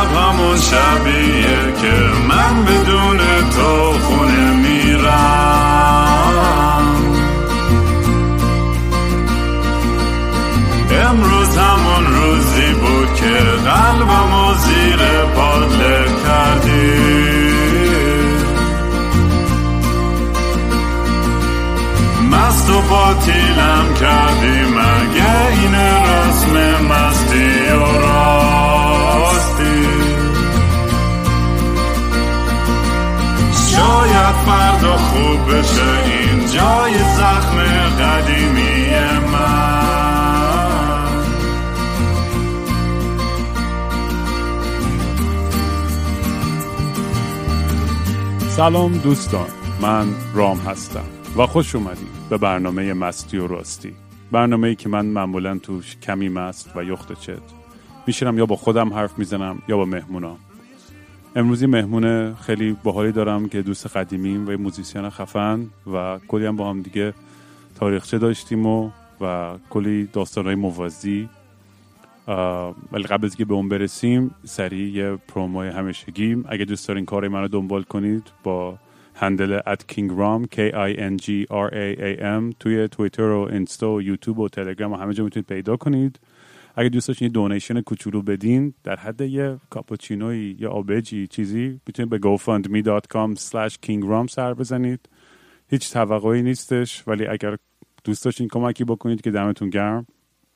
شب همون شبیه که من بدون تو خونه میرم. امروز همون روزی بود که قلبمو زیر پات له کردی. مست و باطیلم کردی، مگه این رسم مستی و راستی؟ شاید فردا خوب بشه این جای زخم قدیمی من. سلام دوستان، من رام هستم و خوش اومدید به برنامه مستی و راستی. برنامه‌ای که من معمولاً توش کمی مست و یخت چت میشینم، یا با خودم حرف میزنم یا با مهمونام. امروزی مهمون خیلی باحالی دارم که دوست قدیمیم و موزیسین خفن و کلی هم با هم دیگه تاریخچه داشتیم و کلی داستان‌های موازی. ولی قبل از که به اون برسیم سریع یه پروموی همیشگیم. اگه دوست دارین کار منو دنبال کنید با هندل @kingram KINGRAAM توی توییتر و اینستا و یوتیوب و تلگرام و همه جا میتونید پیدا کنید. اگه دوست داشتین دونیشن کوچولو بدین در حد یه کاپوچینوی یا آبجی چیزی، میتونید به gofundme.com/kingram سر بزنید. هیچ توقعی نیستش، ولی اگر دوست داشتین کمکی بکنید که دمتون گرم.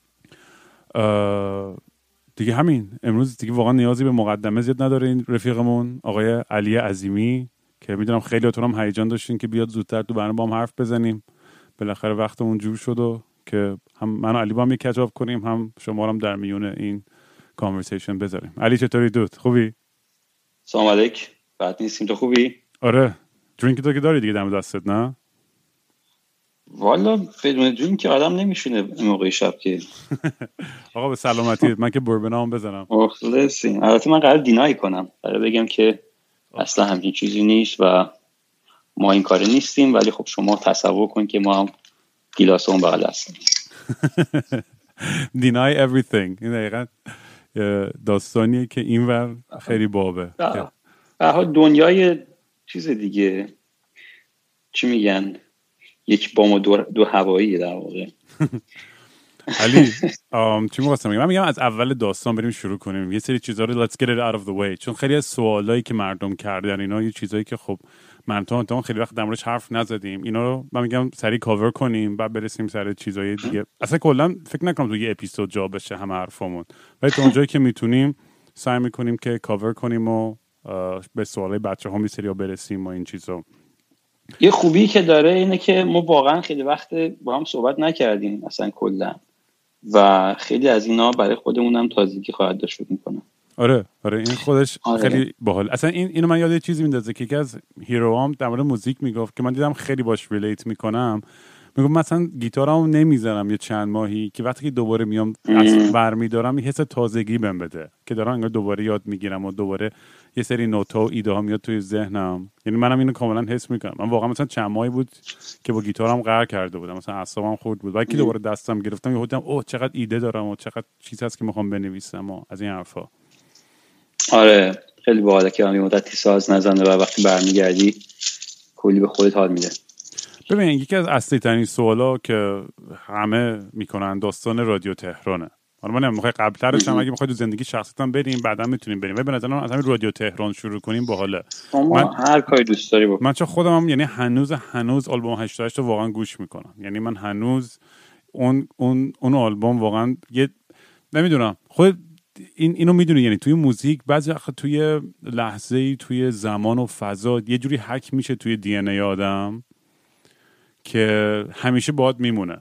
دیگه همین. امروز دیگه واقعا نیازی به مقدمه زیاد نداره. این رفیقمون آقای علی عظیمی که میدونم خیلیاتون هم هیجان داشتین که بیاد زودتر تو برنامه با هم حرف بزنیم. بالاخره وقتمون جور شد و که هم من و علی با هم یک کچاپ کنیم، هم شما رو هم در میون این کانورسیشن بذاریم. علی چطوری دوست؟ خوبی؟ سلام علیک. بعد نیستیم، تو خوبی؟ آره. درینک تو که داری دیگه دم دستت نه؟ والا بدون درینک که آدم نمیشونه این موقع شب که. آقا به سلامتی. من که بوربنام بزنم. مخلصیم. البته من قرار دینای کنم، قرار بگم که اصلا همچین چیزی نیست و ما این کار نیستیم، ولی خب شما تصور کن که ما هم گیلاس اون بغل هستیم. Deny everything. این دقیقا داستانیه که اینور خیلی بابه. به دنیای چیز دیگه، چی میگن، یک بام و دو هوایی در واقع. علی چی می‌خواستم بگم؟ من میگم از اول داستان بریم شروع کنیم. یه سری چیزا رو let's get it out of the way، چون خیلی از سوالایی که مردم کردن اینا یه چیزایی که خب من تو خیلی وقت در موردش حرف نزدیم، اینا رو من میگم سری کاور کنیم بعد برسیم سر چیزای دیگه. اصلا کلا فکر نکنم تو یه اپیزود جا بشه همه حرفمون، ولی تا اونجایی که میتونیم سعی میکنیم که کاور کنیم و به سوالای بچه‌ها میسری برسیم و این چیزا. یه خوبی که داره اینه که ما واقعا خیلی وقت با هم صحبت نکردیم اصلا کلا، و خیلی از اینا برای خودمون هم تازگی خواهد داشت میکنه. آره این خودش خیلی باحال. اصلا اینو من یاد یه چیزی میندازه که یکی از هیروام در مورد موزیک میگفت که من دیدم خیلی باش ریلیت میکنم. میگم مثلا گیتارامو نمیذارم یه چند ماهی که وقتی که دوباره میام اصلا برمیدارم یه حس تازگی بهم بده که دارم انگار دوباره یاد میگیرم و دوباره یه سری نوتا و ایده ها میاد توی ذهنم. یعنی منم اینو کاملا حس میکنم. من واقعا مثلا چند ماهی بود که با گیتارم قهر کرده بودم، مثلا اعصابم خورد بود، ولی که دوباره دستم گرفتم یهو دیدم اوه چقدر ایده دارم و چقدر چیز هست که میخوام بنویسم و از این حرفا. آره خیلی باحاله که همین مدتی ساز نزنه و وقتی برمیگردی کلی به خودت حال میده. ببین یکی از اصلی ترین سوالا که همه میکنن داستان رادیو تهرانه. حالا من نمیخوام قبل‌ترش هم اگه میخواید تو زندگی شخصیتون بریم بعدا میتونیم بریم، ولی به نظر من از همین رادیو تهران شروع کنیم باحاله. من هر کاری دوست داری بکن. من چون خودم هم یعنی هنوز آلبوم 88 رو واقعا گوش میکنم. یعنی من هنوز اون آلبوم واقعا یه نمیدونم خود اینو میدونی، یعنی توی موزیک بعضی وقت توی لحظه‌ای توی زمان و فضا یه جوری هک میشه توی دی ان ای آدم که همیشه باهات میمونه.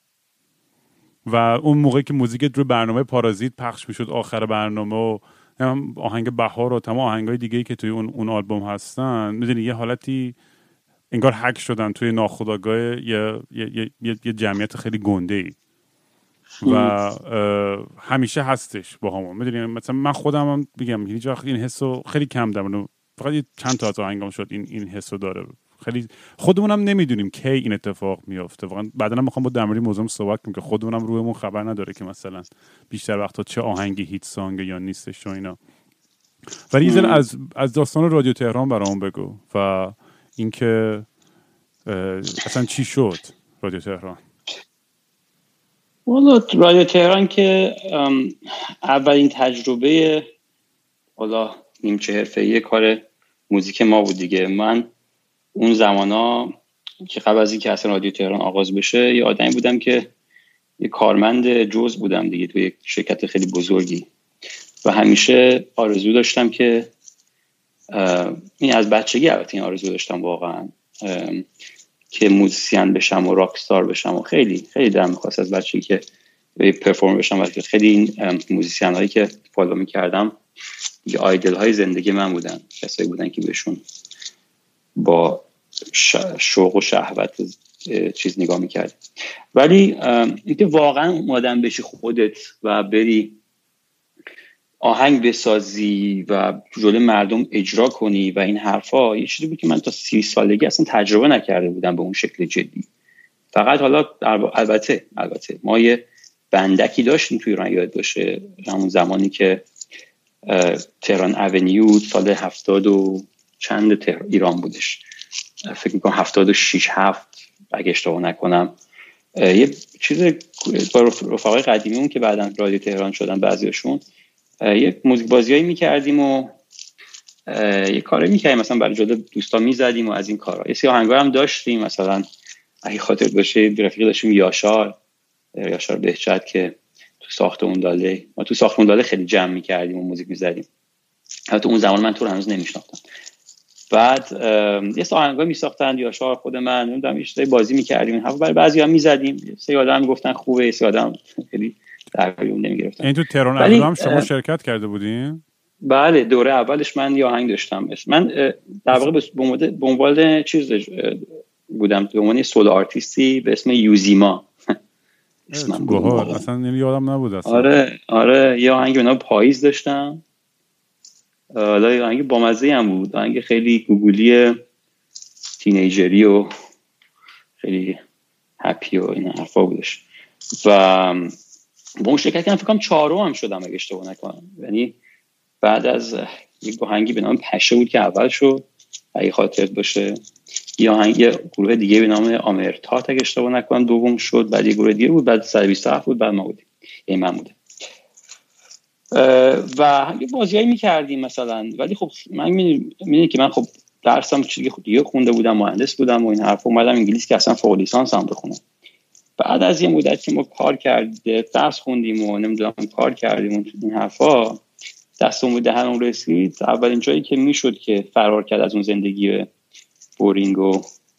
و اون موقعی که موزیکت روی برنامه پارازیت پخش میشد آخر برنامه و آهنگ بهار و تمام آهنگای دیگه‌ای که توی اون آلبوم هستن، میدونی یه حالتی انگار هک شدن توی ناخودآگاه یه جمعیت خیلی گنده‌ای و همیشه هستش با همون. میدونی مثلا من خودم هم بگم هیچ وقت این حسو خیلی کم دارم، فقط چند تا از آهنگام شد این حسو داره. خیلی خودمونم نمیدونیم کی این اتفاق میفته. واقعا بعداً میخوام با دمری موضوع صحبت کنم که خودمونم رویمون خبر نداره که مثلا بیشتر وقتا چه آهنگی هیت سانگ یا نیستش و اینا. ولی یه ذره از داستان رادیو تهران برام بگو و اینکه اصلا چی شد رادیو تهران. والا رادیو تهران که اولین تجربه حالا نیمچه حرفه‌ای کار موزیک ما بود دیگه. من اون زمانا که قبل از اینکه اصلا رادیو تهران آغاز بشه یه آدمی بودم که یه کارمند جز بودم دیگه توی یک شرکت خیلی بزرگی و همیشه آرزو داشتم که این از بچگی البته این آرزو داشتم واقعا که موزیسین بشم و راکستار بشم و خیلی خیلی دلم می‌خواست از بچگی که پرفورمر بشم و خیلی این موزیسین هایی که فالو می‌کردم یه آیدل های زندگی من بودن، کسایی بودن که بهشون با شوق و شهوت چیز نگاه می‌کرد. ولی اینکه واقعا آدم بشی خودت و بری آهنگ بسازی و جلوی مردم اجرا کنی و این حرفا یه چیزی بود که من تا 30 سالگی اصلا تجربه نکرده بودم به اون شکل جدی. فقط حالا البته ما یه بندکی داشتیم توی ایران، یاد باشه همون زمانی که تهران اونیو سال 70 و چند ایران بودش، فکر میکنم 76 7 اگه اشتباه نکنم، یه چیز با رفقای قدیمیمون که بعداً رادیو تهران شدن بعضیاشون یه موزیک بازیایی میکردیم و یه کاری میکردیم، مثلا برای جلو دوستا میزدیم و از این کارا. یه سری آهنگا هم داشتیم، مثلا اگه خاطر باشه رفیقی داشتیم یاشار بهجت که تو ساختمون داله خیلی جمع میکردیم و موزیک میزدیم. البته اون زمان من تو رو هنوز نمیشناختم. بعد یه سری آهنگا میساختن یاشار، خود من نمیدونم یه چیزای بازی میکردیم، هم برای بعضیا میزدیم. سری آدم میگفتن خوبه، سری آدم خیلی درگیری نمیگرفتن. این تو تهران اونیو هم شما شرکت کرده بودین؟ بله، دوره اولش من یه آهنگ داشتم. من در واقع به عنوان چیز بودم، به عنوان سولو آرتیستی به اسم یوزیما اسمم بود. اصلا یادم نبود اصلا. آره یه آهنگ به نام پاییز داشتم. حالا یه آهنگ بامزه هم بود، آهنگ خیلی گوگلی تینیجری و خیلی هپی و این حرفا بودش. و با اون شرکت که فکر کنم 4 هم شدم اگه اشتباه نکنم، یعنی بعد از یک آهنگی به نام پشه بود که اول شد اگه خاطرت باشه، یه گروه دیگه به نام آمرتات اگه اشتباه نکنم دوم شد، بعد یه گروه دیگه بود، بعد 127 بود، بعد ما بودیم، یعنی من بودم و یه بازیایی می‌کردیم مثلا. ولی خب من می‌بینی که من خب درسم چیزی دیگه خونده بودم، مهندس بودم و این حرفا، اومدم انگلیسی که اصلا فوق لیسانس هم بخونم. بعد از یه مدت که ما کار کردیم، درس خوندیم و نمیدونم کار کردیم و این حرفا، دستمون به دهنمون رسید. اولین جایی که میشد که فرار کرد از اون زندگی بورینگ و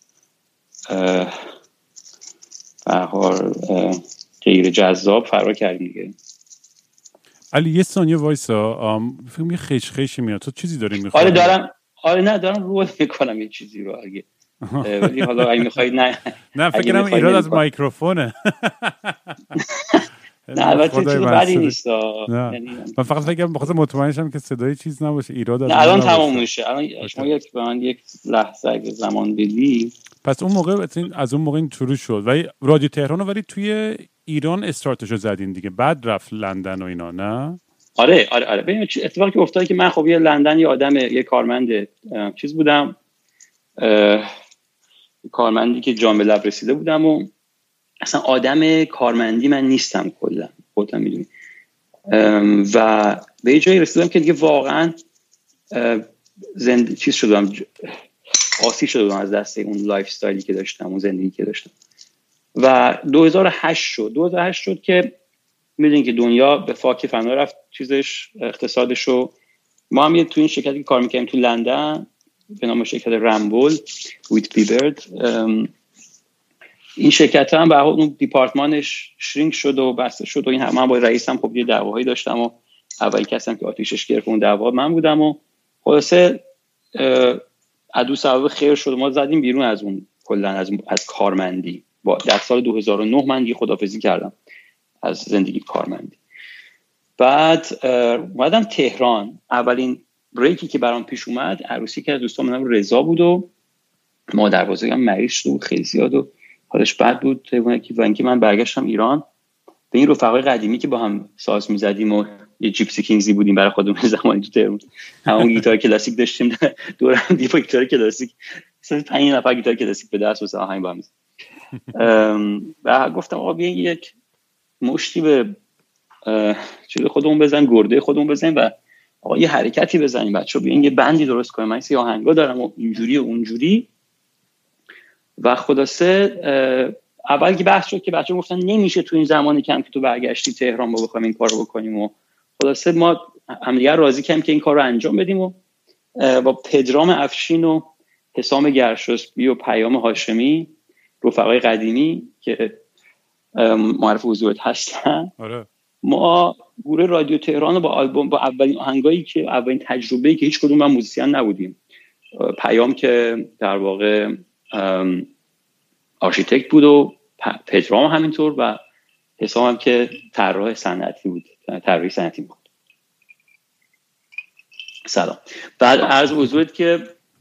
غیر جذاب فرار کردیم دیگه. علی یه ثانیه وایسا، فکر یه خیش میاد. تو چیزی داری میخوای؟ دارم رول میکنم یه چیزی رو اگه ولی حالا اگه میخوای نه فکر کنم ایراد از میکروفونه. نه البته چیز بدی نیست. من فقط فکر بخاطر مطمئن شم که صدای چیز نباشه، ایراد از نه الان تمام میشه. الان شما یک لحظه اگه زمان بدی. پس اون موقع از اون موقع این شروع شد و رادیو تهران رو ولی توی ایران استارتشو زدین دیگه، بعد رفت لندن و اینا، نه؟ آره ببین اتفاقی که افتاد که من خب یه لندن یه کارمند چیز بودم، کارمندی که جان به لب رسیده بودم و اصلا آدم کارمندی من نیستم کلا، خودم میدونی. و به یه جایی رسیدم که دیگه واقعا چیز شدم، آسیب شدم از دست اون لایف استایلی که داشتم، اون زندگی که داشتم. و 2008 شد که میدونین که دنیا به فاک فنا رفت، چیزش اقتصادشو. ما هم تو این شرکتی که کار میکنیم تو لندن به نام شرکت رامبول ویت بیبرد، این شرکت هم به اون دیپارتمانش شرینک شد و بسته شد و این من با رئیسم خب یه دعواهایی داشتم و اولی کسیم که آتیشش گرفت اون دعوا من بودم و خلاصه عدو سبب خیر شد، ما زدیم بیرون از اون کلا از کارمندی. در سال 2009 من دیگه خداحافظی کردم از زندگی کارمندی. بعد اومدم تهران. اولین بریکی که برام پیش اومد عروسی که از دوستام من رضا بود و ما دروازه هم مریض شد و خیلی زیاد و حالش بد بود و اینکه من برگشتم ایران به این رفقای قدیمی که با هم ساز می‌زدیم و یه جیپسی کینگزی بودیم برای خودمون زمانی تو تهران. همون گیتار کلاسیک داشتیم دور هم دیگه گیتار کلاسیک، مثلا 5 نفر گیتار کلاسیک به دست واسه آهنگ با هم. و گفتم آقا بیاین یک مشتی به چیز خودمون بزنیم، گرده خودمون بزنیم و آقا یه حرکتی بزنیم، بچه‌ها بیاین یه بندی درست کنیم، من سی آهنگا دارم و اینجوری و اونجوری. و خلاصه اول که بحث شد که بچه‌ها گفتن نمیشه تو این زمانی که تو برگشتی تهران ما بخوایم این کارو بکنیم و خلاصه ما همدیگه راضی کردیم که این کارو انجام بدیم و با پدرام افشین و حسام گرشاسبی و پیام هاشمی رفقای قدیمی که معرف حضورت هستن، آره، ما گروه رادیو تهران با آلبوم، با اولین آهنگایی که اولین تجربه‌ای که هیچ کدوم ما موزیسین نبودیم، پیام که در واقع آرشیتکت بود و پدرام همینطور و حسام هم که طراح صنعتی بود، طراحی صنعتی بود. سلام. بعد عرض حضورت که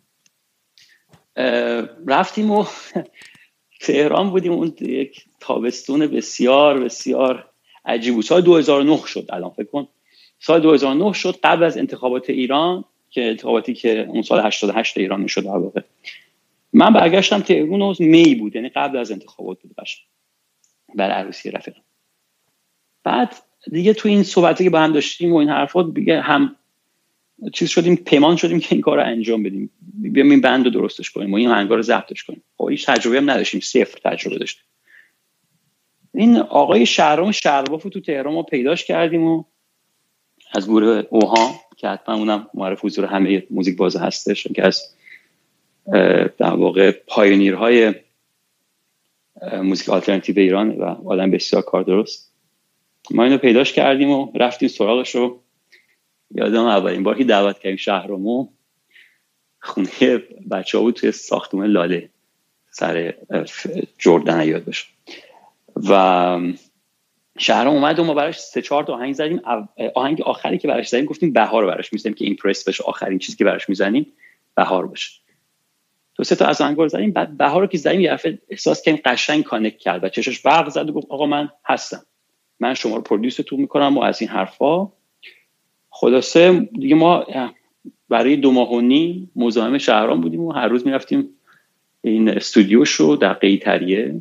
رفتیم و تهران بودیم، اون یک تابستون بسیار بسیار عجیب بود. سال 2009 شد، الان فکر کن سال 2009 شد، قبل از انتخابات ایران، که انتخاباتی که اون سال 88 ایران میشد در واقع. من برگشتم تهران و می بود، یعنی قبل از انتخابات بود باشه، برای عروسی رفیقم. بعد دیگه تو این صحبتی که با هم داشتیم و این حرفات دیگه هم چیز شدیم، پیمان شدیم که این کار رو انجام بدیم، بیایم این بند رو درستش کنیم و این آهنگا رو ضبطش کنیم. خب هیچ تجربه هم نداشتیم، صفر تجربه داشتیم. این آقای شهرام شربافو تو تهران ما پیداش کردیم و از گروه اوها که حتما اونم معرف حضور همه موزیک باز هستش، که از در واقع پایونیرهای موزیک آلترناتیو ایران و آدم بسیار کار درست. ما اینو پیداش کردیم و رفتیم سراغش رو. یادم اولین بار که دعوت کردیم شهرامو خونه بچه‌ها بود توی ساختمان لاله سر جردن یاد باشه و شهرام اومد و ما براش 3-4 تا آهنگ زدیم. آهنگ آخری که براش زدیم گفتیم بهار رو براش می‌زنیم که ایمپرس بشه، آخرین چیزی که براش می‌زنیم بهار باشه. 2-3 تا از آهنگا رو زدیم، بعد بهار رو که زدیم یه دفعه احساس کردیم قشنگ کانکت کرد و چشش برق زد و گفت آقا من هستم، من شما رو پرودیوسرتون می‌کنم و از این حرفا. خلاصه دیگه ما برای 2 ماه و نیم مزاحم شهرام بودیم و هر روز میرفتیم این استودیوشو در قیطریه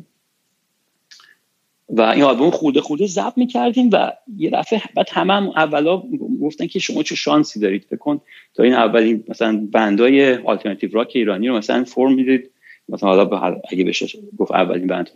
و این آلبوم خورده خورده ضبط میکردیم و یه دفعه بعد همه اولا گفتن که شما چه شانسی دارید، فکر کن تا این اولین مثلا بندای آلترناتیو راک ایرانی رو مثلا فرم میدید، مثلا حالا اگه بشه گفت اولین بندها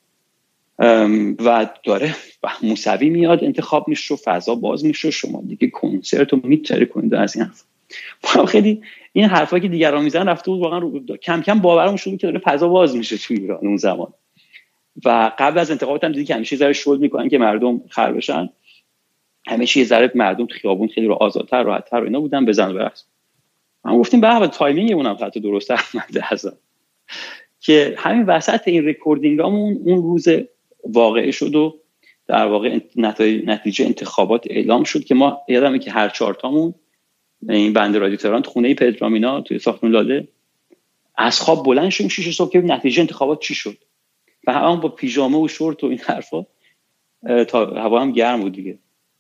و داره موسوی میاد انتخاب میشه و فضا باز میشه، شما دیگه کنسرت رو میتره کنید از این حرف. خیلی این حرفایی که دیگران میزنن رفته بود واقعا کم کم باورم شد که داره فضا باز میشه تو ایران اون زمان. و قبل از انتخابات هم دیدی که همیشه ذره شل میکنن که مردم خر بشن، همیشه یه ذره مردم تو خیابون خیلی آزادتر راحت‌تر و اینا بودن بزن و برقص. ما گفتیم به تایمینگ اونم حتی درست اومده از که همین وسط این رکوردینگامون اون روز واقعه شد و در واقع نتیجه انتخابات اعلام شد که ما یادمه که هر 4 تامون این بند رادیو تهران تو خونه پدرامینا توی ساختمون لاله از خواب بلند شدیم 6 صبح که نتیجه انتخابات چی شد و همون با پیژامه و شورت و این حرفا، تا هوا هم گرم بود دیگه،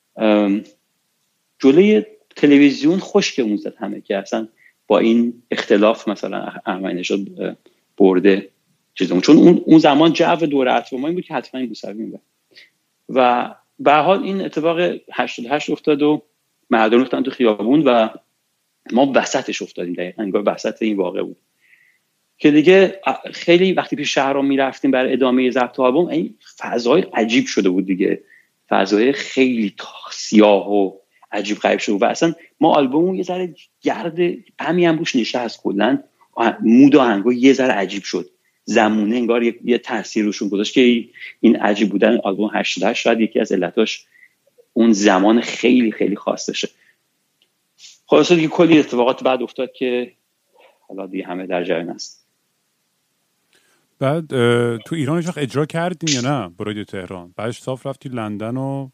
جلوی تلویزیون خشکمون زد همه که اصلا با این اختلاف مثلا احمدی‌نژاد برده چیزمون، چون اون زمان جو دوره اطراف ما این بود که حتما این موسوی می‌برد و به هر حال این اتفاق 88 افتاد و مردم رفتن تو خیابون و ما وسطش افتادیم، دقیقاً انگار وسط این واقعه بود که دیگه خیلی وقتی پیش شهرام میرفتیم برای ادامه ضبط آلبوم این فضای عجیب شده بود دیگه، فضای خیلی سیاه و عجیب غریب شده و اصلا ما آلبوممون یه ذره گرد غمی هم روش نشست، کلا مود آهنگا یه ذره عجیب شد، زمونه انگار یه تاثیر روشون گذاشت که این عجیب بودن آلبوم 88 شاید یکی از علتاش اون زمان خیلی خیلی خاصشه. خلاصه دیگه کلی اتفاقات بعد افتاد که حالا دیگه همه در جریان است. بعد تو ایران هیچ وقت اجرا کردین یا نه با رادیو تهران؟ بعدش صاف رفتی لندن و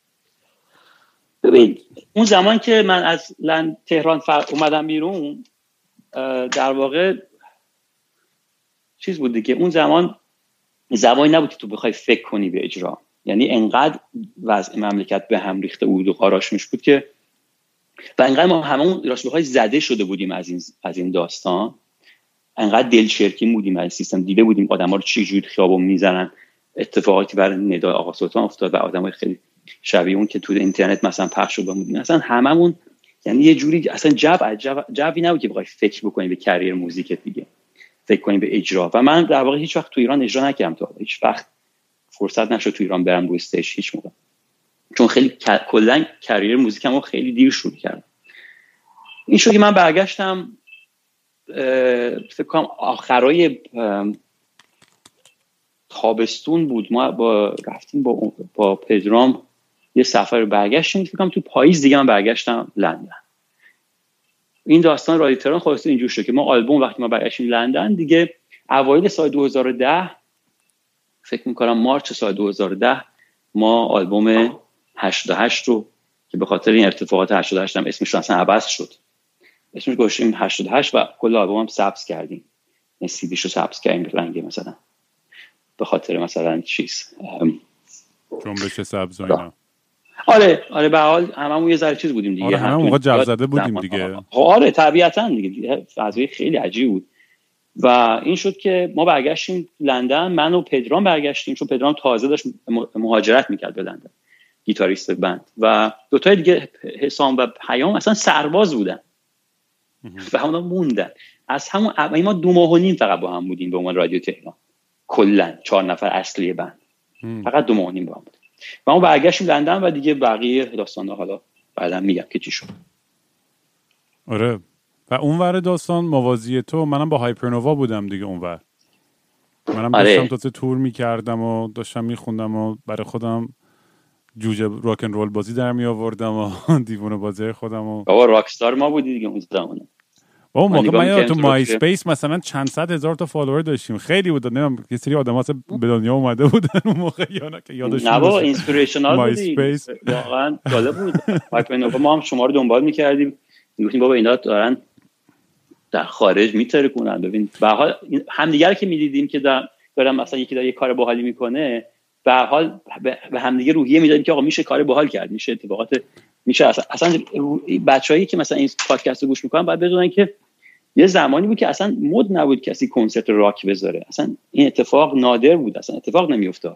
ببین اون زمان که من از تهران اومدم بیرون در واقع چیز بود دیگه، اون زمان زمانی نبود که تو بخوای فکر کنی به اجرا، یعنی انقدر وضع مملکت به هم ریخته بود و قاراش بود که و انقدر ما هممون راشبه‌های زده شده بودیم از این داستان، انقدر دلچرکی بودیم از سیستم، دیده بودیم آدم‌ها رو چه جوری خیابون میزنن، اتفاقاتی برای ندای آقا سلطان افتاد و آدمای خیلی شبیه اون که تو اینترنت مثلا پخش شده بودیم. اصلا هممون یعنی یه جوری اصلا جوی نبود که بخوای فکر بکنی به کریر موزیکت دیگه، فکر کنی به اجرا. و من در واقع هیچ وقت تو ایران اجرا نکردم، تا هیچ وقت فرصت نشد تو ایران برم روی استیج هیچ موقع، چون خیلی کلا کریر موزیکمو خیلی دیر شروع کردم. این شد که من برگشتم فکر کنم آخرای تابستون بود، ما رفتیم با پدرام یه سفر برگشتیم، فکر کنم تو پاییز دیگه من برگشتم لندن. این داستان رادیو تهران خلاص اینجور شد که ما آلبوم وقتی ما برگشتیم لندن دیگه اوایل سال 2010 فکر می‌کنم مارچ سال 2010 ما آلبوم 88 رو که به خاطر این ارتفاعات 88 هم اسمش اصلا عوض شد، اسمش گذاشتیم 88 و کل آلبوم هم سبز کردیم، این سی دیشو سبز کردیم به رنگ مثلا به خاطر مثلا چیز جنبش سبز و اینا. آره به حال هممون یه ذره چیز بودیم دیگه، آره همون موقع جو زده بودیم دیگه. آره طبیعتاً دیگه فضای خیلی عجیبی بود و این شد که ما برگشتیم لندن. من و پدرام برگشتیم چون پدرام تازه داشت مهاجرت میکرد به لندن، گیتاریست بند، و دوتای دیگه حسام و پیام اصلا سرباز بودن و اونا موندن. از همون ما 2 ماه و نیم فقط با هم بودیم به عنوان رادیو تهران، کلا 4 نفر اصلی بند فقط 2 ماه و نیم با هم بودیم و ما برگشتیم لندن و دیگه بقیه داستانا حالا بعدا میگم که چی شد. آره و اونور داستان موازی تو منم با هایپرنووا بودم دیگه اونور. منم داشتم تازه تور میکردم و داشتم میخوندم و برای خودم جوجه راک ان رول بازی در می آوردم و دیوونه بازی خودم و بابا راکستار ما بودی دیگه اون زمان. اون موقع من تو مای اسپیس مثلا چند صد هزار تا فالوور داشتیم، خیلی بود. نمیدونم یه سری آدم‌ها به دنیا اومده بودن اون موقع یا نه که یادشون نه بابا اینسپیریشنال بودی واقعا جالب بود. هایپرنووا ما هم شما رو دنبال می‌کردیم، میگفتیم بابا اینا دارن در خارج میترکونن، ببین به هر حال همدیگه که می‌دیدیم که دارن مثلا یکی داره یه کار باحالی میکنه، به هر حال به همدیگه روحیه میدادیم که آقا میشه کار باحال کرد، میشه اتفاقات میشه. اصلا بچه‌هایی که مثلا این پادکست رو گوش میکنن باید بدونن که یه زمانی بود که اصلا مد نبود کسی کنسرت راک بذاره، اصلا این اتفاق نادر بود، اصلا اتفاق نمیافتاد.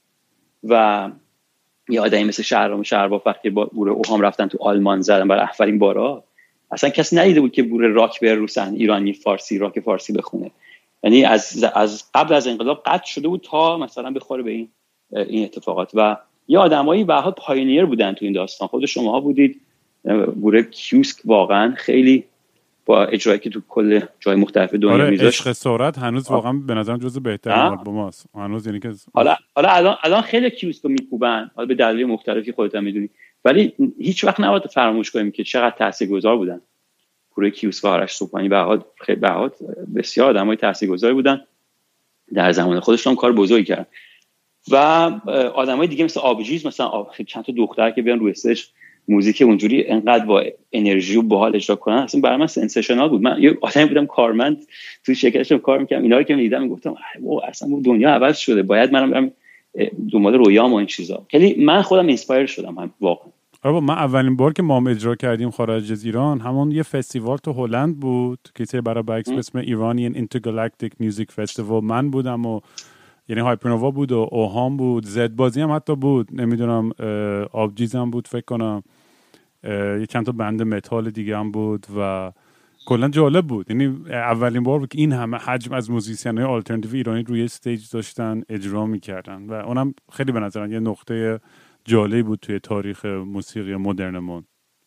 و یه آدمی مثل شهرام وقتی با گروه اوهام رفتن تو آلمان زدن برای اولین بارا، اصلا کسی ندیده بود که گروه راک بره رو صحنه ایرانی فارسی راک فارسی بخونه. یعنی از قبل از انقلاب قطع شده بود تا مثلا بخوره به این اتفاقات. و یه آدمایی به حال پایونیر بودن تو این داستان. خود شماها بودید، گروه کیوسک واقعا خیلی با اجرایی که تو کل جای مختلف دنیا میذاشت. عشق سرعت هنوز واقعا به نظرم جزو بهترین آلبوماست هنوز، یعنی که حالا الان خیلی کیوسک رو میکوبن، حالا به دلایل مختلفی خودت هم میدونی، ولی هیچ وقت نباید فراموش کنیم که چقدر تاثیرگذار بودن گروه کیوسک و آرش صبحانی. به حال خیلی بسیار آدمای تاثیرگذاری بودن در زمان خودشون، کار بزرگی کردن. و آدمای دیگه مثل آبجیز، مثلا چند تا دختر که بیان روی استیج موزیک اونجوری انقدر با انرژی و باحال اجرا کنن، اصلا برای من سنسیشنال بود. من یه آدمی بودم کارمند تو شرکتشم کار می‌کردم، اینا رو که می‌دیدم میگفتم اصلا دنیا عوض شده، باید منم برم دنبال رویام و این چیزا. خیلی من خودم اینسپایر شدم واقعا. آره من اولین بار که ما اجرا کردیم خارج از ایران همون یه فستیوال تو هلند بود که چه برای بکس به اسم ایرانیان اینترگالاکتیک میوزیک فستیوال من بودم و یعنی هایپرنووا بود و اوهام بود، زد بازی هم حتی بود، نمیدونم آبجیز هم بود فکر کنم، یه چند تا بند متال دیگه هم بود و کلا جالب بود. یعنی اولین بار بود که این همه حجم از موزیسین‌های آلترناتیو ایرانی روی استیج داشتن اجرا می‌کردن و اونم خیلی به نظر من یه نقطه جالبی بود توی تاریخ موسیقی مدرنمون.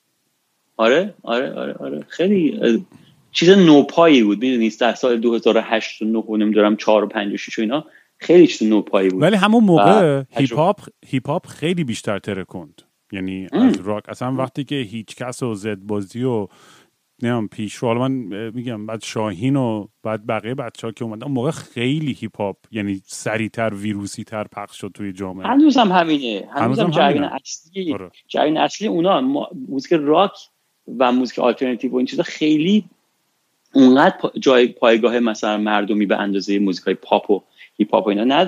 آره خیلی چیز نوپایی بود، میدونی در سال 2008 و 9 نمیدونم 4 و 5 و 6 و اینا خیلی چیز نوپایی بود. ولی همون موقع هیپ هاپ خیلی بیشتر ترکوند، یعنی از راک. اصلا وقتی که هیچ کس و زد بازی و نمیدونم پیشرو، حالا من میگم بعد شاهین و بعد بقیه بچه‌ها که اومدن اون موقع خیلی هیپ هاپ یعنی سریعتر ویروسی تر پخش شد توی جامعه. هنوزم همینه، هنوزم جریان اصلی اونا موزیک راک و موزیک آلترناتیو و این چیزا خیلی اونقدر جای پایگاه مثلا مردمی به اندازه موزیکای پاپ و هیپ هاپ و اینا نداره.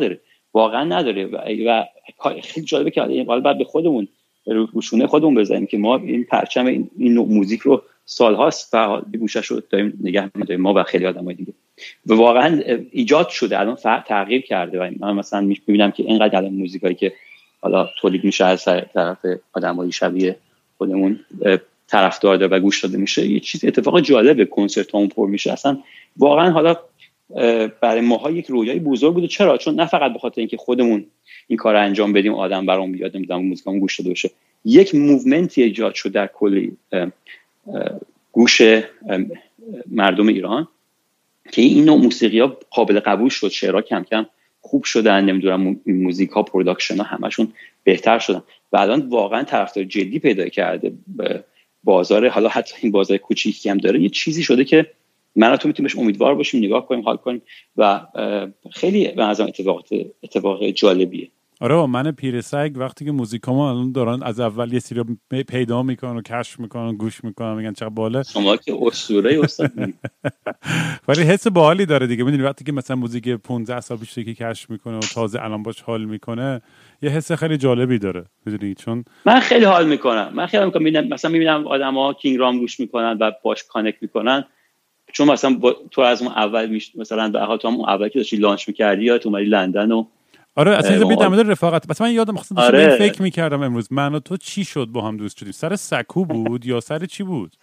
واقعا نداره و خیلی جالبه که حالا بعد به خودمون روشونه خودمون بزنیم که ما این پرچم این نوع موزیک رو سالهاست و گوشش رو داریم نگه می‌داریم، ما و خیلی آدمای دیگه، و واقعا ایجاد شده، الان تغییر کرده. و من مثلا می‌بینم که اینقدر الان موزیکایی که حالا تولید میشه از طرف آدمای شبیه خودمون طرفدار داره و گوش داده میشه، یه چیز اتفاق جالبه، کنسرت‌هامون پر میشه. اصلا واقعا حالا برای ماها یک رویای بزرگ بوده. چرا؟ چون نه فقط به خاطر اینکه خودمون این کار رو انجام بدیم آدم برام بیاد نمیدونم موزیکامون گوش داده باشه، یک موومنتی ایجاد شد در کلی گوش مردم ایران که این نوع موسیقی ها قابل قبول شد، شعرها کم کم خوب شدن، نمیدونم موزیک ها، پروداکشن ها همشون بهتر شدن و الان واقعا طرفدار جدی پیدا کرده. بازار، حالا حتی این بازار کوچیکی هم داره، یه چیزی شده که من و تو میتونیم بهش امیدوار باشیم، نگاه کنیم، حال کنیم و خیلی به نظرم اتفاق جالبیه. آره، من پیرسگ وقتی که موزیکامو الان دارن از اول یه سری پیدا میکنن و کشف میکنن، گوش میکنن، میگن چقدر باله. شما که اسطوره استاد. ولی حس باحالی داره دیگه. میدونی وقتی که مثلا موزیک 15 سال پیش که کشف میکنه و تازه الان باش حال میکنه، یه حس خیلی جالبی داره. میدونی چون من خیلی حال میکنم. مثلا میبینم آدما کینگ رام گوش میکنن و باش کانکت میکنن، چون مثلا تو از اون اول مثلا به حال تو اون اول که داشتی لانچ میکردی یا تو اومدی لندن و آره اصلا یه در مورد رفاقت. مثلا من یادم خواستم آره. فکر میکردم امروز من و تو چی شد با هم دوست شدیم؟ سر سکو بود یا سر چی بود؟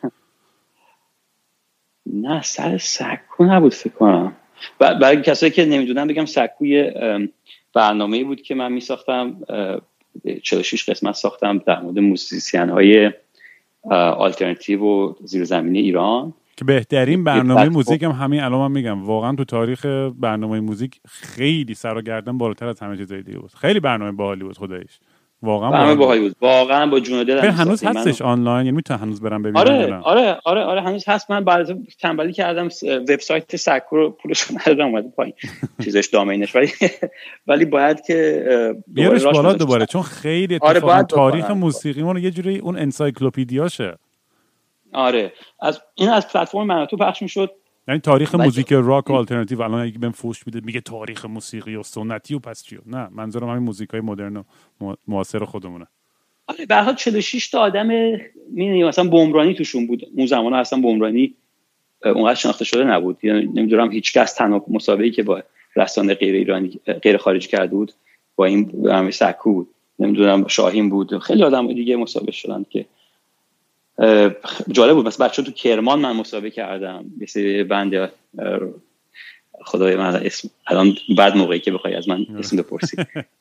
نه سر سکو نبود فکر کنم. برای کسایی که نمیدونن بگم سکو یه برنامه‌ای بود که من میساختم، 46 قسمت ساختم در مورد موزیسین‌های آلترناتیو و زیرزمینی ایران که بهترین برنامه موزیک هم همین الان من میگم واقعا تو تاریخ برنامه موزیک خیلی سر و گردن بالاتر از همه چیز دیگه بود. خیلی برنامه باحالی بود خداییش. واقعا باحالی بود. واقعا با جون و دل هنوز هستش آنلاین، یعنی میتونم هنوز برم ببینم. آره هنوز هست. من بعد تنبلی کردم وبسایت سکو رو پولش ندادم اومد پایین چیزش دامینش، ولی باید که بیارش بالا دوباره چون خیلی اتفاقا تاریخ موسیقی ما یه جوری اون انسایکلوپدیاشه. آره از پلتفرم من تو پخش میشد، یعنی تاریخ موزیک راک و آلترناتیو. الان اگه بهم فوش میده میگه تاریخ موسیقی و سنتی و پس چیه؟ نه، منظورم همین موزیکای مدرن و معاصر خودمونه. آره به هر حال 46 تا آدم میدونی مثلا بمرانی توشون بود اون زمانه. اصلا بمرانی اونقدر شناخته شده نبود، یعنی نمیدونم هیچ کس تنها مسابقه‌ای که با رسانه غیر ایرانی غیر خارجی کرده بود با این همین سکو بود. نمیدونم شاهین بود، خیلی آدم دیگه مسابقه شدن که جالب بود. مثلا بچه‌ها تو کرمان من مسابقه کردم، یه سری بنده خدای من اسم الان بعد موقعی که بخوای از من اسم بپرسی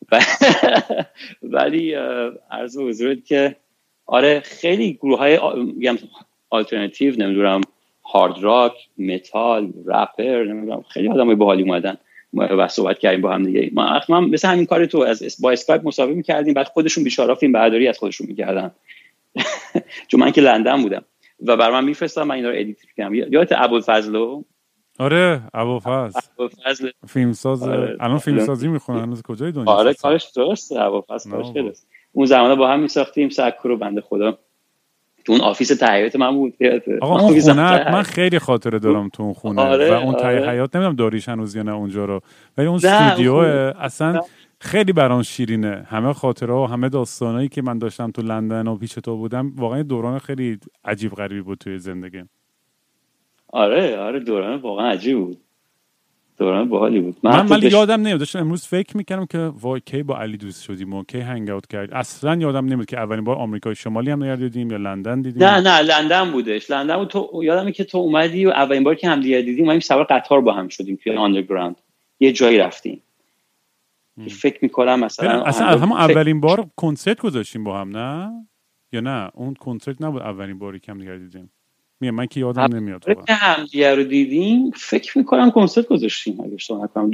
ولی عرض به حضورت که آره خیلی گروه‌های میگم آلترناتیو، نمیدونم هارد راک، متال، رپر، نمیدونم خیلی آدمای باحالی اومدن و صحبت کردیم با هم دیگه. من مثلا همین کار تو با اسکایپ مسابقه می‌کردیم، بعد خودشون بیچاره‌ها فیلم برداری از خودشون می‌کردن چون من که لندن بودم و برام میفرستم، من اینا رو ادیت می‌کردم. یادت ابوالفضلو؟ آره ابوالفضل فیلمساز. الان فیلمسازی می‌خونه هنوز کجای دنیا؟ آره کارش درسته، ابوالفضل کارش درست. اون زمانا با هم می‌ساختیم سکو رو، بنده خدا تو اون آفیس تهیهات من بود. آقا اون خونه من خیلی خاطره دارم تو اون خونه. آره، و اون تهیهات نمیدونم داریش هنوز یا نه اونجا رو، ولی اون استودیو اصلا خیلی برام شیرینه. همه خاطره و همه داستانایی که من داشتم تو لندن و پیش تو بودم واقعا دوران خیلی عجیب غریبی بود توی زندگیم. آره دوران واقعا عجیب بود، دوران باحالی بود. من ولی یادم نمیاد، داشتم امروز فکر میکردم که وای کی با علی دوست شدیم و کی هنگ اوت کردیم. اصلا یادم نمیاد که اولین بار آمریکای شمالی هم دیدیم یا لندن دیدیم. نه لندن بودش. لندن بود. تو یادمه که تو اومدی و اولین بار که هم دیگه دیدیم اومدیم سوار قطار با هم شدیم توی آندرگراند یه جایی رفتیم. فکر میکنم مثلا همون اولین بار کنسرت گذاشتیم با هم، نه یا نه اون کنسرت نبود اولین باری که هم دیگه دیدیم. من که یادم نمیاد واقعا که هم دیگه رو دیدیم. فکر میکنم کنسرت گذاشتیم اگه اشتباه نکنم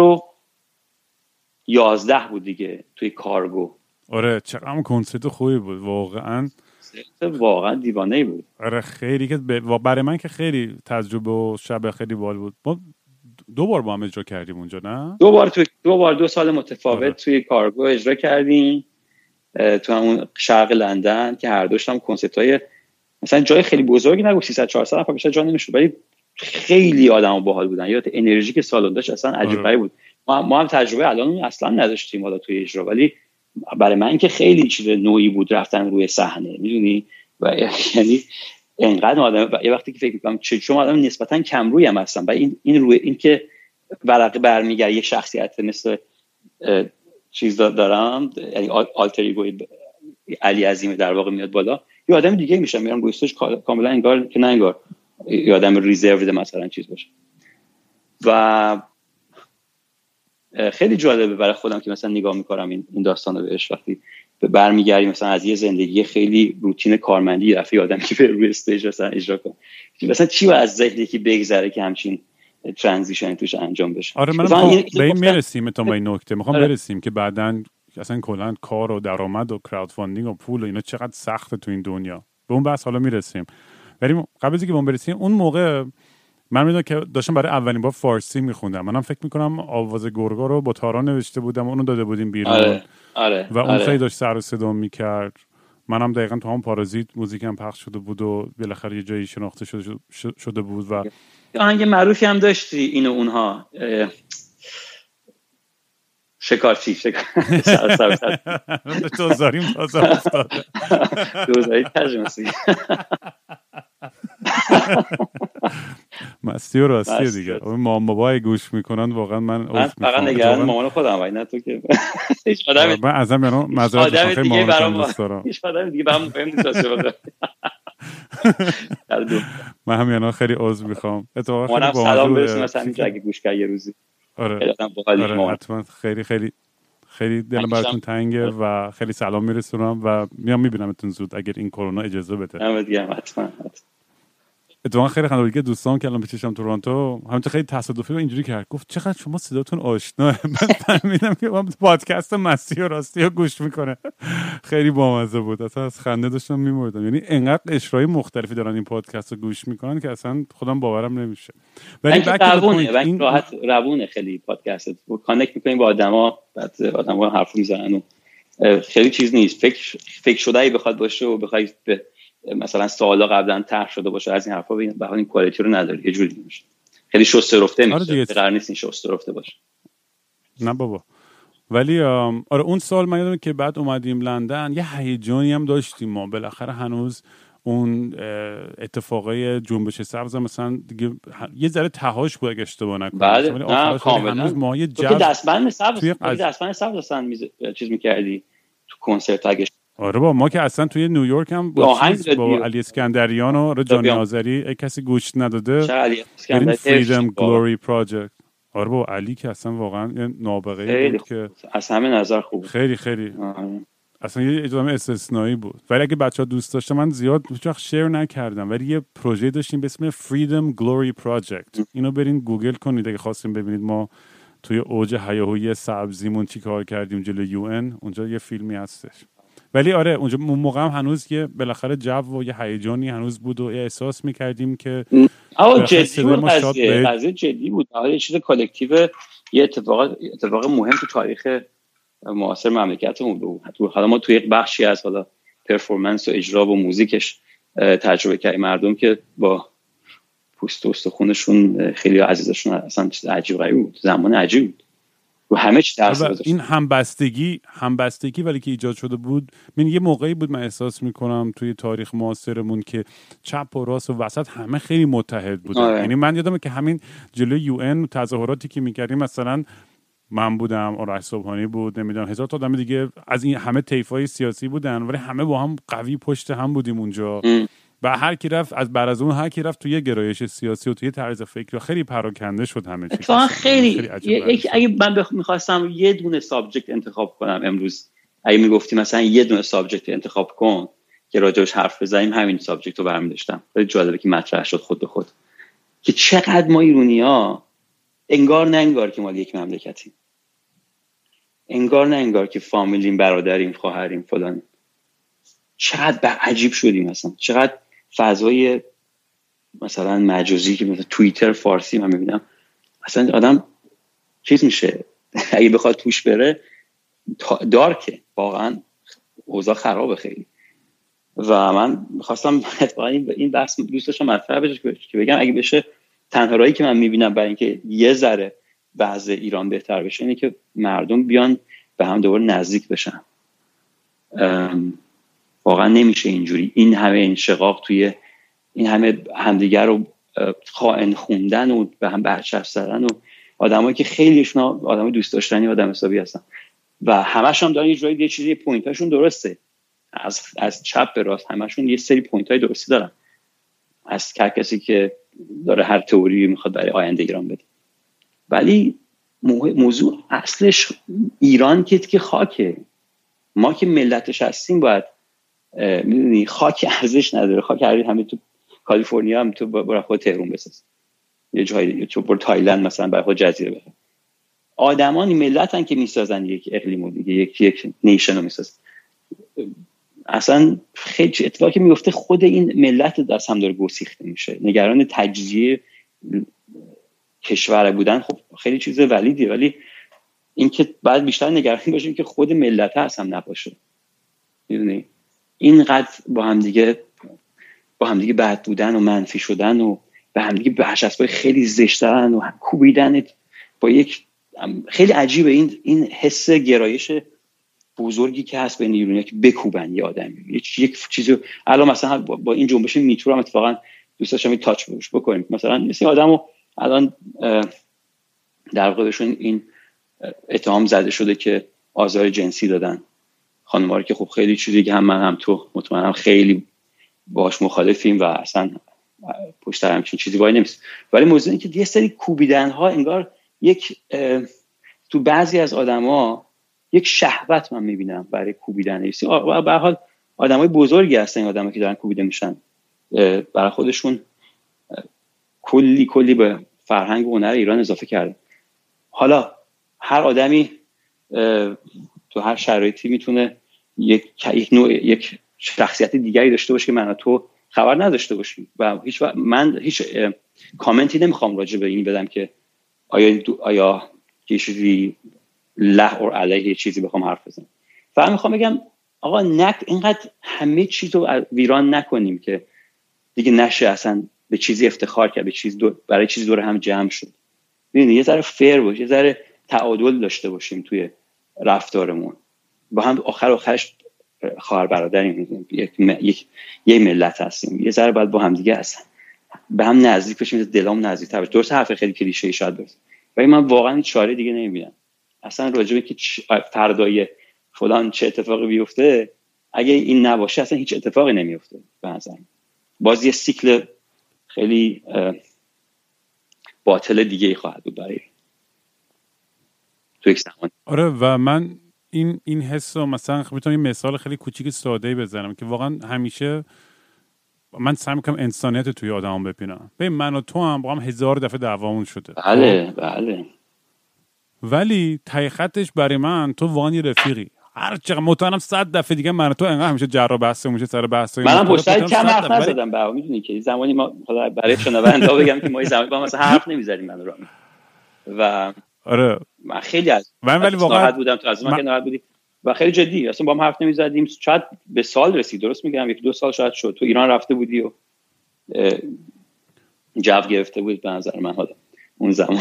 2011 بود دیگه توی کارگو. آره چقدر کنسرت خوبی بود واقعا دیوانه‌ای بود. آره خیلی که برای من که خیلی تجربه و شب خیلی باحال بود. ما 2 بار با هم اجرا کردیم اونجا، نه 2 بار 2 سال متفاوت. آره. توی کارگو اجرا کردیم تو همون شرق لندن که هر دوشتم کنسرت‌های مثلا جای خیلی بزرگی نبود، 300 400 نفر بیشتر جا نمیشد، ولی خیلی آدم‌ها باحال بودن. یادت انرژی که سالن داشت اصلا عجیب غریب بود. ما هم تجربه الان اصلا نداشتیم حالا توی اجرا، ولی برای من که خیلی چیز نوعی بود رفتن روی صحنه، میدونی. و یعنی انقدر آدم یه وقتی که فکر می‌کنم چون آدم نسبتا کم روی هم هستم و این روی این که ورقه برمیگره یک شخصیت مثل چیز دارم، یعنی آلتر ایگو علی عظیم در واقع میاد بالا، یه آدم دیگه میشم، میرم گوشتش کاملا انگار که نه انگار یه آدم ریزرود مثلا چیز باشه. و خیلی جالبه برای خودم که مثلا نگاه میکنم این داستانو بهش، وقتی برمیگردی مثلا از یه زندگی خیلی روتین کارمندی رفتی آدم که به روی استیج مثلا اجرا کنه، مثلا چی باید از ذهنی که بگذره که همچین ترانزیشن توش انجام بشه. آره منم به این میرسیم تا به این نکته میخوام برسیم که بعدن اصلا کلا کار و درآمد و کراود فاندینگ و پول و اینا چقدر سخته تو این دنیا. به اون بحث حالا میرسیم. ولی قبل از اینکه به اون برسیم، اون موقع من میدونم که داشتم برای اولین بار فارسی میخوندم. منم فکر میکنم آواز گرگا رو با تارا نوشته بودم، اونو داده بودیم بیرون. آره. و اون خیلی داشت سر و صدا میکرد. منم دقیقاً تو هم پارازیت موزیکم پخش شده بود و بالاخره یه جایی شناخته شده بود. و آهنگ معروفی هم داشتی اینو اونها شکارچی دوزاریم تازه افتاده. دوزاری ترجمه مستی و راستیه دیگه. مامان بابای گوش میکنن واقعا من فقط نگران مامان خودم وای نه تو که هیچ آدمی من ازم یعنی معذرت میخوام مامانم دوست دارم. هیچ آدمی دیگه برام مهم نیست واسه من هم یعنی خیلی عذر میخوام. اتفاقا خیلی سلام برسون مثلا اینجا اگه گوش کردی یه روزی. آره حتما خیلی خیلی خیلی دلم براتون تنگه و خیلی سلام میرسونم و میام میبینمتون زود اگر این کرونا اجازه بده. حتما. اتفاقا خیلی خنده بود که دوستان که الان پیشم تورنتو همینطور خیلی تصادفی و اینجوری کرد، گفت چقدر شما صداتون آشناه. من فهمیدم که من پادکست مستی و راستی رو گوش میکنه. خیلی بامزه بود، اصلا از خنده داشتم میمردم. یعنی انقدر اجرای مختلفی دارن این پادکست رو گوش میکنن که اصلا خودم باورم نمیشه. ولی این راحت روونه خیلی پادکست رو کانکت میکنین با آدما، بعد آدما حرف میزنن و خیلی چیز نیست فکر شده‌ای بخواد باشه و بخوای مثلا سوالا قبلا طرح شده باشه از این حرفا، به حال این کوالیتی رو نداره، یه جوری میشه خیلی شسته رفته میشه. قرار نیست این شسته رفته باشه. نه بابا. ولی آره اون سال من یادم که بعد اومدیم لندن یه هیجانی هم داشتیم ما، بالاخره هنوز اون اتفاقای جنبش سبز مثلا دیگه یه ذره تهاش بود اگه اشتباه نکنم. ولی کاملا هنوز ما یه جو دستبند سبز چیز می‌کردی تو کنسرت اگه. آره با ما که اصلا توی نیویورک هم با علی اسکندریان و جانی آذری کسی گوش نداده برین فریدم گلوری پراجکت. آره با علی که اصلا واقعا یه نابغه بود که از همه نظر خوب، خیلی اصلا یه اجرای استثنایی بود. ولی اگه بچه‌ها دوست داشتن من زیاد هیچ وقت شیر نکردم، ولی یه پروژه داشتیم به اسم فریدم گلوری پراجکت. اینو برین گوگل کنید اگه خواستین ببینید ما توی اوج هیاهوی سبزیمون چیکار کردیم جلوی UN. اونجا یه فیلمی هستش. ولی آره اونجا موقع هم هنوز یه بالاخره جو و یه هیجانی هنوز بود و احساس می‌کردیم که جدی بود، قضیه جدی بود. یه چیز کلکتیو، یه اتفاق مهم تو تاریخ معاصر مملکتمون بود. حالا ما توی یک بخشی از حالا پرفورمنس و اجرا و موزیکش تجربه کردیم، مردم که با پوست و استخونشون خیلی عزیزشون اصلا چیز عجیب غریبی بود، زمان عجیب بود و همه چی درس داشت. این همبستگی ولی که ایجاد شده بود، من یه موقعی بود من احساس میکنم توی تاریخ معاصرمون که چپ و راست و وسط همه خیلی متحد بودن. یعنی من یادمه که همین جلوی UN تظاهراتی که میکردیم، مثلا من بودم، آرش صبحانی بود، نمیدونم هزار تا آدم دیگه از این همه طیفای سیاسی بودن، ولی همه با هم قوی پشت هم بودیم اونجا. و هر کی رفت از بعد از اون هر کی رفت توی گرایش سیاسی و توی طرز فکر خیلی پراکنده شد همه چیز. خیلی اگه من می‌خواستم یه دونه سابجکت انتخاب کنم امروز، اگه میگفتی مثلا یه دونه سابجکت انتخاب کن که راجعش حرف بزنیم، همین سابجکت رو برمی داشتم. خیلی جالبه که مطرح شد خود به خود که چقدر ما ایرانی‌ها انگار نه انگار که مال یک مملکتیم، انگار نه انگار که فامیلیم، برادریم، خواهریم، فلان. چقدر عجیب شدیم مثلا، چقدر فضای مثلا مجازی که مثلا توییتر فارسی من میبینم مثلا آدم چیز میشه اگه بخواد توش بره دارکه، واقعا اوضاع خرابه خیلی. و من میخواستم این بحث دوست داشتم مطرح بشه که بگم اگه بشه تنها راهی که من میبینم برای اینکه یه ذره وضع ایران بهتر بشه اینه که مردم بیان به هم دوباره نزدیک بشن. واقعا نمیشه اینجوری این همه انشقاق توی این همه همدیگر رو خائن خوندن و به هم برچسب زدن و آدمایی که خیلیشون آدمای دوست داشتنی آدم حسابی هستن و همش هم دارن یه جایی یه چیزی پوینتاشون درسته، از چپ به راست همشون یه سری پوینتای درستی دارن، از هر کسی که داره هر تئوری میخواد برای آینده ایران بده. ولی موضوع اصلش ایران که خاکه، ما که ملتش هستیم باید میدونی خاک ارزش نداره. خاک ارزش همه تو کالیفرنیا هم تو برای خود تهران بساز، یه جایی تو برای تایلند مثلا برای خود جزیره بخواد. آدمان ملتن که میسازن یک اقلیمو دیگه، یک نیشن رو میسازن. اصلا خیلی اتفاقی میفته خود این ملت دست هم داره گسیخته میشه. نگران تجزیه کشور بودن خب خیلی چیز ولیدیه، ولی این که بعد بیشتر نگران باشیم که خود ملت هست هم نباشه. میدونی اینقدر با هم دیگه بد بودن و منفی شدن و به هم دیگه برچسبای خیلی زشتن و کوبیدن با یک خیلی عجیبه. این حس گرایش بزرگی که هست بین ایرانی‌ها که بکوبن یه آدمی یک چیزی. الان مثلا با این جنبش میتو هم اتفاقا دوست داشتم تاچ بکنیم. مثلا مثل آدمو الان در واقع بهشون این اتهام زده شده که آزار جنسی دادن خانم‌ها رو، که خب خیلی چیزی که هم من هم تو مطمئنم خیلی باهاش مخالفیم و اصلا پشت همچین چیزی وای نمیست. ولی موضوع اینه که یه سری کوبیدن‌ها انگار یک تو بعضی از آدما یک شهوت من میبینم برای کوبیدن. به هر حال آدمای بزرگی هستن این آدمایی که دارن کوبیده میشن، برای خودشون کلی به فرهنگ و هنر ایران اضافه کردن. حالا هر آدمی تو هر شرایطی میتونه یک شخصیت دیگری داشته باشه که من و تو خبر نداشته باشیم و من هیچ کامنتی نمیخوام راجع به این بدم که آیا یه چیزی له اور علیه چیزی بخوام حرف بزنم. فقط میخوام بگم آقا اینقدر همه چیز رو ویران نکنیم که دیگه نشه اصلا به چیزی افتخار کرد، برای چیزی دور هم جمع شد. ببینید یه ذره فیر باشه، یه ذره تعادل داشته باشیم توی رفتارمون با هم. آخرش خواهر برادریم، یک ملت هستیم. یه ذره باید با هم دیگه اصلا به هم نزدیک بشیم، دلام نزدیک‌تر بشه. درست حرف خیلی کلیشه‌ای شاید باشه ولی من واقعا چاره دیگه نمیبینم. اصلا راجبه که فردای فلان چه اتفاقی بیفته، اگه این نباشه اصلا هیچ اتفاقی نمیفته. به نظر باز یه سیکل خیلی باطل دیگه ای خواهد بود برای تو یک زمان. آره و من این حس رو مثلا میتونم این مثال خیلی کوچیک ساده‌ای بزنم که واقعا همیشه من سعی میکنم انسانیت توی آدمام ببینم. ببین من و تو هم با هم 1000 دفعه دعوامون شده. بله ولی ته خطش برای من تو واقعا یه رفیقی. هر چقدر مطمئنم 100 دفعه دیگه من و تو انقدر همیشه جر و بحث میشه سر بحثای منم پشت کم حرف نزدم. با میدونی که زمانی ما برای شنوندا بگم که ما زمانی با مثلا حرف نمیزدیم من رو و آره من خیلی از ولی واقعا ناراحت بودم، تو از من که ناراحت بودی و خیلی جدی اصلا با هم حرف نمیزدیم. شاید به سال رسید، درست میگم 1-2 سال شاید شد. تو ایران رفته بودی و جو گرفته بود به نظر من حالا اون زمان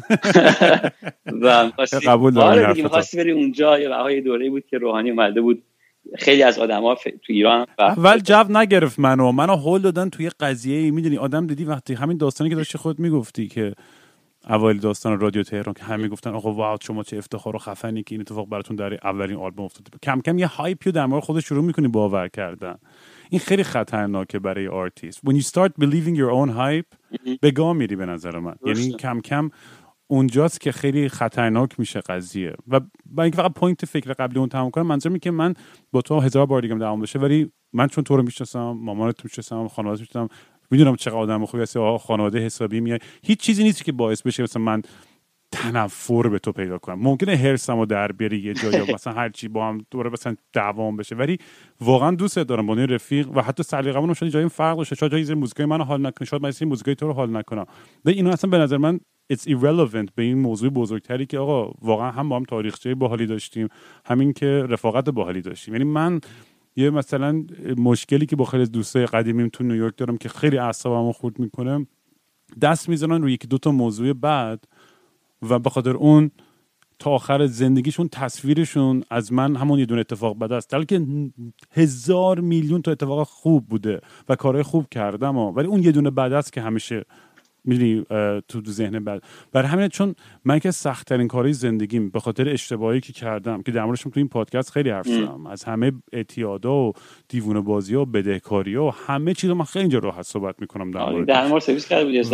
و می‌خواستی بری اونجا. یه دوره بود که روحانی اومده بود، خیلی از آدم‌ها تو ایران اول جو نگرفت منو هول دادن توی قضیه. میدونی آدم دیدی وقتی همین داستانی که داشتی خودت میگفتی که اوایل داستان رادیو تهران که همه میگفتن آقا واو شما چه افتخار و خفنی که این اتفاق براتون در اولین آلبوم افتاده، کم کم یه هایپی در مورد خودت شروع می‌کنی باور کردن. این خیلی خطرناکه برای آرتیست. When you start believing your own hype به گام میری به نظر من. یعنی کم کم اونجاست که خیلی خطرناک میشه قضیه. و با اینکه فقط پوینت فکر قبلی اون تمام کنم، منظورم اینه که من با تو 1000 بار دیگه دوام بشه، ولی من چون تو رو میشناسم، مامانت میشناسم، خانواده‌ت میشناسم، میدونم چقدر آدم خوبی هستی، خانواده حسابی میای. هیچ چیزی نیست که باعث بشه مثلا من تنفر به تو پیدا کنم. ممکنه هرسمو در بیاری یه جایی مثلا هر چی با هم دوره مثلا دوام بشه، ولی واقعا دوستت دارم با رفیق و حتی سلیقه‌مون شاید جایی فرق داشته، شاید جایی موزیکای منو حال نکنه، شاید مثلا موزیکای تو رو حال نکنم. و اینا اصلا به نظر من it's irrelevant به این موضوع بزرگتری که آقا واقعا هم با هم تاریخچه باحالی داشتیم، همین که رفاقت باحالی داشتیم. یعنی من یه مثلا مشکلی که با خیلی دوستای قدیمیم تو نیویورک دارم که خیلی اعصابمو خورد میکنه، دست میزنن روی 1-2 تا موضوع بعد و به خاطر اون تا آخر زندگیشون تصویرشون از من همون یه دونه اتفاق بده است، در که 1000 میلیون تا اتفاق خوب بوده و کارهای خوب کردم ولی اون یه دونه بده است که همیشه میدونی تو ذهن بعد. برای همین چون من که سخت ترین کاری زندگیم به خاطر اشتباهی که کردم که در موردش تو این پادکست خیلی حرف زدم، از همه اعتیادا و دیوونه بازی‌ها و بدهکاری‌ها و همه چیزا من خیلی اینجا راحت صحبت می‌کنم در مورد. در مورد سرویس کرده بودی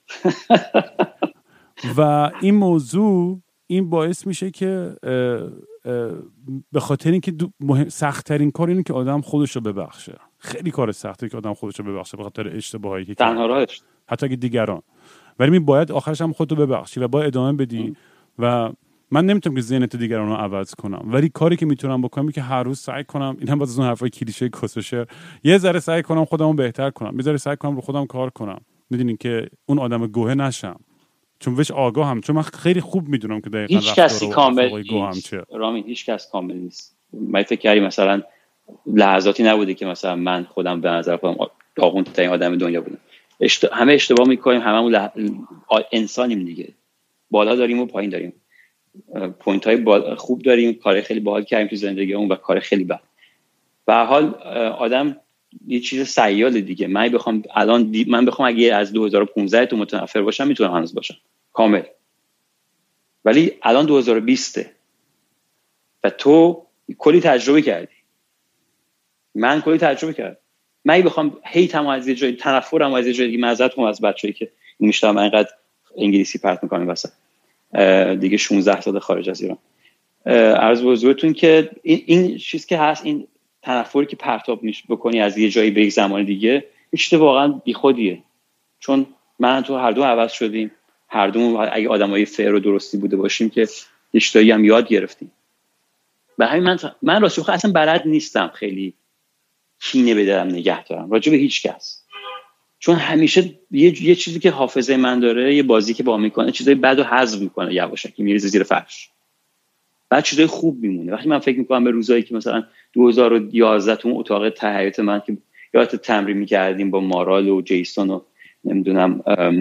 و این موضوع این باعث میشه که به خاطر اینکه سخت ترین کار اینه که آدم خودش رو ببخشه. خیلی کار سخته که آدم خودش رو ببخشه به خاطر اشتباهی که تنها راهش، حتی که دیگران، ولی می باید آخرش هم خودتو ببخشی و باید ادامه بدی. و من نمیتونم که ذهنت دیگران رو عوض کنم، ولی کاری که میتونم بکنم که هر روز سعی کنم، این هم باز از اون حرفای کلیشه کسوشه، یه ذره سعی کنم خودمو بهتر کنم، یه ذره سعی کنم رو خودم کار کنم، میدونین که اون آدم گوهه نشم، چون وش آگاهم، چون من خیلی خوب میدونم که دقیقاً هیچ کسی کامل نیست. رامین هیچ کس کامل نیست. من فکر کردم مثلا لحظاتی نبوده که مثلا من خودم به نظر خودم داغون ترین آدم دنیا بودم. همه اشتباه میکنیم، هممون انسانیم دیگه، بالا داریم و پایین داریم، پوینت های خوب داریم، کار خیلی باحال کردیم تو زندگیمون و کار خیلی بد. به هر حال آدم یه چیز سیال دیگه. من بخوام اگه از 2015 تو متنفر باشم میتونم هنوز باشم کامل، ولی الان 2020 و تو کلی تجربه کردی، من کلی تجربه کردم. من بخوام هیتم از یه جای، تنفرم از یه جای دیگه، معذرت میخوام از بچه‌ای که میشتم اینقدر انگلیسی پرت میکنم واسه دیگه 16 سال خارج از ایران. عرض به حضورتون که این چیز که هست، این تنفری که پرتاب بکنی از یه جایی به یک زمان دیگه، این چیز واقعا بیخودیه. چون من تو هر دو عوض شدیم، هر دو اگه آدمای فیر و درستی بوده باشیم که اشتایی هم یاد گرفتیم. به همین من راستش بخوام اصلا بلد نیستم خیلی کینه به دلم نگه دارم راجع به هیچ کس، چون همیشه یه چیزی که حافظه من داره، یه بازی که با میکنه، چیزای بد رو حذف میکنه یواشکی، میریزه زیر فرش، بعد چیزای خوب میمونه. وقتی من فکر میکنم به روزایی که مثلا 2011 تو اتاق تهیات من که یادت تمرین میکردیم با مارال و جیسون و نمیدونم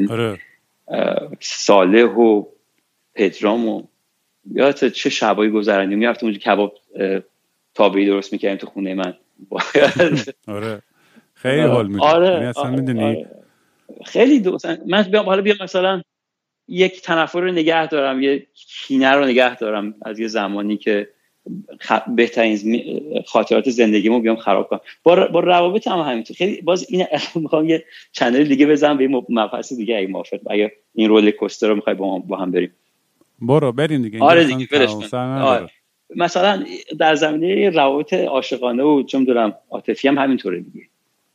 صالح و پدرام و یادت چه شبایی گذروندیم، میرفتیم اونجا کباب تابعی درست میکردیم تو خونه من. آره خیلی حال میده. آره اصلا میدونی خیلی من حالا بیام مثلا یک تنفر رو نگه دارم، یه کینه رو نگه دارم از یه زمانی که بهترین خاطرات زندگیمو بیام خراب کنم. با روابط هم همینطور. خیلی باز این میخوام یه چنل دیگه بزنم به این مبحث دیگه اگه موافق، اگه این رول کوستر رو میخوای با هم بریم. بریم دیگه. آره دیگه برش. آره. مثلا در زمینه روابط عاشقانه و چه می‌دونم عاطفی هم همینطوره دیگه.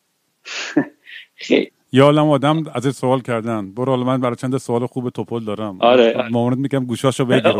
خیلی یا عالم آدم ازت سوال کردن، برو حالا من برای چند سوال خوب توپل دارم. آره. مامانت میگم گوشاشو بگیر.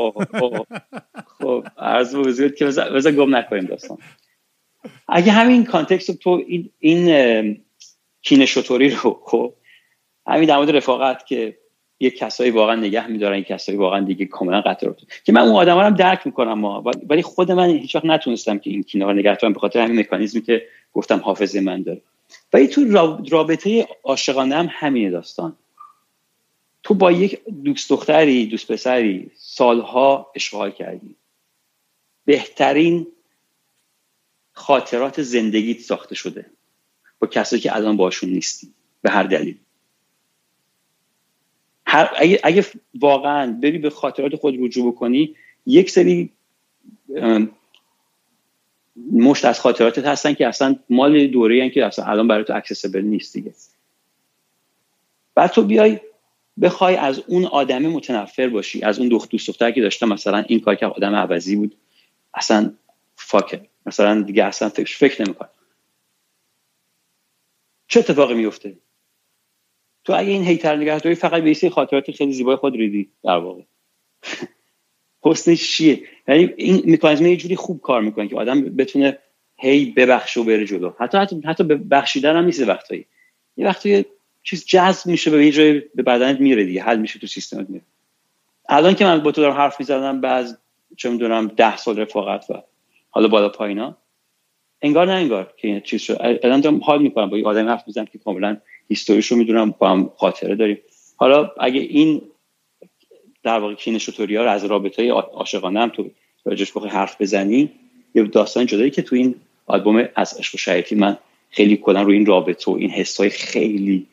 خب عرض به حضورت که بذار گم نکنیم داستان. اگه همین کانتکست تو این کینه شطوری رو، خب همین در مورد رفاقت که یک کسایی واقعا نگه می‌دارن، یک کسایی واقعا دیگه کاملا قطع رو، که من اون آدما رو هم درک می‌کنم، ولی خود من هیچ وقت نتونستم که این کینه رو نگه دارم به خاطر همین مکانیزمی که گفتم حافظه من داره. ولی تو رابطه عاشقانه هم همین داستان. تو با یک دوست دختری، دوست پسری سالها اشغال کردی، بهترین خاطرات زندگیت ساخته شده با کسایی که الان باشون نیستی به هر دلیل. اگه واقعا بری به خاطرات خود رجوع بکنی، یک سری مشت از خاطراتت هستن که اصلا مال دوره‌ای که اصلا الان برای تو اکسسیبل نیست دیگه. بعد تو بیای بخوای از اون آدم متنفر باشی، از اون دوست دختر که داشته مثلا این کار که آدم عوضی بود، اصلا فاکه، مثلا دیگه اصلا فکر نمی‌کنی. چه اتفاقی میفته؟ تو اگه این هیتر نگهداری فقط به خاطرات خیلی زیبای خود ریدی در واقع. حسنش چیه؟ یعنی این مکانیزم یه جوری خوب کار میکنه که آدم بتونه هی ببخشه و بره جلو. حتی ببخشیدن هم نیست وقتایی. یه وقتی چیز جذب میشه به یه جای به بدنت میره دیگه، حل میشه تو سیستمت میره. الان که من با تو دارم حرف میزنم بعد چه میدونم 10 سال رفاقت و حالا بالا پایینا، انگار نه انگار که این چیز شو. الان دارم حال میکنم با یه آدمی حرف میزنم که کاملا هیستوریشو میدونم، با هم خاطره داریم. حالا اگه این در واقع کینشوتوریا رو از رابطه‌های عاشقانه هم تو راجعش بخوای حرف بزنی، یه داستان جدایی که تو این آلبوم از عشق و شیطی من خیلی کلا رو این رابطه و این حسای خیلی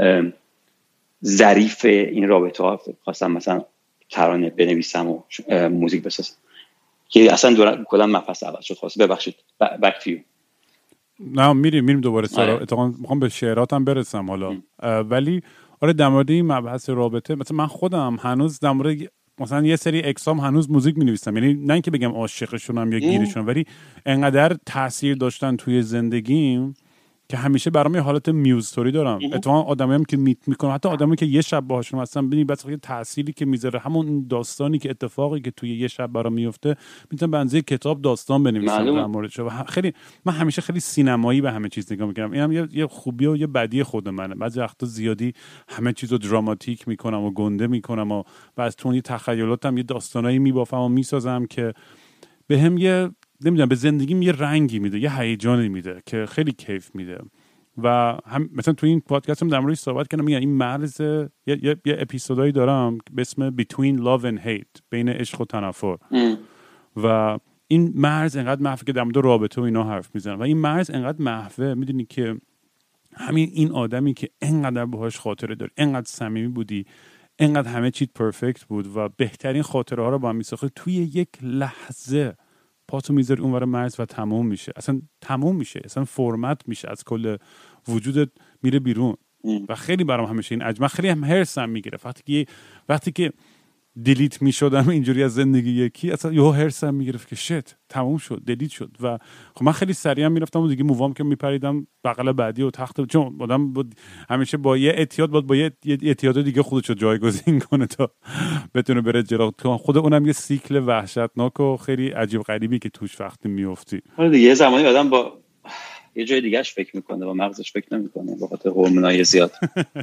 ظریف این رابطه ها خواستم مثلا ترانه بنویسم و موزیک بسازم که اصلا کلا مفصل عوض شد. خواست ببخشید back to you. نه میریم دوباره سر اتفاقا میخوام به شعراتم برسم حالا ولی آره در مورد این مبحث رابطه مثلا من خودم هنوز در مورد مثلا یه سری اکسام هنوز موزیک می‌نویسم، یعنی نه اینکه بگم عاشقشونم یا گیرشونم ولی انقدر تاثیر داشتن توی زندگیم که همیشه برام یه حالت میوزتوری دارم. اتفاقا آدمایی که میت میکنم، حتی آدمایی که یه شب باهاشون هستم، ببینید بس یه تأثیری که میذاره، همون داستانی که اتفاقی که توی یه شب برام میفته میتونم به اندازه کتاب داستان بنویسم در موردش. خیلی من همیشه خیلی سینمایی به همه چیز نگاه میکنم. اینم یه خوبی و یه بدی خود منه. بعضی وقتا زیادی همه چیزو دراماتیک میکنم و گنده میکنم و از تو اون تخیلاتم یه داستانایی میبافم و میسازم که بهم یه نمیدونم به زندگیم یه رنگی میده، یه هیجانی میده که خیلی کیف میده. و هم مثلا تو این پادکست هم در موردش صحبت کردم، میگم این مرز یه اپیزودایی دارم به اسم Between Love and Hate، بین عشق و تنفر. و این مرز انقدر محوه که در مورد رابطه و اینا حرف میزنم و این مرز انقدر محوه، میدونی که همین این آدمی که انقدر باهاش خاطره داری، انقدر صمیمی بودی، انقدر همه چیز پرفکت بود و بهترین خاطره ها رو با هم میساختی، توی یک لحظه پاتو میذاری اونور مرز و تموم میشه، اصلا فرمت میشه، از کل وجودت میره بیرون. و خیلی برام همیشه این من خیلی هم هرسم میگیره وقتی که دیلیت میشدم اینجوری از زندگی یکی، اصلا یهو هرسم میگرفت که شت تموم شد، دیلیت شد. و خب من خیلی سریع میرفتم و دیگه مووام که میپریدم بغل بعدی و تخت، چون آدم همیشه با یه اعتیاد با یه اعتیاد دیگه خودشو جایگزین کنه تا بتونه بره جلو. خود اونم یه سیکل وحشتناک و خیلی عجیب غریبی که توش وقتی میافتی. دیگه یه زمانی آدم با یه جای دیگه‌اش فکر میکنه، با مغزش فکر نمیکنه به خاطر هورمونای زیاد.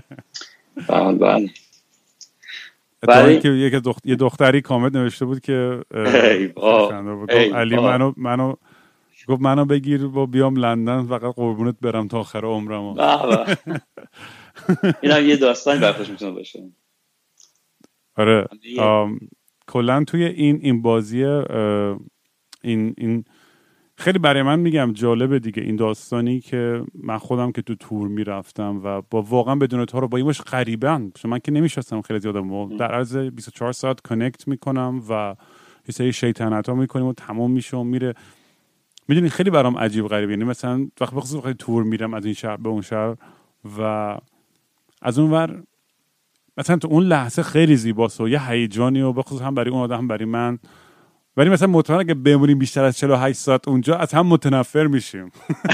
بله که یه دختری کامنت نوشته بود که علی منو گفت منو بگیر و بیام لندن فقط قربونت برم تا آخر عمرم. اینم یه داستان براتش میتونه باشه. آره کلا توی این بازی این خیلی برای من میگم جالبه دیگه، این داستانی که من خودم که تو تور میرفتم و با واقعا بدون تو رو با این باش غریبن، چون من که نمیشستم خیلی زیاد، در عرض 24 ساعت کانکت میکنم و یه سری شیطنت ها میکنیم و تمام میشه و میره. میدونی خیلی برام عجیب غریبه، یعنی مثلا وقتی تور میرم از این شهر به اون شهر و از اون ور مثلا تو اون لحظه خیلی زیباست و یه هیجانی و بخصوص هم برای اون آدم هم برای من، ولی مثلا مطمئن اگه بمونیم بیشتر از 48 ساعت اونجا از هم متنفر میشیم.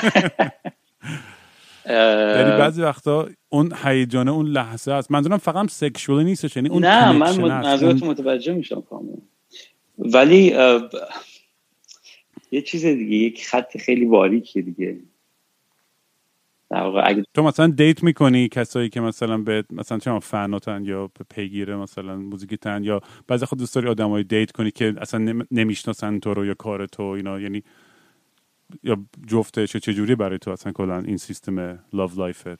یعنی بعضی وقتا اون هیجانه اون لحظه است. منظورم فقط سکشوال نیستش، یعنی اون نه من منظورت متوجه میشم کاملا، ولی یه چیز دیگه، یک خط خیلی باریکه دیگه. در واقع اگه تو مثلا دیت میکنی کسایی که مثلا به مثلا چه فناتن یا پیگیر مثلا موزیکیتن، یا بعضی خود دوست داری آدمای دیت کنی که اصلا نمیشناسن تو رو یا کار تو اینا، یعنی یا جفتش چه جوری برای تو اصلا کلا این سیستم لاو لایفت؟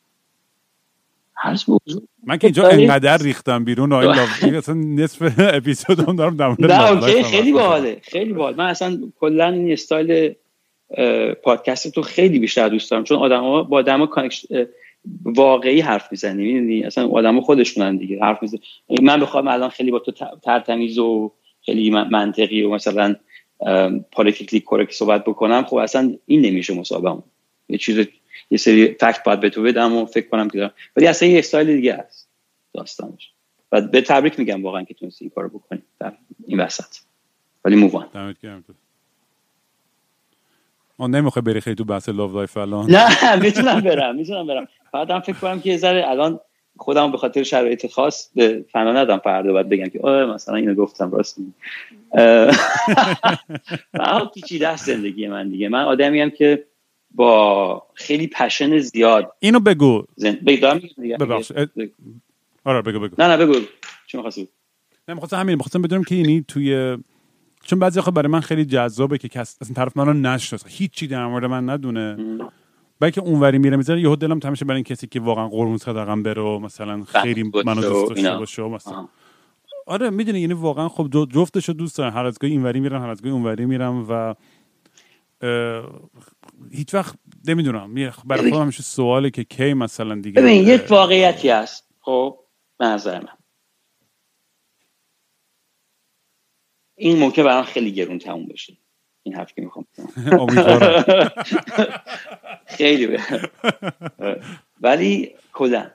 من که اینجا انقدر ریختم بیرون اصلا نصف اپیزودم دارم در مورد لاو لایف. خیلی باحاله، خیلی باحال. من اصلا کلا این استایل پادکست تو خیلی بیشتر دوست دارم، چون آدما با آدما واقعی حرف میزنی، میدونی اصلا آدما خودشونن دیگه حرف میزنن. من بخوام الان خیلی با تو ترتمیز و خیلی منطقی و مثلا پالیتیکلی کرکت صحبت بکنم، خب اصلا این نمیشه مصاحبهمون. یه سری فکت باید به تو بدم و فکر کنم که دارم، ولی اصلا یه استایل دیگه است داستانش. و به تبریک میگم واقعا که تونستی این کارو بکنی در این وسط. ولی مووان دمت گرم. من نمیخوای بری خیلی تو بحث لاو لایف الان؟ نه میتونم برم. فقط هم فکر کنم که یه ذره الان خودم به خاطر شرایط خاص به فنا ندم فردا بعد بگم که مثلا اینو گفتم راست میگی. من پیچیده است زندگی من دیگه. من آدمی ام که با خیلی پشن زیاد. اینو بگو. ببخش. آره بگو. نه بگو. چی می‌خواستی؟ می‌خواستم بدونم که یعنی توی، چون بعضی وقتا برای من خیلی جذابه که کس اصلا طرف منو نشناسه، هیچی در مورد من ندونه، بلکه اونوری میره میذاره یهو دلم تمشه برای این کسی که واقعا قربون صدقم بره و مثلا خیلی منو دوست داشته باشه مثلا. آره میدونی یعنی واقعا خب جفتشو دوست دارم، هر از گاهی اینوری میرم هر از گاهی اونوری میرم و هیچ وقت نمیدونم برای خودم همیشه سواله که کی مثلا دیگه ببین یه واقعیتی هست. خب به نظر من این ممکنه برام خیلی گرون تموم بشه این حرفی که میخوام امیدوارم خیلی ولی کلا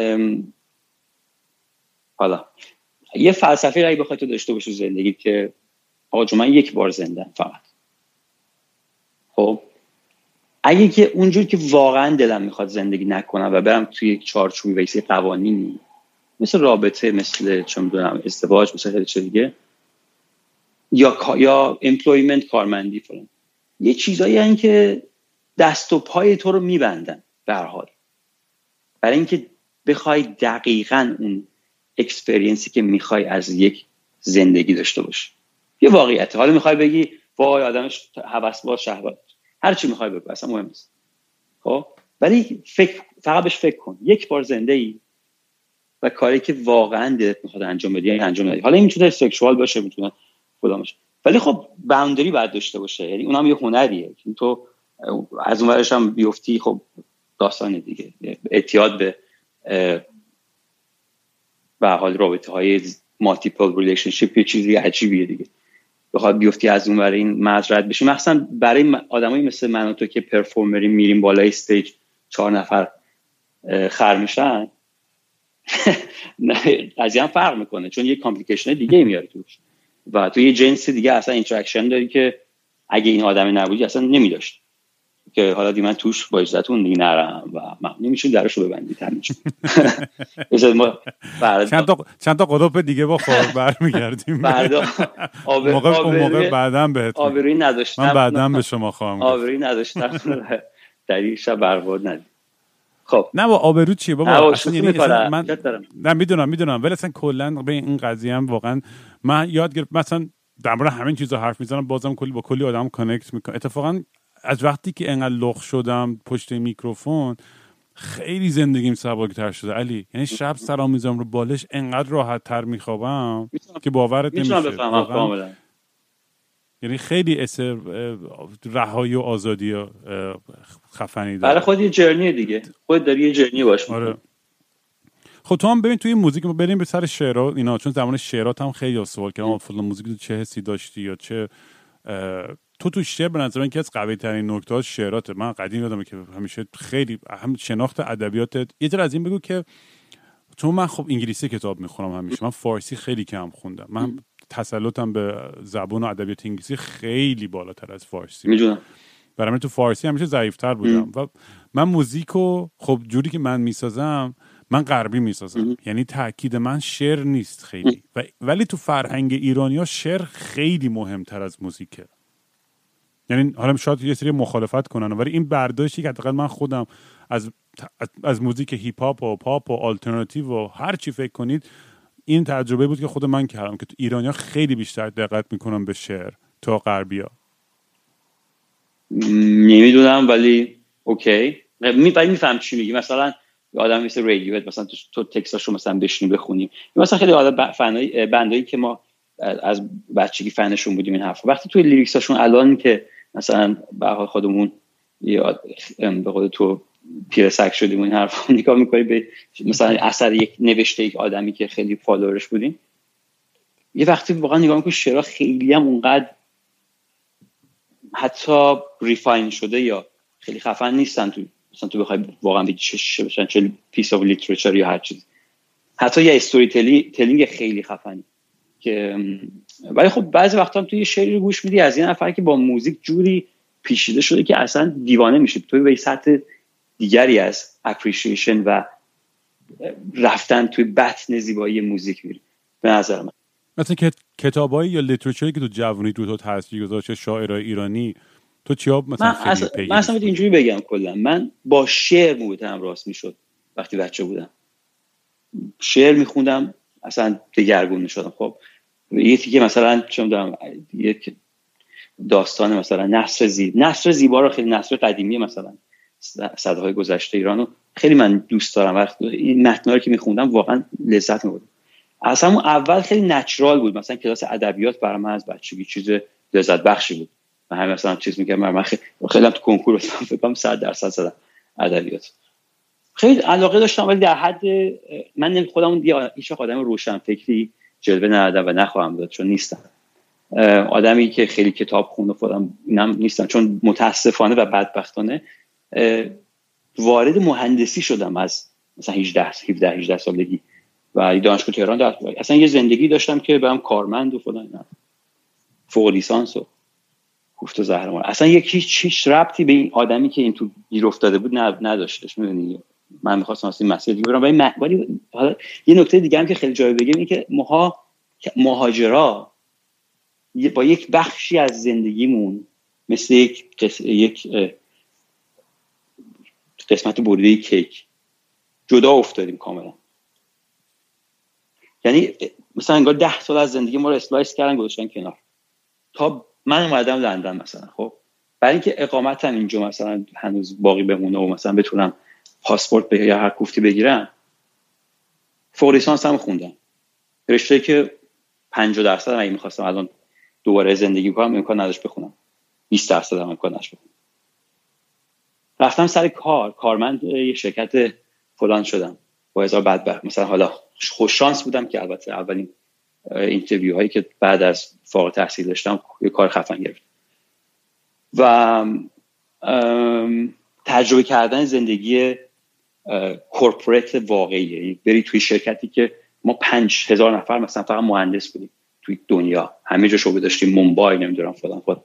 حالا یه فلسفه رایی بخوای تو داشته باشی زندگی که آقا جو من یک بار زندم فقط. خب اگه که اونجور که واقعا دلم میخواد زندگی نکنم و برم توی یک چارچوبی و یک قوانینی مثل رابطه، مثل چه میدونم ازدواج، مثل خیلی چیز دیگه، یا امپلویمنت، کارمندی فلان، یه چیزایی هستن که دست و پای تو رو میبندن به هر حال، برای اینکه بخوای دقیقاً اون اکسپریانسی که میخوای از یک زندگی داشته باشی. یه واقعیت. حالا میخوای بگی وای آدمش هوسباز، شهوت، هر چی میخوای بگو، اصلا مهم نیست. خب ولی فقط بهش فکر کن، یک بار زنده ای و کاری که واقعا دلت میخواد انجام بدی انجام بدی. حالا این میتونه سکشوال باشه، میتونه خدا باشه، ولی خب باوندری باید داشته باشه. یعنی اونم یه هنریه که تو از اون ورش هم بیفتی، خب داستان دیگه، اعتیاد به حال رابطه‌های مالتیپل ریلیشنشیپ یه چیزی عجیبیه دیگه. بخواد بیفتی از اون ور این مزرعت بشی، مثلا برای آدمایی مثل من و تو که پرفورمریم، میریم بالای استیج 4 نفر خر میشن قضیه هم فرق میکنه، چون یه کامپلیکیشن دیگه میاره توش و تو یه جنس دیگه اصلا اینتراکشن داری که اگه این آدمی نبودی اصلا نمیداشت، که حالا دی من توش با اجازهتون دیگه نرم و من نمیشون درشو ببندید همینجوری. چند تا قلوپ دیگه با خور برمیگردیم. موقع بعداً بهت آبرویی نداشتم، من بعداً به شما خواهم گفت آبرویی نداشتم در این شب برباد ندید. خب نه با آبرو چیه بابا، اصلا یعنی من نه میدونم ولی اصلا کلا به این قضیه هم واقعا من یاد گرفتم، مثلا در مورد همین چیزا حرف میزنم بازم با کلی آدم کانکت میکنم. اتفاقا از وقتی که انقدر لخ شدم پشت میکروفون خیلی زندگیم سبک‌تر شده علی. یعنی شب سرام میذارم رو بالش انقدر راحت تر میخوابم که باورت نمیشه. یعنی خیلی رهایی و آزادی و خفنی داره. برای خود یه جرنی دیگه، خود داری یه جرنی باش. آره. خب تو هم ببین توی موزیک بریم به سر شعرها اینا، چون زمان شعرات هم خیلی سوال کردم فلان موزیک تو چه حسی داشتی یا چه تو شعر به نظر من که از قوی ترین نکته شعراته. من قدیم یادمه که همیشه خیلی هم شناخت ادبیات. یه ذره از این بگو که چون من خب انگلیسی کتاب میخونم همیشه، من فارسی خیلی کم خوندم. من تسلطم به زبان و ادبیات انگلیسی خیلی بالاتر از فارسی. میدونم. برای من تو فارسی همیشه ضعیف‌تر بودم و من موزیکو خب جوری که من میسازم من غربی میسازم. یعنی تاکید من شعر نیست خیلی ولی تو فرهنگ ایرانی‌ها شعر خیلی مهمتر از موزیکه. یعنی حالا شاید یه سری مخالفت کنن ولی این برداشتی که حداقل من خودم از موزیک هیپ هاپ و پاپ و آلترناتیو و هر چی فکر کنید، این تجربه بود که خود من کردم که تو ایرانی‌ها خیلی بیشتر دقت میکنن به شعر تا غربی‌ها. نمیدونم ولی اوکی. میفهم چی میگی. مثلا آدم مثل رادیوهد، مثلا تو تکستاشو مثلا بشینی بخونیم، مثلا خیلی آدم بندایی که ما از بچگی فنشون بودیم این حرفا، وقتی توی لیریکساشون الان که مثلا به حال خودمون به قول تو پیرسک شدیم این حرفا نگاه می‌کنی به مثلا اثر یک نوشته یک آدمی که خیلی فالوورش بودیم، یه وقتی واقعا نگاه می‌کنی شعرها خیلی هم اونقدر حتی ریفاین شده یا خیلی خفن نیستن. تو مثلا تو بخوای واقعا به چه پیس اف لیتریچر یا هر چیز، حتی یه استوری تلینگ خیلی خفنی که ولی خب بعضی وقتا هم تو یه شعری رو گوش میدی از یه نفر که با موزیک جوری پیچیده شده که اصلا دیوانه میشی، تو به سطح دیگری از اپریشیشن و رفتن توی بطن زیبایی موزیک میری به نظر من. مثلا کتابایی یا لیتریچری که تو جوانی تو تاثیر گذاشته شاعرای ایرانی، تو چیا مثلا خیلی پیگیری؟ من اصلا اینجوری بگم کلا من با شعر موتم راست میشد. وقتی بچه بودم شعر میخوندم اصلا دگرگون میشدم. خب یکی که مثلا چون دارم یک داستان مثلا نصر زیبا رو خیلی نصر قدیمی مثلا صداهای گذشته ایرانو خیلی من دوست دارم. وقتی این متن‌ها رو که میخوندم واقعا لذت می‌بردم. اصلا اون اول خیلی نچرال بود. مثلا کلاس ادبیات برای من از بچگی چیز لذت بخشی بود. من همین مثلا چیز میگم من خیلی تو کنکور فکر کنم 100% زدم ادبیات. خیلی علاقه داشتم ولی در حد من خودم هیچ آدم روشن فکری جلوه ندادم و نخواهم داد چون نیستم. آدمی که خیلی کتاب خونده خودم اینم نیستم چون متاسفانه و بدبختانه وارد مهندسی شدم از مثلا 18 سالگی و دانشگاه تهران اصلا یه زندگی داشتم که برام کارمند و فلان فوق لیسانس و کوفت و زهرمار اصلا هیچ ربطی به این آدمی که این تو گیر افتاده بود نداشتش. میدونی من می‌خواستم اصلا مسئله دیگه برام ولی حالا یه نکته دیگه هم که خیلی جالب بگم اینه که مهاجرا با یک بخشی از زندگیمون مثل یک قسمت بریده کیک جدا افتادیم کاملا. یعنی مثلا انگار 10 سال از زندگی ما رو اسلایس کردن گذاشتن کنار تا من اومدم لندن مثلا. خب برای اینکه اقامتم اینجا مثلا هنوز باقی بمونه و مثلا بتونم پاسپورت یا هر کوفتی بگیرم فوق لیسانس هم خوندم رشته که 50% اگه می‌خواستم الان دوباره زندگی کنم امکان نداشت بخونم 20% هم امکان نداشت بخونم. رفتم سر کارمند یه شرکت فلان شدم با هزار بدبخت مثلا. حالا خوش شانس بودم که البته اولین اینترویو هایی که بعد از فارغ التحصیل داشتم یه کار خفن گرفت و تجربه کردن زندگی کورپوریت واقعی. بری توی شرکتی که ما 5000 نفر مثلا فقط مهندس بودیم توی دنیا همه جا شعبه داشتیم مومبای نمیدونم فلان خود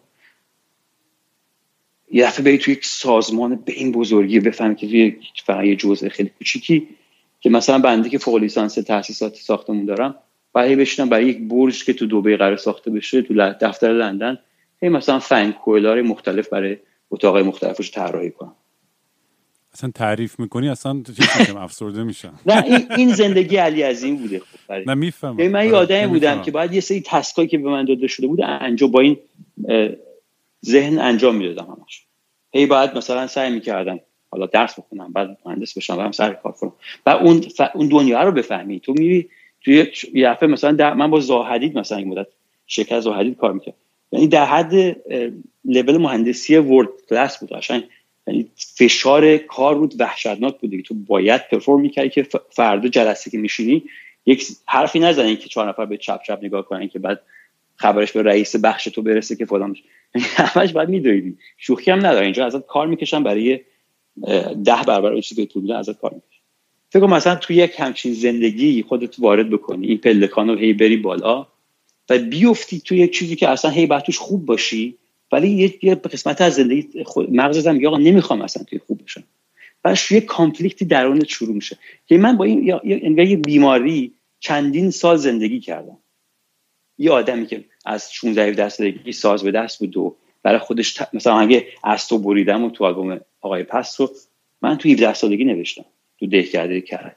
یه دفعه بری توی یک سازمان به این بزرگی بفهمی که توی فقط یه جزء خیلی کوچیکی که مثلا بنده که فوق لیسانس تاسیسات ساختمون دارم برای بشینم برای یک برج که تو دبی قرار ساخته بشه تو دفتر لندن مثلا فنگ کوئلار مختلف برای اتاقای مختلفش طراحی کنم. اصلا تعریف میکنی اصلا چیزی میشم افسرده میشم. نه این زندگی علی عظیم بوده. خب نه میفهمم. من یه آدمی بودم که باید یه سری تسکایی که به من داده شده بود انجام با این ذهن انجام میدادم همش. باید مثلا سعی میکردم حالا درس بخونم بعد مهندس بشم برم سر کار کنم و اون دنیا رو بفهمی. تو میری توی یه دفعه مثلا من با زاهدید مثلا این مدت شرکت زاهدید کار میکردم یعنی در حد لول مهندسی ورلد کلاس بود قشنگ. یعنی فشار کار بود وحشتناک بود دیگه. تو باید پرفورم میکردی که فردا جلسه که میشینی یک حرفی نزنین که 4 نفر به چپ چپ نگاه کنن که بعد خبرش به رئیس بخش تو برسه که فلان میشه. همش باید میدویدی. شوخی هم نداره. اینجا ازت کار میکشن برای 10 برابر اون چیزی که تو میدن ازت کار میکشن. فکر کنم مثلا تو یک همچین زندگی خودت وارد بکنی این پلکانو بری بالا و بیفتی تو یک چیزی که اصلا بعد توش خوب باشی ولی یه قسمت از زندگی مغزت هم میگه آقا نمیخوام اصلا توی خوب باشم. بعدش یه کانفلیکتی درونت شروع میشه که من با این یه بیماری چندین سال زندگی کردم. یه آدمی که از 16 سالگی ساز به دست بود و برای خودش مثلا اگه از تو بریدم و تو آلبوم آقای پس رو من تو 17 سالگی نوشتم تو دهکده کرج.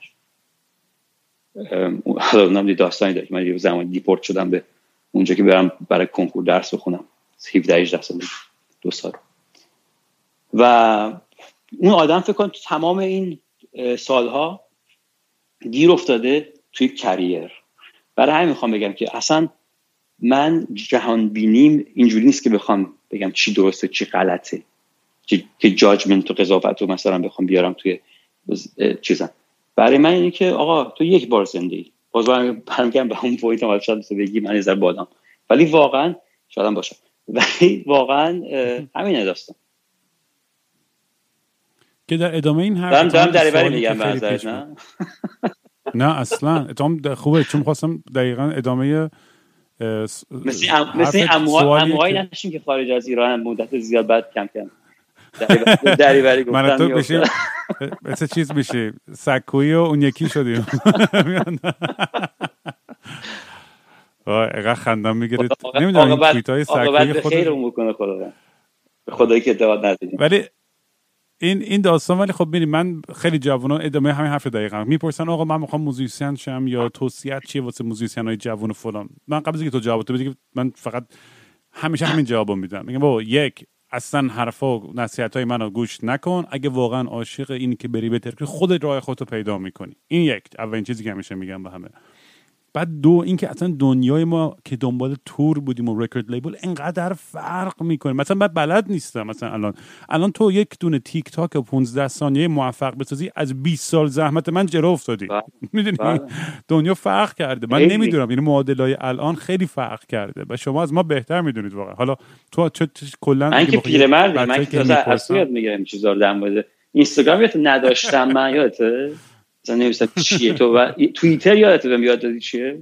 حالا اونم داستانی داره که من یه زمان دیپورت شدم به اونجا که برم برای کنکور درس بخونم 17-18 سالگی 2 سال و اون آدم فکر کنم تو تمام این سالها گیر افتاده توی کریر. برای همین میخوام بگم که اصلا من جهان بینیم اینجوری نیست که بخوام بگم چی درسته چی غلطه که جاجمنت و قضاوت رو مثلا بخوام بیارم توی چیزا. برای من اینه که آقا تو یک بار زندگی باز برمیگم به اون پوینت ما شاید بگی من از بالام ولی واقعا شاید باشه ولی واقعا همین داستان که در ادامه این حرف دارم دریوری میگم بازار نه نه اصلا اتام خوبه چون خواستم دقیقاً ادامه مثل اموهایی نشیم که خارج از ایران مدت زیاد بعد کم کم دریوری گفتم من تو بشیم مثل چیز میشه سکویی و اون یکی شدیم اقا خندم میگیره نمیدونم این توییتای سکویی خیرمون بکنه خدا به خدایی که اعتقاد نداریم. ولی این داستان ولی خب ببین من خیلی جوونا ادامه همین حرف دقیقاً میپرسن آقا من میخوام موزیسین شم یا توصیه چیه واسه موزیسینای جوون فلان. من قبل از اینکه تو جواب بدی که من فقط همیشه همین جوابو میدم. میگم بابا یک اصلا حرفا و نصیحتای منو گوش نکن. اگه واقعا عاشق اینی که بری بهتر که خودت راه خودتو پیدا میکنی. این یک اولین چیزی که همیشه میگم به همه. بعد دو اینکه اصلا دنیای ما که دنبال تور بودیم و رکورد لیبل انقدر فرق میکنه. مثلا من بلد نیستم مثلا الان تو یک دونه تیک تاک 15 ثانیه موفق بسازی از 20 سال زحمت من جلو افتادی. میدونی دنیا فرق کرده. من نمیدونم این معادلای الان خیلی فرق کرده و شما از ما بهتر میدونید واقعا. حالا تو کلا من که پیرمردم، من که اصلا یاد میگیرم این چیزا رو در مورد اینستاگرام یادت نداشتم. من یادته مثلا نمی‌دونم چیه تو و توییتر یادته بهم یاد دادی چیه.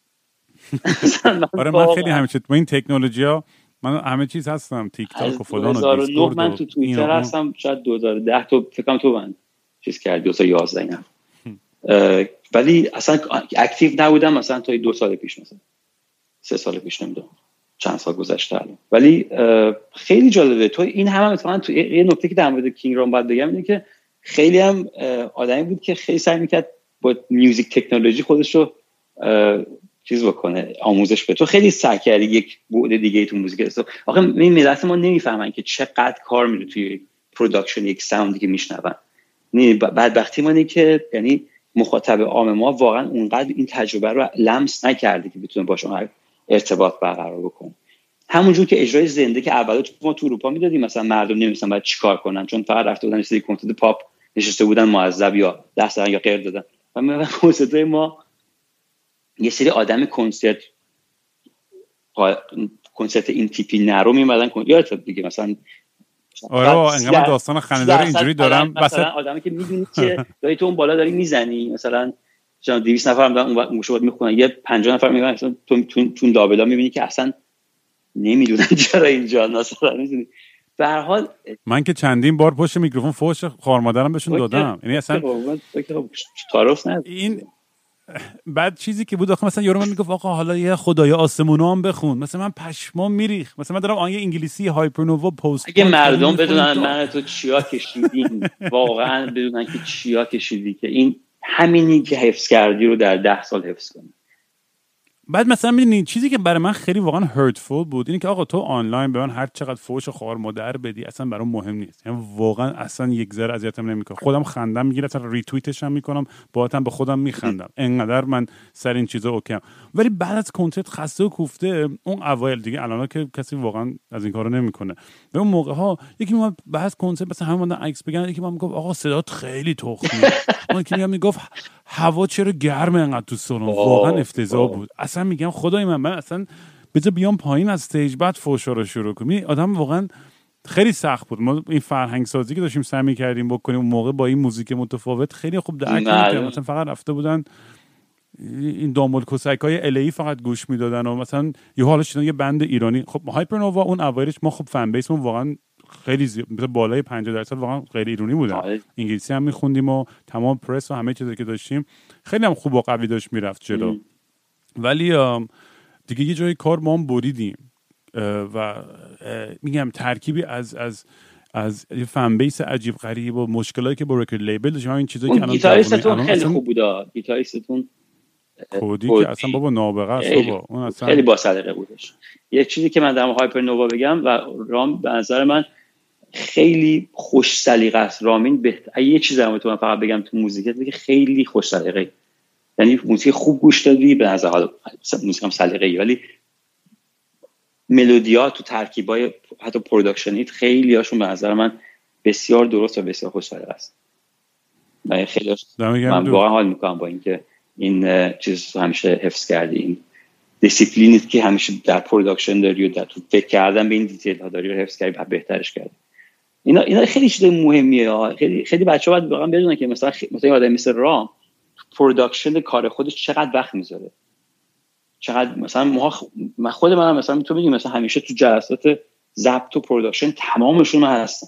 آره من خیلی همیشه تو این تکنولوژی‌ها من همه چیز هستم، تیک تاک و فلان و دیسکورد. من تو توییتر هستم شاید 2010 تو فکر کنم تو من چیز کردی 2011 اینا. ولی اصلا اکتیو نبودم مثلا تا 2 سال پیش، مثلا 3 سال پیش، نمیدونم چند سال گذشته الان. ولی خیلی جالبه. تو این هم مثلا تو یه نکته که در مورد کینگ رام باید بگم اینه که خیلی هم آدمی بود که خیلی سعی می‌کرد با میوزیک تکنولوژی خودش رو چیز بکنه، آموزش بده. تو خیلی سعی کردی یک بعد دیگه تو موزیک است. آخه این ملت ما نمیفهمن که چقدر کار میره توی پروداکشن یک ساوندی که میشنون. نه بدبختی ما اینه که یعنی مخاطب عام ما واقعا اونقدر این تجربه رو لمس نکرده که بتونه باهاش ارتباط برقرار بکنه. همونجور که اجرای زنده که اولا ما تو اروپا میدادیم مثلا مردم نمی‌دونن باید چیکار کنن، چون فقط رفته بودن یه کنسرت پاپ نشسته بودن معذب یا دست یا غیر دادن. و من کنسرت‌های ما یه سری آدم کنسرت این تیپی نرو میمدن یادت دیگه مثلا آره انقدر داستان خنده‌دار اینجوری دارم مثلا آدمی که میدونی که داری تو اون بالا داری میزنی مثلا 200 نفر هم دارن اون گوشه میخونن، یه 50 نفر میگن مثلا تو لابلا میبینی که اصلا نمیدونن چرا اینجا مثلا میدونی. به هر حال من که چندین بار پشت میکروفون فوش خار مادرم بهشون دادم، یعنی اصلا تعارف نه. این بعد چیزی که بود آخه مثلا یارو من میگفت آقا حالا یه خدای آسمونا هم بخون، مثلا من پشمام میریخ. مثلا من دارم آهنگ انگلیسی هایپرنووا پست اگه مردم بدونن من تو چیا کشیدیم واقعا بدونن که چیا کشیدی که این همینی که حفظ کردی رو در 10 سال حفظ کنی. بعد مثلا میدونی چیزی که برای من خیلی واقعا هرتفول بود اینه که آقا تو آنلاین به من هر چقدر فوش و خوار مادر بدی اصلا برام مهم نیست، یعنی واقعا اصلا یک ذره اذیتم نمیکنه. خودم خندم میگیره، اصلا ریتوییتش هم میکنم، باهاتم به خودم میخندم، انقدر من سر این چیزا اوکیم. ولی بعد از کنسرت خسته و کوفته اون اوایل دیگه، الان که کسی واقعا از این کارو نمیکنه. و اون موقع ها یکی میاد بعد از کنسرت مثلا همون عکس بگن، یکی میگفت آقا صدات خیلی تخمیه، اون یکی میگفت هوا چرا گرمه انقدر تو سالن، واقعا افتضاح بود. اصلا میگم خدای من اصلا بذار بیام پایین از استیج بعد فوشا رو شروع کنم. آدم واقعا خیلی سخت بود. ما این فرهنگ سازی که داشتیم سعی می‌کردیم بکنیم اون موقع با این موزیک متفاوت خیلی خوب درک می‌کردیم. مثلا فقط رفته بودن این دامل کسکای الی فقط گوش میدادن و مثلا یه حالا شدن یه بند ایرانی. خب هایپرنووا اون اوایلش ما خب فن بیسمون واقعا خیلی مثلا بالای 50% واقعا غیر ایرانی بودن. انگلیسی هم می‌خوندیم و تمام پرس و همه چیزی که داشتیم خیلی هم خوب و قوی داشت میرفت جلو. ولی دیگه یه جای کار ما هم بریدیم و میگم ترکیبی از یه فن بیس عجیب غریب و مشکلاتی که با رکورد لیبل داشتیم. این چیزایی که الان گیتاریستتون خیلی خوب بود. گیتاریستتون کودی که اصلا بابا نابغه است بابا، اون اصلا خیلی با سلیقه بودش. یک چیزی که من در هایپرنووا بگم و رام به نظر من خیلی خوش سلیقه است. رامین بهتر یه چیزی رو من فقط بگم تو موزیکت دیگه خیلی خوش سلیقه، یعنی موسیقی خوب گوش دادی به نظر حالا موسیقی هم سلیقه‌ای ولی ملودی‌ها تو ترکیبای حتی پروداکشنیت خیلی هاشون به نظر من بسیار درست و بسیار خوش سلیقه است. من خیلی من واقعا حال می‌کنم با اینکه این چیز همیشه حفظ کردی، این دیسیپلینیت که همیشه در پروداکشن داری و در تو فکر کردن به این دیتیل‌ها داری رو حفظ کردی و بهترش کردی. اینا خیلی چیز مهمیه. خیلی بچه‌ها باید واقعا بدونن که مثلا یه آدم مثل رام پروداکشن کار خودش چقدر وقت میذاره، چقدر مثلا من خود منم مثلا تو میگی مثلا همیشه تو جلسات ضبط و پروداکشن تمامشون هستن.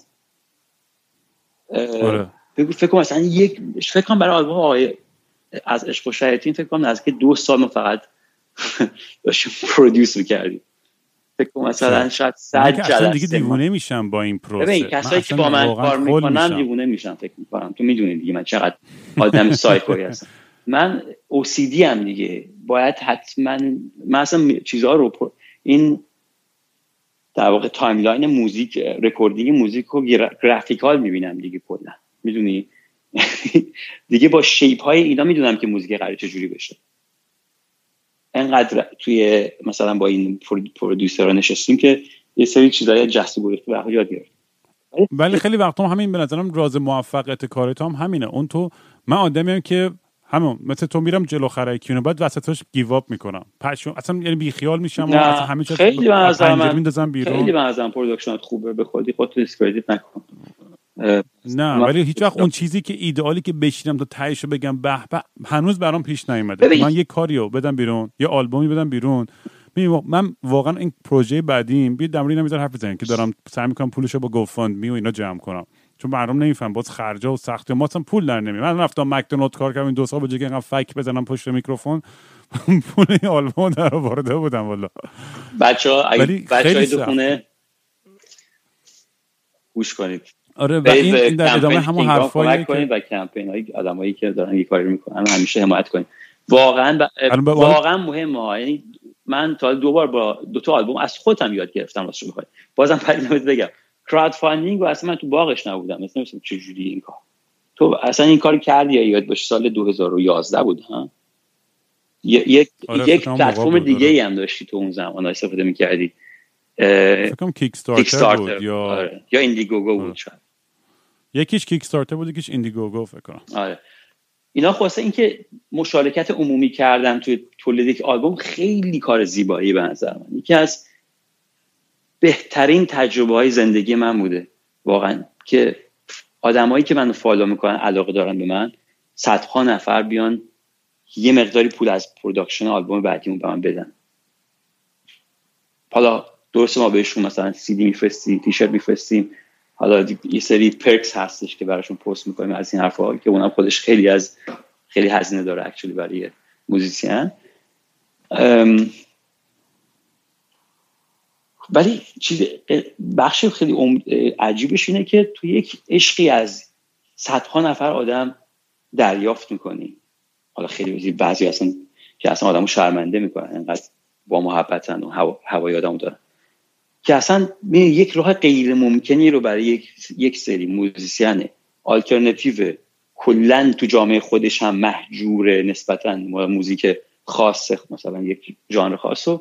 فکر کنم مثلا فکر کنم برای آلبوم آقای از عشق و شیاطین فکر کنم نزدیک 2 سال ما فقط داشتیم پرودیوس می‌کردیم. فکر کنم مثلا شاید 100 جلسه دیگه دیوونه میشم با این پروسه. ببین کسایی که با من کار میکنن دیوونه میشن فکر میکنم. تو میدونی دیگه من چقدر آدم سایکویی هستم. من OCD ام دیگه، باید حتما من اصلا چیزها رو این در واقع تایملاین موزیک رکوردینگ موزیک رو گرافیکال میبینم دیگه کلا، میدونی دیگه با شیپ های اینا میدونم که موزیک قراره چجوری بشه. انقدر توی مثلا با این پرودوسرها نشستیم که یه سری چیزای جست و گریخته به یاد گرفتیم. ولی خیلی وقتا همین به نظرم راز موفقیت کار تو هم همینه. اون تو من آدمیم که همون مثل تو میرم جلو خرکیونه بعد وسطش گیو اپ میکنم اصلا یعنی بی خیال میشم و اصلا همه چیز خیلی میندازم بیرون. خیلی من پروداکشنت خوبه به خودت دیسکردیت نکن. نه ولی هیچ وقت اون چیزی که ایدئالی که بشینم تا تهشو بگم به به هنوز برام پیش نیومده. من یه کاریو بدم بیرون، یه آلبومی بدم بیرون. من واقعا این پروژه بعدیم بیا دمری نمیذار حرف بزنیم که دارم سعی میکنم پولشو با گوفاندمی و اینا جمع کنم، چون برام نمیفهم باز خرجا و سختی ما اصلا پول در نمیاد. من رفتم مکدونالد کار کردم این 2 سال به جای اینقدر فک بزنم پشت میکروفون پول این آلبوم در آورده بودم والله. بچه‌های تو خونه گوش کنید. آره و این در ادامه همون حرفایی که و کمپین‌های آدمایی که دارن این کاری میکنن همیشه حمایت کنید. واقعا مهمه. یعنی من تا 2 بار با 2 تا آلبوم از خودم یاد گرفتم واسه بخوام. بازم پدیدم بگم کراود فاندینگ و اصلا من تو باغش نبودم. مثلا چه جوری این کار تو اصلا این کار کردی یا یاد باشه سال 2011 بود ها. یک پلتفرم دیگه ای هم داشتی تو اون زمان استفاده می‌کردی. فکر کنم کیک استارتر بود یا ایندیگوگو بود شاید. یکیش کیک استارتر بود یکیش ایندیگوگو فکر کنم. آره اینا خواسته این که مشارکت عمومی کردن توی تولید یک آلبوم خیلی کار زیبایی به نظر من. یکی از بهترین تجربه‌های زندگی من بوده واقعا که آدمایی که منو فالو میکنن علاقه دارن به من صدها نفر بیان یه مقداری پول از پروداکشن آلبوم بعدیمون به من بدن. حالا درسته ما بهشون مثلا سی دی میفرستیم، تیشرت میفرستیم، حالا یه سری پرکس هستش که براشون پست میکنیم از این حرفا که اونم خودش خیلی هزینه داره اکچولی برای موزیسین. ولی بخش خیلی عجیبش اینه که تو یک عشقی از صدها نفر آدم دریافت میکنی. حالا خیلی بعضی هستن که اصلا آدمو شرمنده میکنن انقدر با محبتن و هوای آدمو دارن که اصلا یک راه غیر ممکنی رو برای یک سری موزیسین آلترناتیو کلا تو جامعه خودش هم محجوره نسبتاً موزیک خاصه مثلا یک ژانر خاصو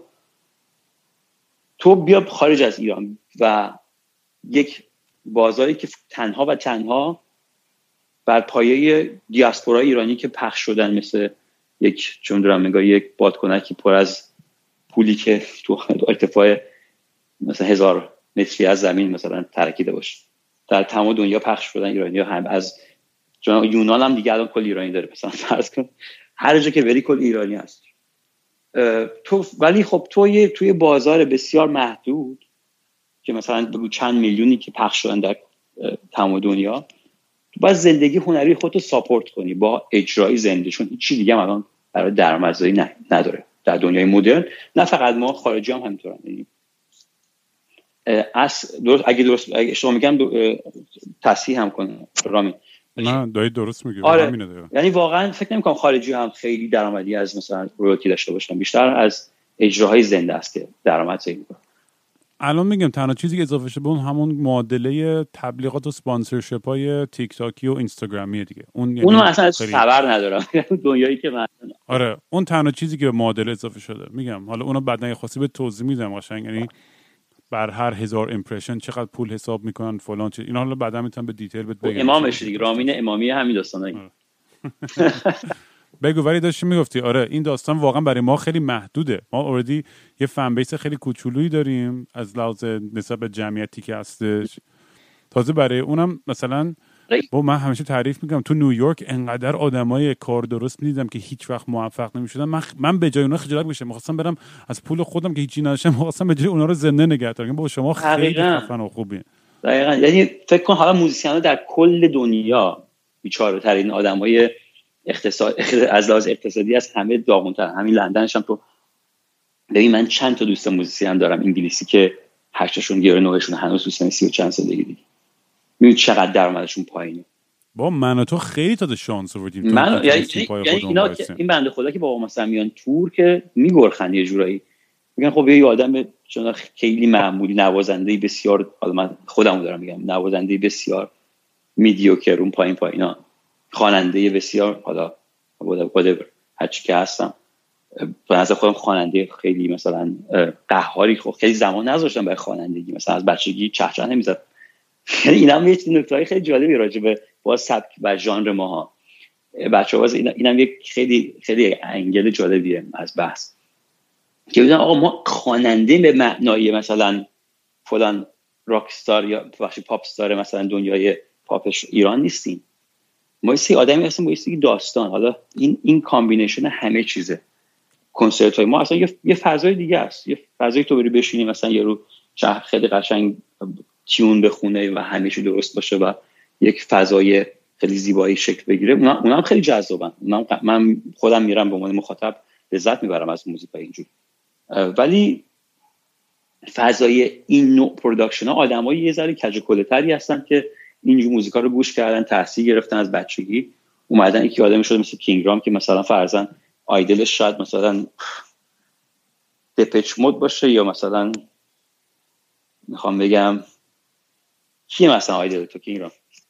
تو بیا خارج از ایران و یک بازاری که تنها بر پایه دیاسپورا ایرانی که پخش شدن مثل یک چون دارم نگاه یک بادکنکی پر از پولی که تو ارتفاع مثلا 1000 متری از زمین مثلا ترکیده باشه در تمام دنیا پخش شدن ایرانی‌ها هم از یونان هم دیگه الان کل ایرانی داره مثلا فرض کن هر جا که بری کل ایرانی هست تو. ولی خب توی بازار بسیار محدود که مثلا بگو چند میلیونی که پخش شدن در تمام دنیا تو باید زندگی هنری خودتو ساپورت کنی با اجرای زنده، چون هیچ چیز دیگه الان برای درآمدزایی نداره در دنیای مدرن. نه فقط ما خارجی هم همینطورن. اگه اشتباه میگم تصحیح هم کنم رامین. نه دایی درست میگی. آره. یعنی واقعا فکر نمی‌کنم خارجی هم خیلی درآمدی از مثلا رویالتی داشته باشن، بیشتر از اجراهای زنده است که درآمدزایی میکنه. الان میگم تنها چیزی که اضافه شده به اون همون معادله تبلیغات و اسپانسرشیپ های تیک تاکی و اینستاگرامی دیگه. اونو اصلا خبر ندارم دنیایی که من. آره اون تنها چیزی که به معادله اضافه شده. میگم حالا اونو بعدن خاصی به توضیح میدم قشنگ، یعنی بر هر 1000 ایمپرشن چقدر پول حساب میکنن فلان چیز. اینا حالا بعدا میتونم به دیتیل بگم. امامش دیگه رامین امامی همین داستانایی. بگو. ولی داشتی میگفتی آره این داستان واقعا برای ما خیلی محدوده. ما اوردی یه فن بیس خیلی کوچولویی داریم از لحاظ نسبت به جمعیتی که هستش. تازه برای اونم مثلا من همیشه تعریف میکنم تو نیویورک انقدر آدمای کار درست میدیدم که هیچ وقت موفق نمیشدن. من به جای اونها خجالت میکشم، میخواستم برم از پول خودم که هیچی نداشتم میخواستم به جای اونها رو زنده نگه دارم. با شما خیلی خفن و خوبی. دقیقاً. یعنی فکر کن حالا موزیسینا در کل دنیا بیچاره ترین آدمای از لحاظ اقتصادی از همه داغونتر. همین لندنش هم تو ببین من چند تا دوست موزیسین دارم انگلیسی که 8شون گیر 9شون هنوز دوستن 30 و چند سالگی دیگه. می‌بینی چقدر درآمدشون پایینه. با من و تو خیلی تا شانس آوردیم. یعنی این بنده خدا که بابا مثلا میان تور که میگرخن یه جورایی میگن خب یه آدم چون خیلی معمولی نوازنده بسیار، حالا من خودمو دارم میگم نوازنده بسیار میدیوکر اون پایینا، خواننده بسیار حالا whatever هر چی که هستم به نظر خودم خواننده خیلی مثلا قهاری، خیلی زمان نذاشتم برای خوانندگی، مثلا از بچگی چهچه نمیزد. یعنی اینم یه نکته خیلی جالبی راجع به باز سبک و ژانر ماها بچه‌ها، باز اینم یک خیلی خیلی انگل جالبیه از بحث که بگن آقا ما خواننده به معنای مثلا فلان راک استار یا پاپ استار مثلا دنیای پاپ ایران نیستیم، ما یه آدمی هستیم با یه داستان. حالا این کامبینیشن همه چیزه. کنسرت های ما اصلا یه فضای دیگه است، یه فضایی تو بری بشینی مثلا یه رو خیلی قشنگ تیون بخونه و همه چی درست باشه و یک فضای خیلی زیبایی شکل بگیره، اونم خیلی جذابن. من خودم میرم به عنوان مخاطب لذت میبرم از موزیک اینجوری. ولی فضای این نوع پروداکشن ها آدمای یه ذره کج‌وکله‌تری هستن که اینجور موزیکا رو گوش کردن، تاثیر گرفتن از بچگی، اومدن یکی آدمی شده مثل کینگرام که مثلا فرضاً آیدلش شاید مثلا دپچ مود باشه، یا مثلا میخوام بگم کی مثلا آیدل تو کینگرام؟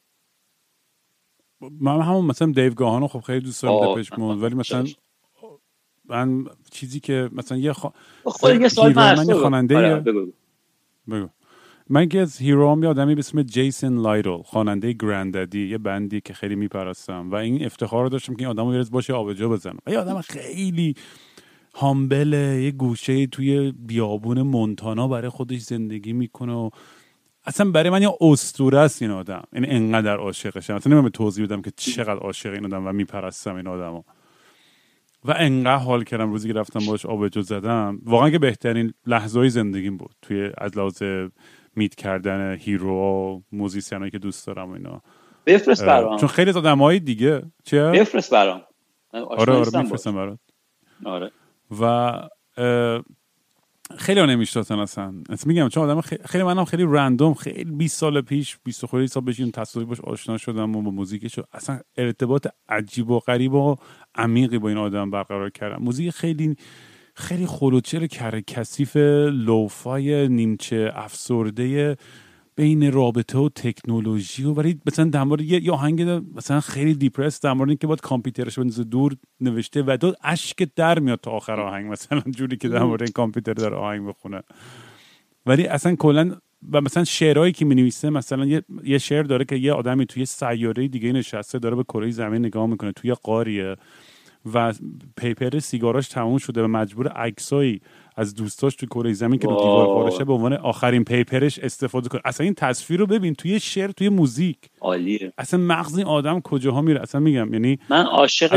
من همون مثلا دیو گاهانو خب خیلی دوست دارم دپچ مود، ولی مثلا من چیزی که مثلا یه من خواننده بگو. من که از هیروام یه آدمی به اسم جیسون لایدل، خواننده گرنددی، یه بندی که خیلی میپرستم و این افتخار رو داشتم که این آدمو یه باشه آبجو بزنم. یه آدم خیلی هامبله، یه گوشه توی بیابون مونتانا برای خودش زندگی میکنه و اصلا برای من یه اسطوره است این آدم. یعنی انقدر عاشقشم، اصلا نمیدونم توضیح بدم که چقدر عاشق این آدم و میپرستم این آدمو. و انقدر حال کردم روزی که رفتم باش آبجو زدم، واقعا که بهترین لحظه‌های زندگیم بود توی از لحاظ میت کردن هیرو و موزیسینایی که دوست دارم و اینا. بفرست برام، چون خیلی از آدمای دیگه چیه؟ بفرست برام. آره میفرستم برات. آره. و خیلی ها نمیشتاتن اصلا میگم، چون آدم خیلی منم خیلی رندوم، خیلی 20 سال پیش 20 خورده سال پیش این تصادفی باش آشنا شدم و با موزیکش اصلا ارتباط عجیب و غریب و عمیقی با این آدم برقرار کردم. موزیک خیلی خیلی خلوچل کثیف لوفای نیمچه افسرده بین رابطه و تکنولوژی، و ولی مثلا در مورد یه آهنگ مثلا خیلی دیپرس در مورد اینکه باید کامپیوترش بندازه دور نوشته و دو اشک در میاد تا آخر آهنگ، مثلا جوری که در مورد این کامپیوتر داره آهنگ بخونه. ولی اصلا کلا و مثلا شعرهایی که می‌نویسه، مثلا یه شعر داره که یه آدمی توی سیاره دیگه نشسته داره به کره زمین نگاه میکنه، توی قاریه و پیپر سیگاراش تموم شده و مجبور عکسایی از دوستاش تو کره زمین که رو دیوار خورشه به عنوان آخرین پیپرش استفاده کنه. اصلا این تصویر رو ببین توی شعر، توی موزیک عالیه. اصلا مغز این آدم کجاها میره اصلا. میگم یعنی من عاشق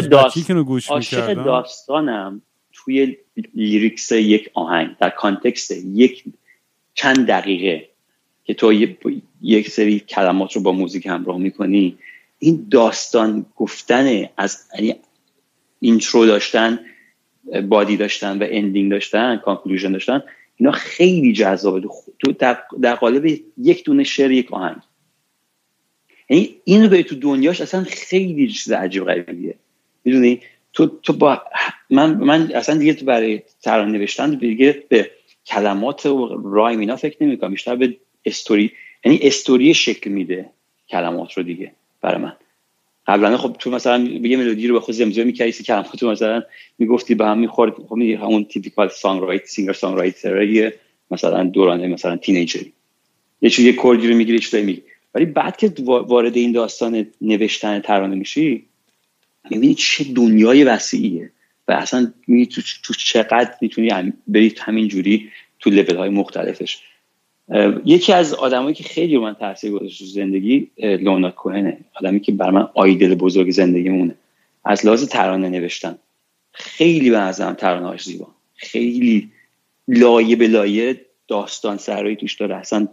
داستانم توی لیریکس یک آهنگ، در کانتکست یک چند دقیقه که تو یک سری کلمات رو با موزیک همراه میکنی، این داستان گفتن از اینترو داشتن، بادی داشتن و اندینگ داشتن، کانکلوژن داشتن، اینا خیلی جذابه تو در قالب یک دونه شعر یک آهنگ. یعنی اینو به تو دنیاش اصلا خیلی چیز عجیب غریبیه. میدونی تو با من اصلا دیگه تو برای ترانه نوشتن دیگه به کلمات و رایم اینا فکر نمی‌کنم، بیشتر به استوری، یعنی استوری شکل میده کلمات رو دیگه. برای من قبلا خب تو مثلا یه ملودی رو به خود زمزمه می‌کردی، کلمات رو مثلا میگفتی به هم می‌خورد، خب همون تیپیکال سینگر سانگرایتر مثلا دوران مثلا تینیجری یه کردی رو میگیری چطوری میگی. ولی بعد که وارد این داستان نوشتن ترانه میشی میبینی چه دنیای وسیعیه و اصلا میبینی تو چقدر میتونی بری همین جوری تو لول های مختلفش. یکی از آدمایی که خیلی من تاثیر گذاشت تو زندگی لئونارد کوهنه، آدمی که برای من آیدل بزرگ زندگیمونه از لحاظ ترانه نوشتن. خیلی به نظرم ترانه‌هاش زیبا، خیلی لایه به لایه داستان سرایی توش داره، اصلا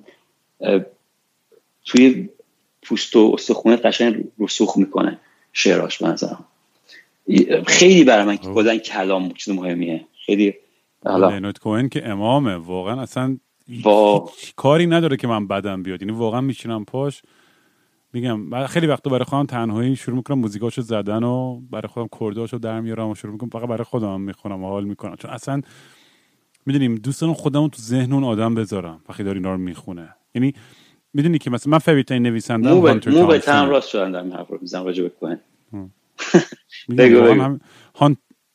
توی پوست و استخونه قشنگ رسوخ میکنه شعراش. به نظرم خیلی برای من که کلا کلام چیز مهمیه. خیلی لئونارد کوهن که امامه واقعا، اصلا کاری نداره که من بدم بیاد، یعنی واقعا میشینم پاش میگم خیلی وقتا برای خودم تنهایی شروع میکنم موزیکاشو زدن و برای خودم کرداشو در میارم و شروع میکنم فقط برای خودم میخونم و حال میکنم، چون اصلا میدونیم دوست دارم خودمو تو ذهن اون آدم بذارم وقتی داره اینا رو میخونه. یعنی میدونی که مثلا من فوریت نویسندم هانتر تامسون، مو به تام راست شدن در این حرف رو میزنم راجع به کوهن.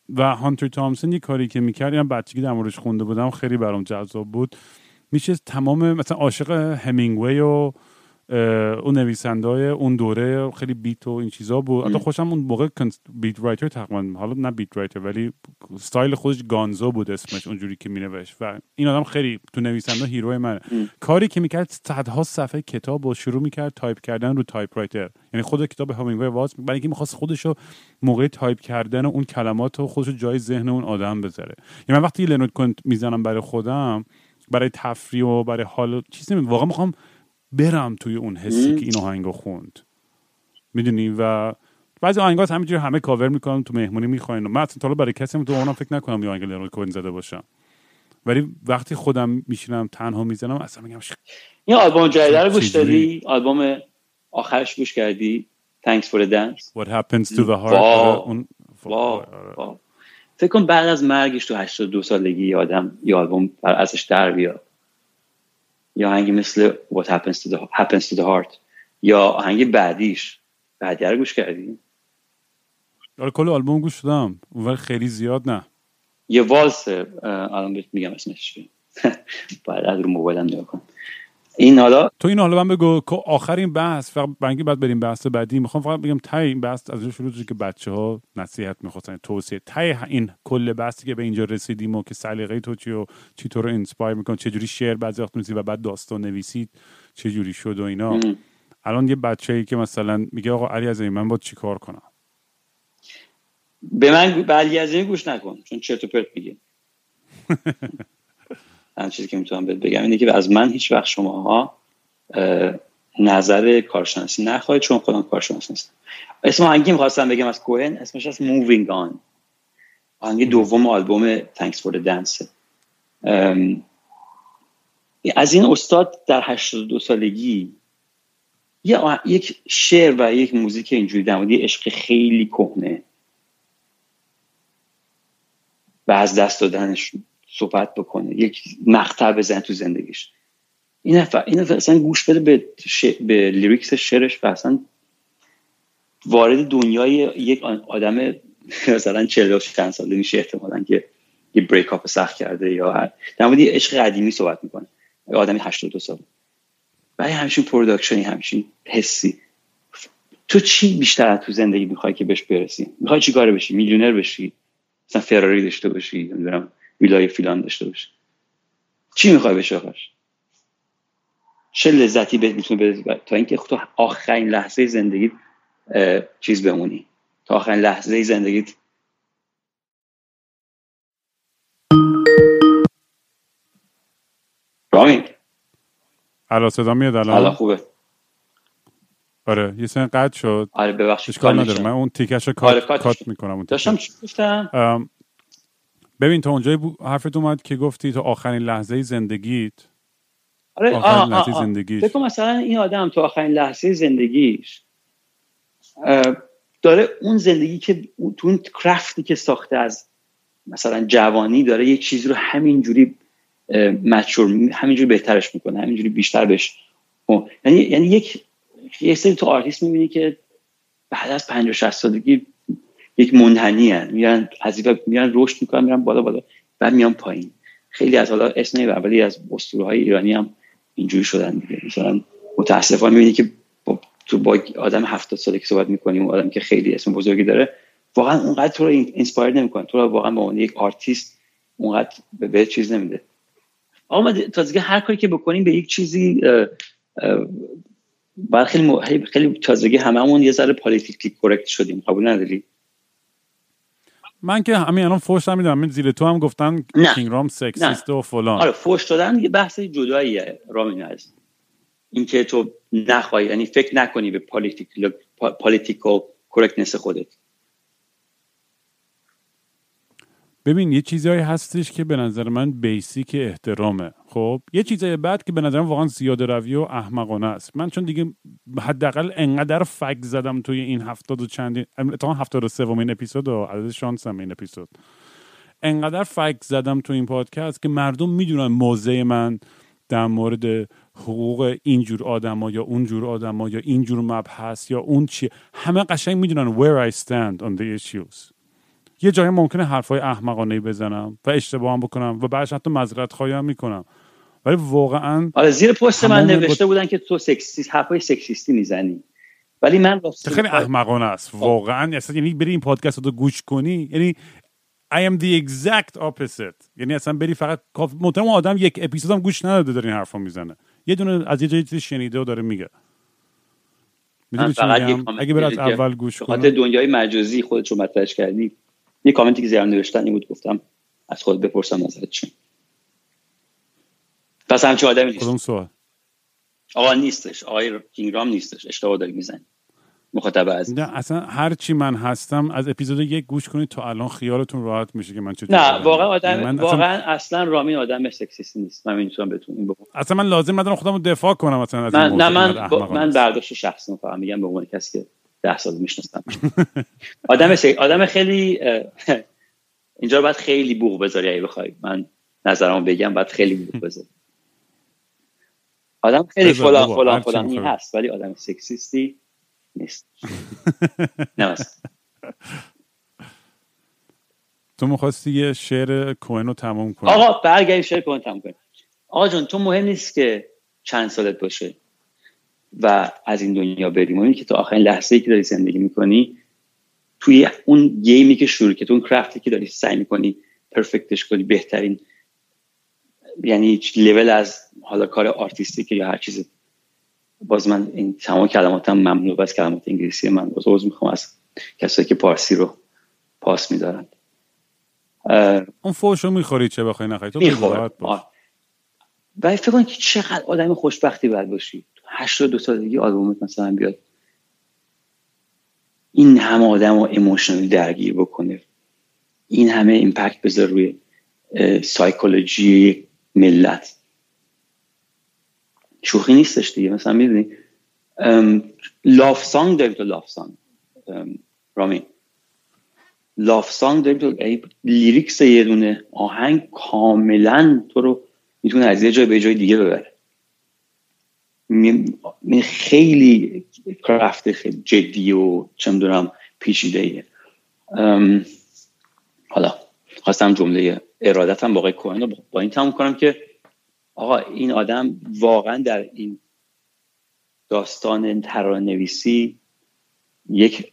و هانتر تامسون یه کاری که میکرد، اینم بچگی در موردش خونده بودم، خیلی برام جذاب بود. میشه تمام مثلا عاشق همینگوی و اون نویسنده‌های اون دوره خیلی بیت و این چیزا بود. حتی خوشم اون موقع بیت رایتر تقریبا، حالا نه بیت رایتر ولی استایل خودش گانزو بود اسمش، اونجوری که مینوشت. و این آدم خیلی تو نویسنده هیروی منه. کاری که میکرد صدها صفحه کتاب رو شروع میکرد تایپ کردن رو تایپ رایتر، یعنی خود کتاب همینگوی واز، برای اینکه می‌خواست خودشو موقع تایپ کردن اون کلمات رو خودشو جای ذهن اون آدم بذاره. یعنی من وقتی لنود کنت میزنم برای خودم، برای تفریح و برای حال چیزی، واقعا میخوام برم توی اون حسی که این آهنگو خوند، میدونی. و بعضی آهنگا همینجوری همه کاور میکنن، تو مهمونی میخواین. من اصلا تا حالا برای کسی تو اونم فکر نکنم یه آهنگ لنود کوین زده باشم، ولی وقتی خودم میشینم تنها میزنم اصلا میگم این آلبوم جدید رو گوش دادی؟ آلبوم آخرش گوش کردی؟ Thanks for the Dance. What Happens to the Heart. واو. فکر کن بعد از مرگش تو 82 سالگی آدم یه آلبوم ازش در بیاد، یا آهنگی مثل What Happens to the Heart، یا آهنگ بعدیش رو گوش کردی؟ آره کل آلبوم گوش دادم، ولی خیلی زیاد نه. یه والس الان بهت میگم اسمش بعد از رو موبایلم نگاه کن. این حالا من بگو که آخرین بحث، فقط بنگی بعد بریم بحث بعدی. میخوام فقط بگم ته این بحث از شروع که بچه‌ها نصیحت می‌خواستن، توصیه ته این کل بحثی که به اینجا رسیدیم و که سلیقه تو چی تو رو اینسپایر می‌کنه، چه جوری شعر بعضی وقت می‌نویسی و بعد داستان نویسید چه جوری شد و اینا. الان یه بچه‌ای که مثلا میگه آقا علی عزیزی من باید چیکار کنم؟ به من علی عزیزی گوش نکن، چون چرت و پرت میگه. من چیزی که میتونم بهت بگم اینه که از من هیچ وقت شماها نظر کارشناسی نخواهید، چون خودم کارشناس نیستم. اسم آهنگی می‌خواستم بگم از کوهن، اسمش از Moving On، آهنگ دوم آلبوم Thanks for the Dance. از این استاد در 82 سالگی یک شعر و یک موزیک اینجوری در مورد عشق خیلی کهنه و از دست دادنش صحبت بکنه، یک مقطع بزنه تو زندگیش. این اصلا گوش بده به لیریکس شعرش و اصلا وارد دنیای یک آدم مثلا 40 چند ساله میشه احتمالاً که یه بریک اپ سخت کرده یا در مورد عشق قدیمی صحبت میکنه، یه آدمی 82 ساله. برای همچین پروداکشنی، همچین حسی، تو چی بیشتر تو زندگی میخوای که بهش برسی؟ میخوای چی کاره بشی؟ میلیونر بشی؟ مثلا فراری داشته باشی، نمیدونم ویلای فلان داشته باشی؟ چی میخوای بشی آخرش؟ چه لذتی بهت میتونه بده تا اینکه تو آخرین لحظه زندگیت چیز بمونی، تا آخرین لحظه زندگیت رامین. الان صدا میاد الان خوبه. آره یه سن قطع شد. آره ببخشید اشکال نداره، من اون تیکشو کات میکنم. داشتم چی گفتم؟ ببین تا اونجایی حرفت اومد که گفتی تا آخرین لحظه زندگیت. آره آخرین لحظه زندگیش. فکر کنم مثلا این آدم تو آخرین لحظه زندگیش داره اون زندگی که تو اون کرافتی که ساخته از مثلا جوانی، داره یک چیزی رو همینجوری مچور، همینجوری بهترش میکنه، همینجوری بیشتر بهش. یعنی یک سری تو آرتیست میبینی که بعد از 50-60 سالگی یک منحنی هستن، میرن عزیزا، میرن رشد میکنن، میرن بالا بعد میان پایین. خیلی از حالا اسم اولی از اسطوره‌های ایرانی هم اینجوری شدن دیگه. مثلا متاسفانه میبینی که تو با آدم 70 ساله که صحبت میکنیم، اون آدم که خیلی اسم بزرگی داره، واقعا اونقدر تو رو اینسپایر نمیکنه، تو رو واقعا به عنوان یک آرتیست اونقدر به چیز نمیده. اما تازگی هر کاری که بکنیم به یک چیزی بعد خیلی تازگی هممون یه ذره پالیتیکلی کرکت شدیم. قبول نداری؟ من که همین الان فوش نمیدم، من زیر تو هم گفتن کینگ رام سکسیست و فلان. آره فوش دادن یه بحث جداییه رامین عزیز. این که تو نخوای، یعنی فکر نکنی به پالیتیکال کرکتنس خودت. ببین یه چیزایی هستش که به نظر من بیسیک احترامه. خب یه چیزای بعد که به نظر من واقعا زیاده روی و احمقانه است. من چون دیگه حداقل انقدر فک زدم توی این 70 و چندین، تا 73مین اپیزود و عدد شانسم این اپیزود، انقدر فک زدم تو این پادکست که مردم میدونن موضع من در مورد حقوق اینجور آدما یا اونجور آدما یا اینجور مبحث یا اون چی، همه قشنگ میدونن where I stand on the issues. یه جایی ممکنه حرفای احمقانه‌ای بزنم و اشتباه هم بکنم و بعدش حتی معذرت خواهی هم میکنم، ولی واقعا آره زیر پست من نوشته بودن که تو سکسیست، حرفای سکسیستی میزنی، ولی من خیلی احمقانه است واقعا. اصلا یعنی بری این پادکست رو گوش کنی، یعنی I am the exact opposite. یعنی اصلا بری فقط محترم آدم یک اپیزود هم گوش نداده داره این حرفا میزنه، یه دونه از یه جایی چیزی شنیده و داره میگه. میدونی چی میگم؟ اگه بری از اول گوش کنی، خاطر دنیای مجازی خودت رو مطرحش کردی، یه کامنتی که زیرم نوشتن این بود، گفتم از خود بپرسم نظرت چیه. پس همچین آدمی نیست. کدوم سوال؟ آقا نیستش، آقای کینگرام نیستش، اشتباه داری میزنی. مخاطب عزیز نه اصلا هر چی من هستم از اپیزود 1 گوش کنید تا الان خیالتون راحت میشه که من چه نه واقعا آدم واقعا اصلا رامین آدم سکسیستی نیست. من میتونم بهتون این بگم. اصلا من لازم ندارم خودمو دفاع کنم مثلا از این موضوع. من برداشت شخصی فقط میگم به عنوان کسی که 10 سال میشناسم. آدم خیلی اینجا باید خیلی بوق بذاری اگه بخوای من نظرمو بگم، باید خیلی بوق بذاری. آدم خیلی فلانی هست ولی آدم سکسیستی نیست. نه تو می‌خواستی یه شعر کوهن رو تموم کنی. آقا برگردیم شعر کوهن تموم کنیم. آقا جان تو مهم نیست که چند سالت باشه و از این دنیا بری، مهمه که تو آخرین لحظه‌ای که داری زندگی میکنی توی اون گیمی که شروع کردی، اون کرافتی که داری سعی میکنی پرفکتش کنی، بهترین یعنی لول از حالا کار آرتیستیک یا هر چیز. باز من این تمام کلماتم ممنوع از کلمات انگلیسی من عذر میخوام از کسایی که پارسی رو پاس میدارن. اون فوشو میخوری چه بخوای نخوای تو میخوری. ولی فکر کن که چقدر آدم خوشبختی باید باشی 82 سالگی آلبومت مثلا بیاد این همه آدم رو ایموشنالی درگیر بکنه، این همه ایمپکت بذاره روی سایکولوژی ملت. شوخی نیستش دیگه. مثلا میدونی لاف سانگ داریم تو لاف سانگ رامین، لاف سانگ داریم تو لیریکس یه دونه آهنگ کاملا تو رو میتونه از یه جای به جای دیگه ببره. خیلی کرافت خیلی جدی و چه میدونم پیچیده‌ایه. حالا خواستم جمله ارادتم با آقای کوهن رو با این تموم کنم که آقا این آدم واقعا در این داستان ترانه‌نویسی یک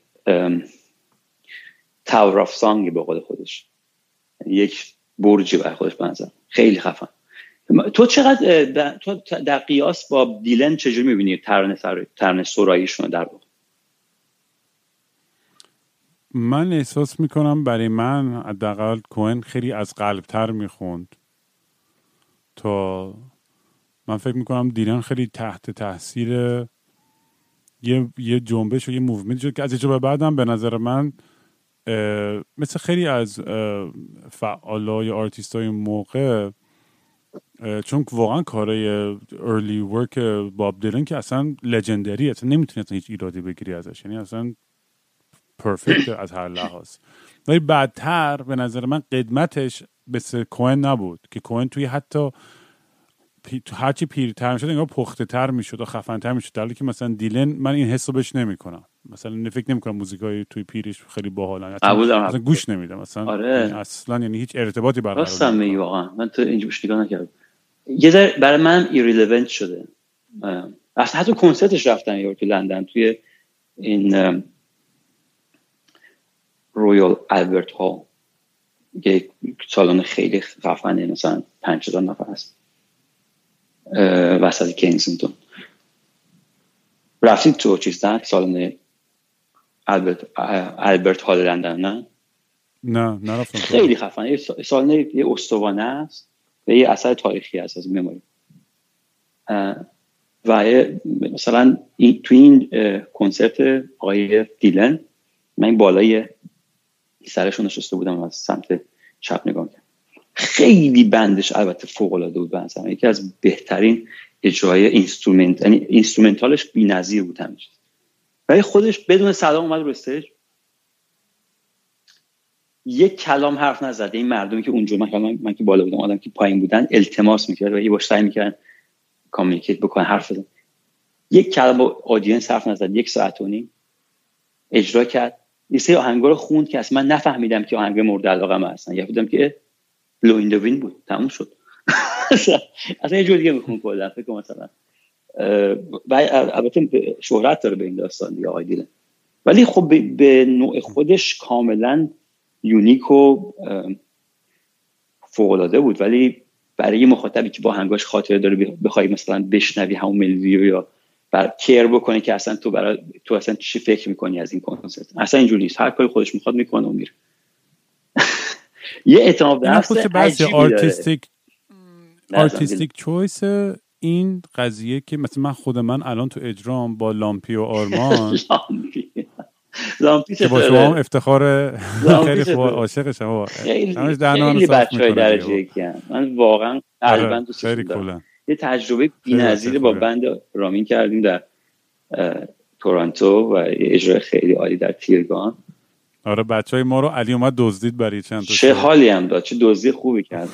تاور آف سانگ به قول خودش، یک برج برای خودش بنظر خیلی خفن. تو چقدر تو در قیاس با دیلن چجوری می‌بینی ترانه سراییشون در واقع؟ من احساس میکنم برای من حداقل کوهن خیلی از قلب‌تر میخوند تا من فکر میکنم دیلن خیلی تحت تاثیر یه جنبش و یه موومنت شد که از اینجا به بعدم به نظر من مثل خیلی از فعالای آرتیستای موقع، چون واقعا کارای early work باب دیلن که اصلا لژندری، اصلا نمیتونی اصلا هیچ ایرادی بگیری ازش، یعنی اصلا پرفکت از هر لحاظ. ولی بعدتر به نظر من قدمتش مثل کوهن نبود که کوهن توی حتی هرچی پیرتر میشد انگار پخته تر میشد و خفن تر میشد، در حالی که مثلا دیلن من این حسو بهش نمیکنم. مثلا فکر نمیکنم موزیکای توی پیرش خیلی باحالن، اصلا گوش نمیدم مثلا. آره. اصلا یعنی هیچ ارتباطی برقرار نمیکنم. راستم میگی واقعا من تو اینجوری نگاه نکردم. یه ذره برای من ایرلیونت شده. اصلا حتی کنسرتش رفتن یه تو لندن توی این رویال آلبرت هال، یک سالن خیلی خفنه، مثلا 5000 نفر هست وسط کینگزنتون. رفتید تو چیز نه سالن آلبرت هال لندن؟ نه نرفتم. خیلی خفنه. یه سالن یه استوانه است و یه اثر تاریخی هست از مموری. و مثلا تو این کنسرت آقای دیلن من این بالای سرشون نشسته بودم و از سمت چپ نگاه کردم. خیلی بندش البته فوق العاده بود، مثلا یکی از بهترین اجرای اینسترومنت، یعنی اینسترومنتالش بی‌نظیر بود همیشه. ولی خودش بدون سلام اومد رو استیج، یک کلام حرف نزد. این مردمی که اونجا من که بالا بودم، آدم که پایین بودن التماس میکرد و یه باش سعی میکردن کامیونیکیت بکنن، حرف بزنن. یک کلام با آدینس حرف نزد. 1.5 ساعت اجرا کرد. یه سری آهنگا رو خوند که اصلا من نفهمیدم که آهنگ مورد علاقه‌م هستن، یا بودم که لو این دو وین بود، تموم شد. اصلا یه جور دیگه میخون کلا، فکر کنم مثلا البته شهرت داره به این داستان دیگه آقای دیلن، ولی خب به نوع خودش کاملا یونیک و فوق‌العاده بود. ولی برای یه مخاطبی که با آهنگاش خاطره داره بخوای مثلا بشنوی همون ملودی رو یا کیر بکنه که اصلا تو اصلا چی فکر میکنی از این کنسرت، اصلا اینجوری نیست. هر کاری خودش میخواد میکنه و میره. یه اعتماد به نفس عجیبی داره. آرتیستیک چویس این قضیه که مثلا من خود من الان تو اجرام با لامپی و آرمان لامپی که با شما هم افتخار خیلی عاشقشم. خیلی بچه‌های درجه یکی هم. من واقعا قلباً دوستشون دارم. یه تجربه بی‌نظیر با بند رامین کردیم در تورنتو و اجرای خیلی عالی در تیرگان. آره بچهای ما رو علی اومد دزدید برای چند تا چه حالی هم داد، چه دزدی خوبی کرد.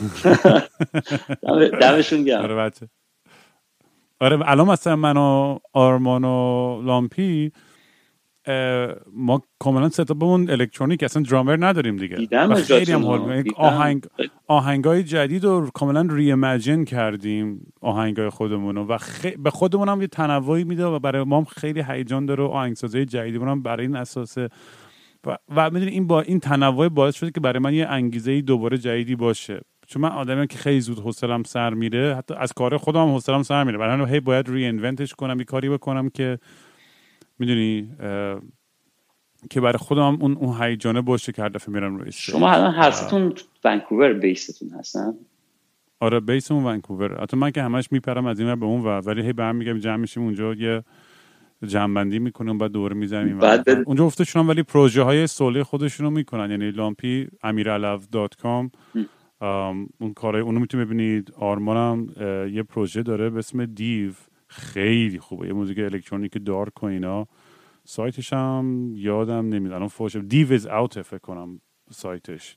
دمشون گرم. آره بچه. آره الان مثلا من و آرمان و لامپی ما کاملا ستاپمون الکترونیک، اصلا درامر نداریم دیگه. خیلی هم حال آهنگای جدید رو کاملا ری ایمیجین کردیم آهنگای خودمون و به خودمون هم یه تنوعی میده و برای ما هم خیلی هیجان داره و آهنگسازی جدیدمون هم برای این اساسه و میدونی این با این تنوع باعث شده که برای من یه انگیزه دوباره جدیدی باشه، چون من آدمیم که خیلی زود حوصله‌ام سر میره، حتی از کار خودم حوصله‌ام سر میره، برای همین هی باید ری اینونتش کنم، یه کاری بکنم که میدونی که برای خودم اون هیجانه باشه که هر دفعه میرم روی استیج. شما الان هر ستون ونکوور بیستون هستن؟ آره بیسمون ونکوور. البته من که همش میپرم از این ور به اون ور، ولی هی برمیگردیم جمع میشیم اونجا، یه جمع‌بندی میکنیم بعد دوره میزنیم اونجا افتشون، ولی پروژه های سولی خودشونو میکنن. یعنی لامپی amiralav.com اون کارهای اونو میتونید ببینید. آرمانم یه پروژه داره به اسم دیو، خیلی خوبه، یه موزیک الکترونیک دارک و اینا. سایتش هم یادم نمیاد الان، فوش دیو از اوت فکر کنم سایتش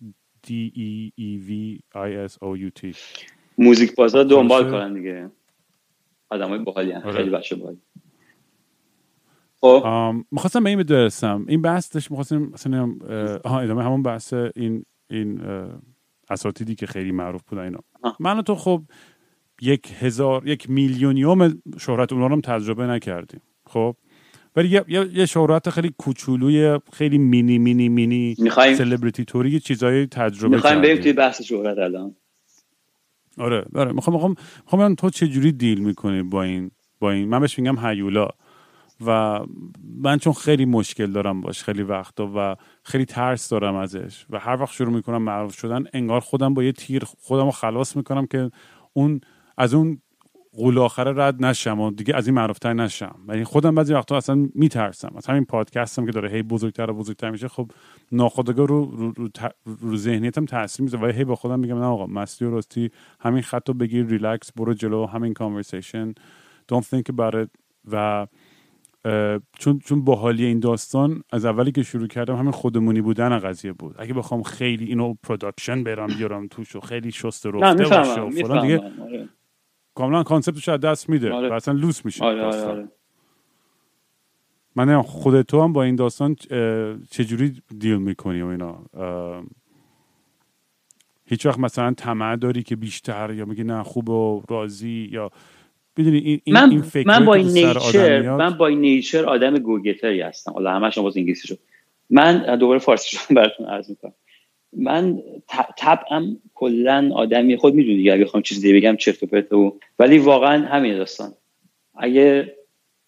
DEEVISOUT. موزیک بازار دنبال کنن دیگه، آدمای باحالی ان، خیلی بچه باحالی. می‌خواستم به این بدرسم، این بحثش می‌خواستیم مثلا ادامه همون بحث این اساتیدی که خیلی معروف بودن اینا. من و تو خب 1 میلیونیوم شهرت اونا رو هم تجربه نکردیم، خب ولی یه شهرت خیلی کوچولوی، خیلی مینی سلبریتی توری یه چیزای تجربه می‌خوایم بریم توی بحث شهرت الان. آره میخوام تو چه جوری دیل می‌کنی با این من بهش میگم هیولا، و من چون خیلی مشکل دارم باش خیلی وقتا و خیلی ترس دارم ازش و هر وقت شروع میکنم معروف شدن انگار خودم با یه تیر خودم رو خلاص میکنم که از اون قول آخره رد نشم و دیگه از این معروفتر نشم. یعنی خودم بعضی وقتا اصلا میترسم از همین پادکستم که داره هی بزرگتر و بزرگتر میشه، خب ناخودآگاه رو ذهنیتم تاثیر میذاره و هی با خودم میگم نه آقا مستی و راستی همین خطو بگیر، ریلکس، برو جلو، همین کانورسیشن، don't think about it. و چون باحالی این داستان از اولی که شروع کردم همین خودمونی بودن قضیه بود. اگه بخوام خیلی اینو پروداکشن بیارم توش و خیلی شسته رفته باشه و فلان دیگه کاملا کانسپتش از دست میده و اصلا لوس میشه. آره. من خود تو هم با این داستان چجوری دیل میکنی و اینا؟ هیچ وقت مثلا طمع داری که بیشتر، یا میگی نه خوب و راضی، یا بدونی این فکر من با این نیچر آدم گوگتری هستم. حالا همش باز انگلیسی شد. من دوباره فارسی شدم براتون عرض میکنم. من طبعم کلا آدمی، خود میدونی دیگه، اگه بخوام چیز دیگه بگم چرت و پرت، ولی واقعا همین داستان. اگه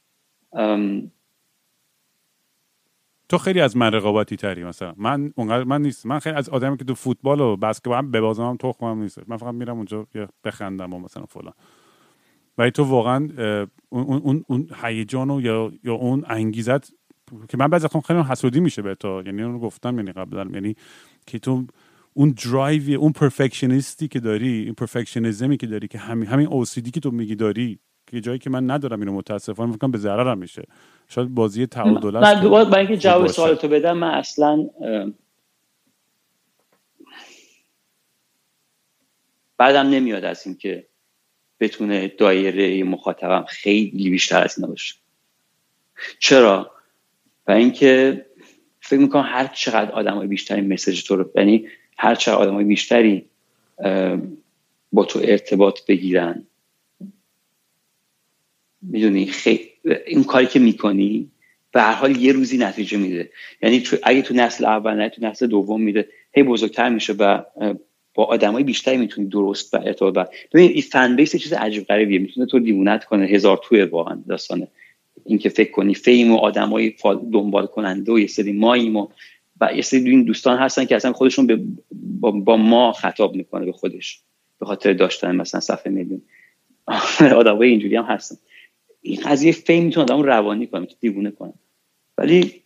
تو خیلی از من رقابتی تری، مثلا من اونقدر من نیست، من خیلی از آدمی که تو فوتبال و بسکتبال هم ببازم تخمم نیست، من فقط میرم اونجا بخندم و مثلا فلان. ولی تو واقعا اون هیجان و یا اون انگیزت که من بعضی وقتا خیلی حسودی میشه به تو، یعنی اون رو گفتم، یعنی قبلا، یعنی که تو اون درایو، اون پرفکشنیستی که داری، این پرفکشنیزمی که داری، که همین OCD که تو میگی داری، که جایی که من ندارم اینو، متاسفانه فکر کنم به ضررم میشه. شاید بازی تعادل است. من برای اینکه جواب سوالتو بدم، من اصلا بعدم نمیاد از این که بتونه دایره مخاطبم خیلی بیشتر از اینا باشه. چرا؟ برای اینکه فکر میکنم هر چقدر آدمای بیشتری مسیج تو رو، یعنی هر چقدر آدمای بیشتری با تو ارتباط بگیرن، میدونی این کاری که میکنی به هر حال یه روزی نتیجه میده. یعنی اگه تو نسل اول نه تو نسل دوم میده هی بزرگتر میشه و با آدمای بیشتری میتونی درست و ارتباط. ببین این فن بیس چیز عجیب غریبیه، میتونه تو دیوونت کنه. هزار توئه واقعا داستانه این که فکر کنی فیم و آدمای دنبال کننده و یه سری ماییم و یه سری این دوستان هستن که اصلا خودشون با ما خطاب میکنه به خودش به خاطر داشتن مثلا صفحه میلیون. آدمای اینجوری هم هستن. این قضیه فیم میتونه آدمو روانی کنه، میتونه دیوونه کنه. ولی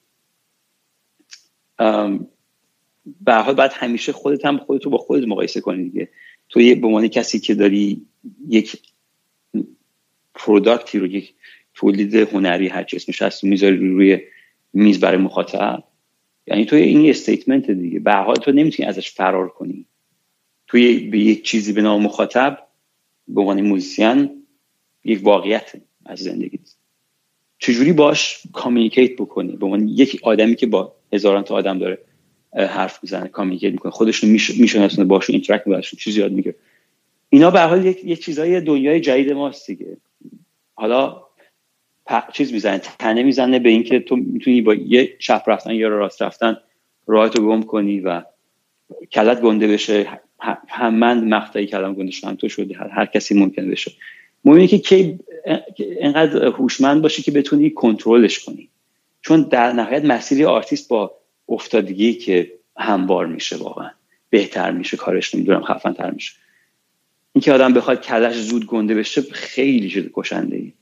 به هر حال باید همیشه خودتو با خودت مقایسه کنی دیگه. تو به عنوان کسی که داری یک پروداکتی رو، یک تولید هنری هر چی اسمش هست میذاری روی میز برای مخاطب، یعنی تو این استیتمنت دیگه. به هر حال تو نمیتونی ازش فرار کنی. تو به یک چیزی به نام مخاطب به عنوان موزیسین یک واقعیت از زندگیت. چجوری باش کامیونیکیت بکنی به عنوان یک آدمی که با هزاران تا آدم داره حرف میزنه، کامیونیکیت میکنه، خودشون میشناسونه، باشون اینتراکت میکنه، چیزی یاد میگیره. اینا به هر حال یک چیزای دنیای جدید ماست دیگه. حالا چیز میزنه، تنه میزنه به این که تو میتونی با یه چپ رفتن یا راست رفتن راهتو گم کنی و کلت گنده بشه. هم من مقطعی کلم گنده شدم، تو شدی، هر کسی ممکنه بشه. مهمه که اینقدر هوشمند باشی که بتونی کنترلش کنی، چون در نهایت مسیر آرتیست با افتادگی که هموار میشه، واقعا بهتر میشه، کارش نمیدونم خفن تر میشه. این که آدم بخواد کلش زود گنده بشه خیلی چیز کشنده‌ای.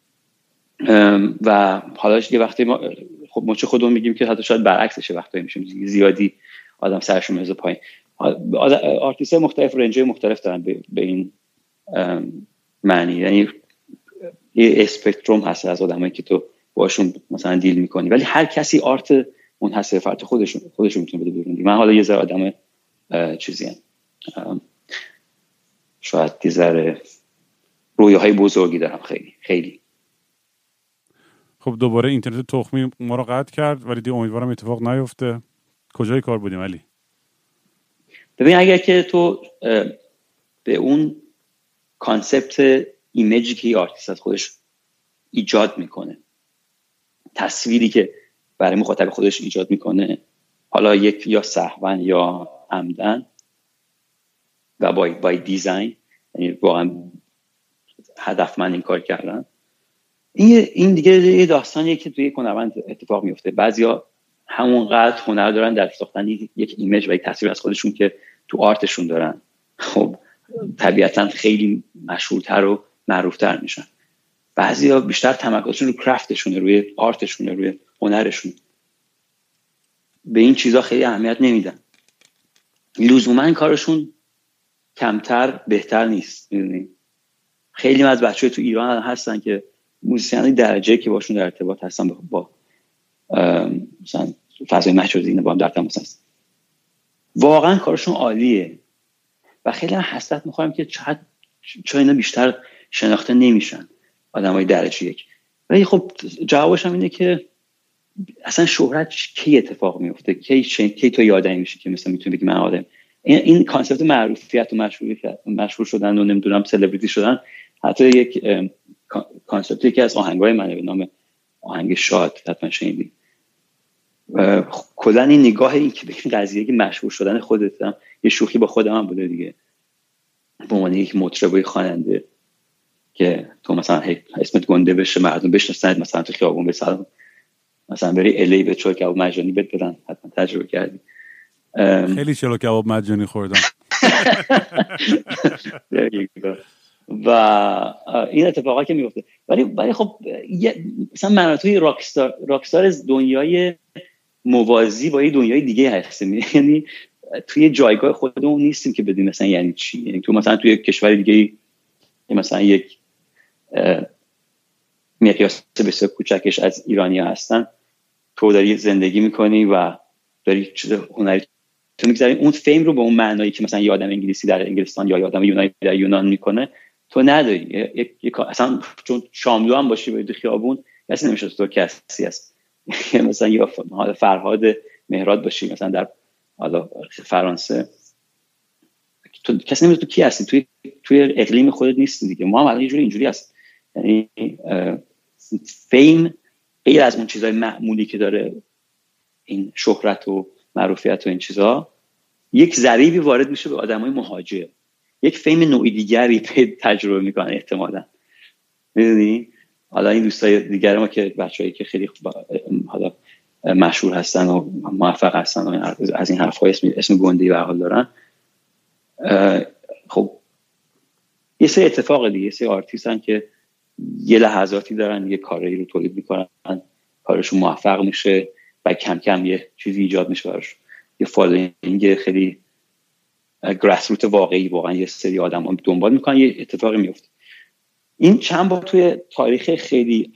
و حالا یه وقتی ما چه خودمون میگیم که حتی شاید برعکسشه، وقتی میشه زیادی آدم سرشون میذاره پایین. آرتیست‌های مختلف رنج‌های مختلف دارن به این معنی. یعنی یه اسپکتروم هست از آدمایی که تو باشون مثلا دیل میکنی، ولی هر کسی آرت منحصر فرد خودشون میتونه بده بیرون. من حالا یه ذره آدم چیزیم، شاید یه ذره رویاهای بزرگی دارم، خیلی خیلی. خب دوباره اینترنت تخمی ما رو قطع کرد، ولی دیگه امیدوارم اتفاق نیفته. کجای کار بودیم علی؟ ببین اگر که تو به اون کانسپت ایمیجی که آرتیست از خودش ایجاد میکنه، تصویری که برای مخاطب خودش ایجاد میکنه، حالا یک یا سهوا یا عمدن و بای دیزاین، یعنی واقعا هدفمند این کار کردن، این دیگه یه داستانیه که توی هنرمند اتفاق میفته. بعضیا همونقدر هنر دارن در ساختن یک ایمیج و یک تصویر از خودشون که تو آرتشون دارن، خب طبیعتاً خیلی مشهورتر و معروفتر میشن. بعضیا بیشتر تمرکزشون رو کرافتشونه، روی آرتشونه، روی هنرشون. به این چیزا خیلی اهمیت نمیدن. لزوما کارشون کمتر بهتر نیست. میدونی خیلی از بچه‌ها تو ایران هستن که موزیسینای درجه که باشون در ارتباط هستن، با مثلا فضای مجازی با هم در تماس هستن، واقعا کارشون عالیه و خیلی حسرت می‌خورم که چرا اینا بیشتر شناخته نمیشن، آدمای درجه یک. ولی خب جوابش هم اینه که اصلا شهرت کی اتفاق میفته، کی تو یادم میشه که مثلا میتونی بگی من آدم. این کانسپت معروفیت و مشهور شدن و نمیدونم سلبریتی شدن، حتی یک کانسپتی که از آهنگای منه به نام آهنگ شاد، حتما شنیدی. کلا این نگاه این که به این قضیه که مشهور شدن خودتم یه شوخی با خودم هم بوده دیگه، به عنوان یک مطرب و خواننده که تو مثلا اسمت گنده بشه، مردم بشناسن، مثلا تو خیابون به سلام مثلا بری الی به چلو کباب مجانی بدن، حتما تجربه کردی. خیلی چلو کباب مجانی خوردم. و این اتفاقا که میفته. ولی خب مثلا من توی راکستار از دنیای موازی با یه دنیای دیگه هستیم. یعنی توی جایگاه خودمون نیستیم که بدیم مثلا یعنی چی. یعنی تو مثلا توی کشور دیگه مثلا یک مقیاس بسیار کوچکش از ایرانی هستن، تو داری زندگی میکنی و داری چیز هنری تو میگذاری، اون فیم رو به اون معنایی که مثلا یه آدم انگلیسی در انگلستان یا آدم یونانی در یونان میکنه تو نداری. اصلا چون شاملو هم باشی باید خیابون کسی نمیشه تو کسی هست. مثلا یا فرهاد مهراد باشی مثلا در حالا فرانسه، تو کسی نمیدونه تو کی هستی، توی اقلیم خودت نیستی دیگه. ما هم الان اینجوری هست، یعنی فیم غیر از اون چیزای معمولی که داره این شهرت و معروفیت و این چیزا، یک ضریبی وارد میشه به آدمای مهاجر، یک فیم نوعی دیگری تجربه میکنن احتمالاً. میدونی حالا این دوستای دیگر ما که بچه‌ای که خیلی حالا مشهور هستن و موفق هستن و از این حرف‌ها اسم گنده‌ای به حال دارن، خب یه سری اتفاق دیگه، یه سری آرتیستن که یه لحظاتی دارن یه کاری رو تولید میکنن، کارشون موفق میشه و کم کم یه چیزی ایجاد میشه براش، یه فالوینگ خیلی گراس روت واقعی، واقعا یه سری آدم‌ها دنبال میکنن، یه اتفاقی میفته. این چند بار توی تاریخ خیلی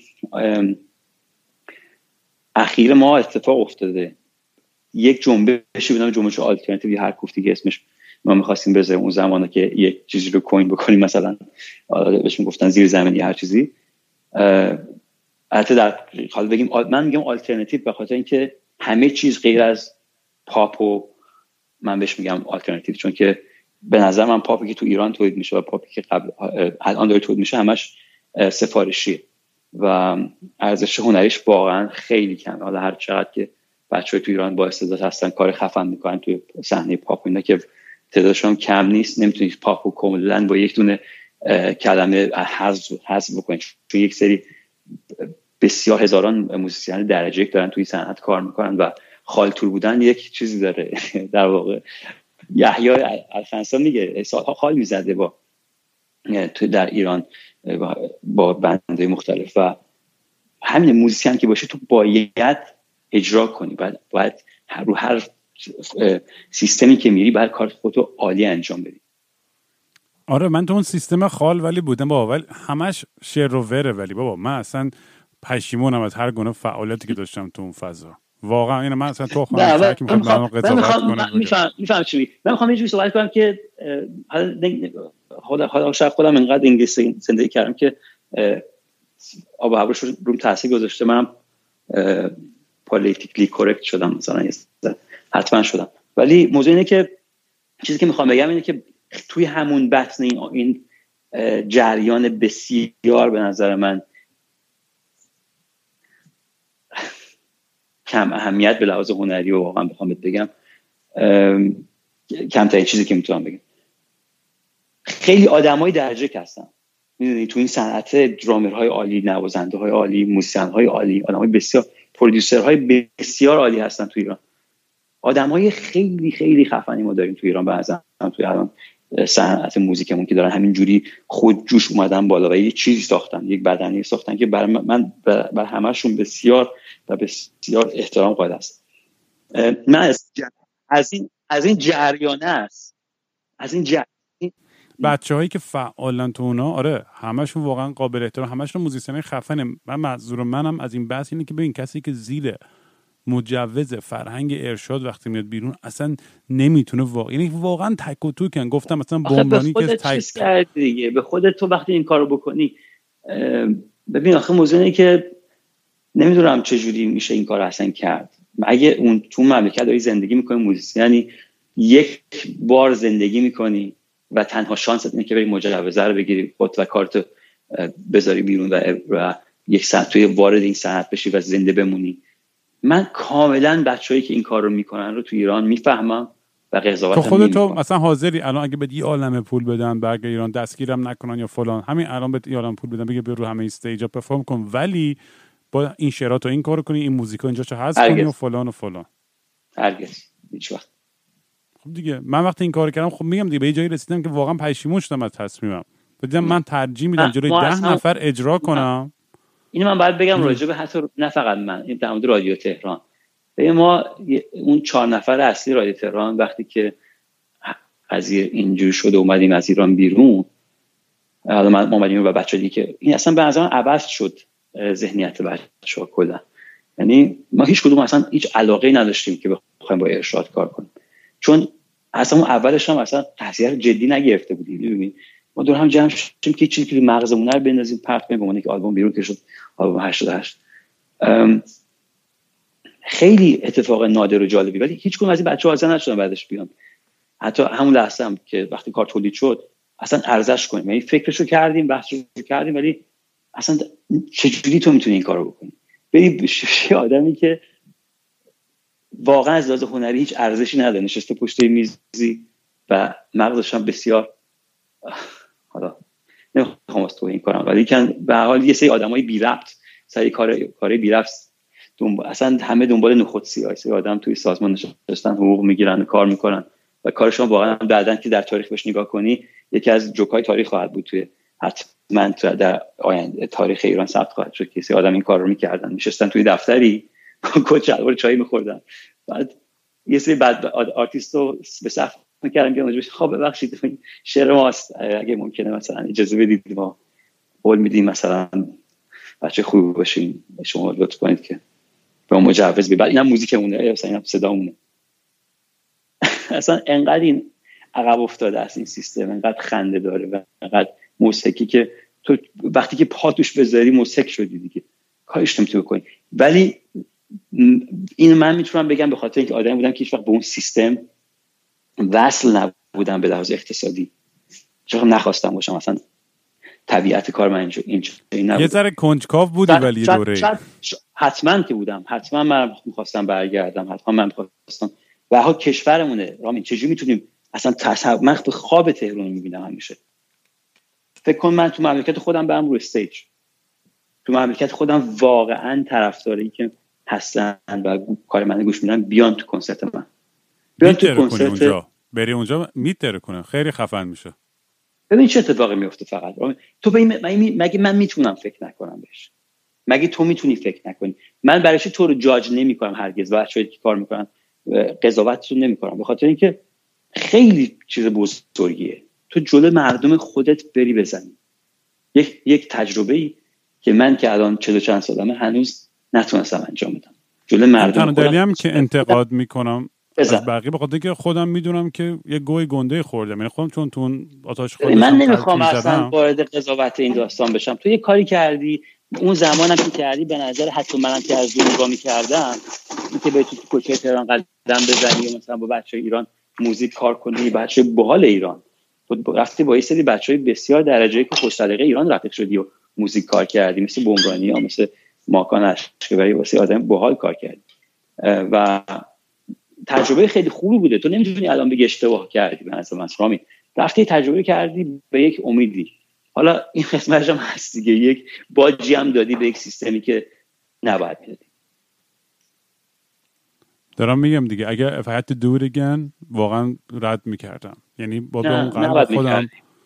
اخیر ما اتفاق افتاده. یک جنبشی به نام جنبش آلترناتیو، هر کوفتی که اسمش ما می‌خواستیم بذاریم اون زمانه که یک چیزی رو کوین بکنیم، مثلا بهش میگفتن زیر زمینی هر چیزی. البته در حال بگیم من میگم آلترناتیو به خاطر اینکه همه چیز غیر از پاپ و من بهش میگم آلترناتیو، چون که به نظر من پاپی که تو ایران تولید میشه و پاپی که الان داره تولید میشه همش سفارشیه و ارزش هنریش واقعا خیلی کمه. حالا هر چقدر که بچه‌ها تو ایران با استعداد هستن کار خفن میکنن توی صحنه پاپ، اینا که تعدادشون کم نیست، نمیتونید پاپ و کاملا با یک دونه کلمه حذف بکنید، چون یک سری بسیار هزاران موزیسین درجه یک دارن توی صنعت کار میکنن و خالتور بودن یک چیزی داره. در واقع یحیی الفنسا میگه سالها خال میزده با تو در ایران با بندهای مختلف و همین موزیسین که باشه تو باید اجرا کنی، باید رو هر سیستمی که میری باید کار خودتو عالی انجام بدی. آره من تو اون سیستم خال ولی بودم بابا، ولی همش شعر و وره، ولی بابا من اصلا پشیمونم از هر گونه فعالیتی که داشتم تو اون فضا. واقعا اینو من اصلا تو خودم که میخوام قضاوت کنم. میفهم چی من میخوام یه جوری صحبت کنم که حالا شاید خودم انقدر انگلیسی زندگی کردم که آب و هواش روم تاثیر گذاشته، منم پالیتیکلی کرکت شدم مثلا، حتما شدم. ولی موضوع اینه که چیزی که میخوام بگم اینه که توی همون بطن این جریان بسیار به نظر من کم اهمیت به لحاظ هنری و واقعا بخوام بگم کمترین چیزی که میتونم بگم، خیلی آدمای درجه هستن. میدونی تو این صنعت درامرهای عالی، نوازنده‌های عالی، موسیقی‌های عالی، آدمای بسیار، پرودوسرهای بسیار عالی هستن تو ایران. آدمای خیلی خیلی خفنی ما داریم تو ایران، بعضا توی الان صنعت موزیکمون که دارن همینجوری خود جوش اومدن بالا و یه چیزی ساختن، یک بدنی ساختن که برای من بر همه‌شون بسیار و بسیار احترام قائل هستم. من از این جریانه است، از این بچه‌هایی که فعالن تو اونا، آره همشون واقعا قابل احترام، همشون موزیسین خفنه. من منظور منم از این بحث اینه که ببین کسی که زیر مجوز فرهنگ ارشاد وقتی میاد بیرون اصلا نمیتونه یعنی واقعا تک و توکن. گفتم مثلا بمبانی که چیز کرد دیگه، به خودت تو وقتی این کارو بکنی، ببین آخه موضوع اینه که نمیدونم چجوری میشه این کار اصلا کرد. اگه اون تو مملکت داری زندگی میکنی موزیسین، یعنی یک بار زندگی میکنی و تنها شانست اینه که بری مجوزه رو بگیری، خودت و کارت بذاری بیرون و یک ساعت توی وارد این صنعت بشی و زنده بمونی. من کاملا بچه‌هایی که این کار رو میکنن رو تو ایران میفهمم و قضاوت نمی‌کنم. تو خودت مثلا حاضری الان اگه بهت یه عالمه پول بدن برگ ایران دستگیرم نکنن یا فلان، همین الان بهت یه عالمه پول بدن بگه برو همه استیجا پرفورم کن، ولی با این شرایط و این کارو کنی، این موزیکا اینجا چه حذف کنی و فلان و فلان؟ هرگز هیچ وقت. خب دیگه من وقتی این کارو کردم، خب میگم دیگه به یه جایی رسیدم که واقعا پشیمون شدم از تصمیمم. دیدم من ترجیح میدم جلوی 10 نفر اجرا کنم. اینو من باید بگم راجع به حتی نه فقط من، این در مورد رادیو تهران. ما اون 4 نفر اصلی رادیو تهران وقتی که قضیه اینجوری شده اومدیم از ایران بیرون، حالا ما اومدیم و بچه‌ها دیگه که این اصلا به نظر من عوض شد ذهنیت بچه‌ها کلا. یعنی ما هیچ کدوم اصلا هیچ علاقه‌ای نداشتیم که بخوایم با ارشاد کار کنیم، چون اصلا اون اولش هم اصلا قضیه رو جدی نگرفته بودیم. ببین ما دور هم جمع شدیم که چیزی که مغزمون رو بندازیم پخت کنیم، به عنوان یک آلبوم بیرون که شد آلبوم 88. خیلی اتفاق نادر و جالبی، ولی هیچ کدوم از این بچه‌ها حاضر نشدن بعدش بیان. حتی همون لحظه هم که وقتی کار تولید شد اصلا ارزش کنیم، یعنی فکرشو کردیم، بحثشو کردیم، ولی اصلا چجوری تو میتونی این کارو بکنی؟ بری یه آدمی که واقعا از لحاظ هنری هیچ ارزشی نداره نشسته پشت میزی و مغزش هم بسیار، حالا نمیخوام از تو این کنم، ولی به هر حال یه سری آدمای بی ربط سری کار بی ربط اصلا همه دنبال نخود سیاهی، سری آدم توی سازمان نشستن حقوق میگیرن و کار میکنن و کارشون واقعا بعدن که در تاریخ بهش نگاه کنی یکی از جوکای تاریخ خواهد بود، توی حتما در آینده تاریخ ایران ثبت خواهد شد که سری آدم این کار رو میکردن، نشستن توی دفتری کت شلوار چای میخوردن، بعد یه سری بعد آرتیستو به صف میکردن که اونجوری خب ببخشید شعر ماست اگه ممکنه مثلا اجازه بدید ما قول میدیم مثلا بچه خوب باشین شما لطف کنید که به ما مجوز بدید، اینم موزیکمونه مثلا اینم صدامونه. اصلا انقدر این عقب افتاده است این سیستم، انقدر خنده داره و انقدر موسیقی که تو وقتی که پا توش بذاری موسیقی شدی دیگه کارش نمیتونی بکنی. ولی این من میتونم بگم به خاطر اینکه آدمی بودم که هیچ وقت به اون سیستم وصل نبودم به لحاظ اقتصادی، چون نخواستم باشم، مثلا طبیعت کار من اینجوری نبود. یه ذره کنجکاو بودی ولی یه دوره حتما که بودم، حتما من میخواستم برگردم، حتما من میخواستم و ها کشورمونه رامین چجوری میتونیم اصلا من به خواب تهران میبینم همیشه. فکر کن من تو مملکت خودم برم رو استیج، تو مملکت خودم واقعا طرفداری که هستن و کار من گوش میدن بیان تو کنسرت من، بیان تو کنسرت اونجا بری اونجا میتره کنه، خیلی خفن میشه. ببین چه اتفاقی میفته. فقط تو مگه من میتونم فکر نکنم بهش؟ مگه تو میتونی فکر نکنی؟ من برای چی تو رو جاج نمیکنم هرگز، بچه‌ای که کار میکنن قضاوتشون نمیکنم، به خاطر اینکه خیلی چیز بزرگیه تو جلوی مردم خودت بری بزنی. یک تجربه‌ای که من که الان 40 چند سالمه هنوز نتونستم انجام بدم جلوی مردم خودم. دلیلی هم که انتقاد میکنم از بقیه به خاطر که خودم میدونم که یه گوی گنده خوردم، یعنی خودم چون تو اون آتش خودم من نمیخوام اصلا وارد قضاوت این داستان بشم. تو یه کاری کردی اون زمانم که کردی به نظر حتی منم که از دور نگاه می‌کردم اینکه به تو کوچه تهران قدم بزنی مثلا با بچه‌های ایران موزیک کار کنی، بچه باحال ایران رفتی با یه سری بچه‌های بسیار درجه‌ای که خوش سلیقه ایران رفیق شدی و موزیک کار کردی، مثل بومرانی یا مثل ماکان اشکبری، واسه آدم باحال کار کردی و تجربه خیلی خوبی بوده. تو نمیتونی الان بگی اشتباه کردی. به نظر من رامی رفتی تجربه کردی به یک امیدی، حالا این قسمتش هم هست دیگه، یک باجی هم دادی به یک سیستمی که نباید میدادی. دارم میگم دیگه اگه فقط do it again واقعا رد میکردم، یعنی با اون قلب خودم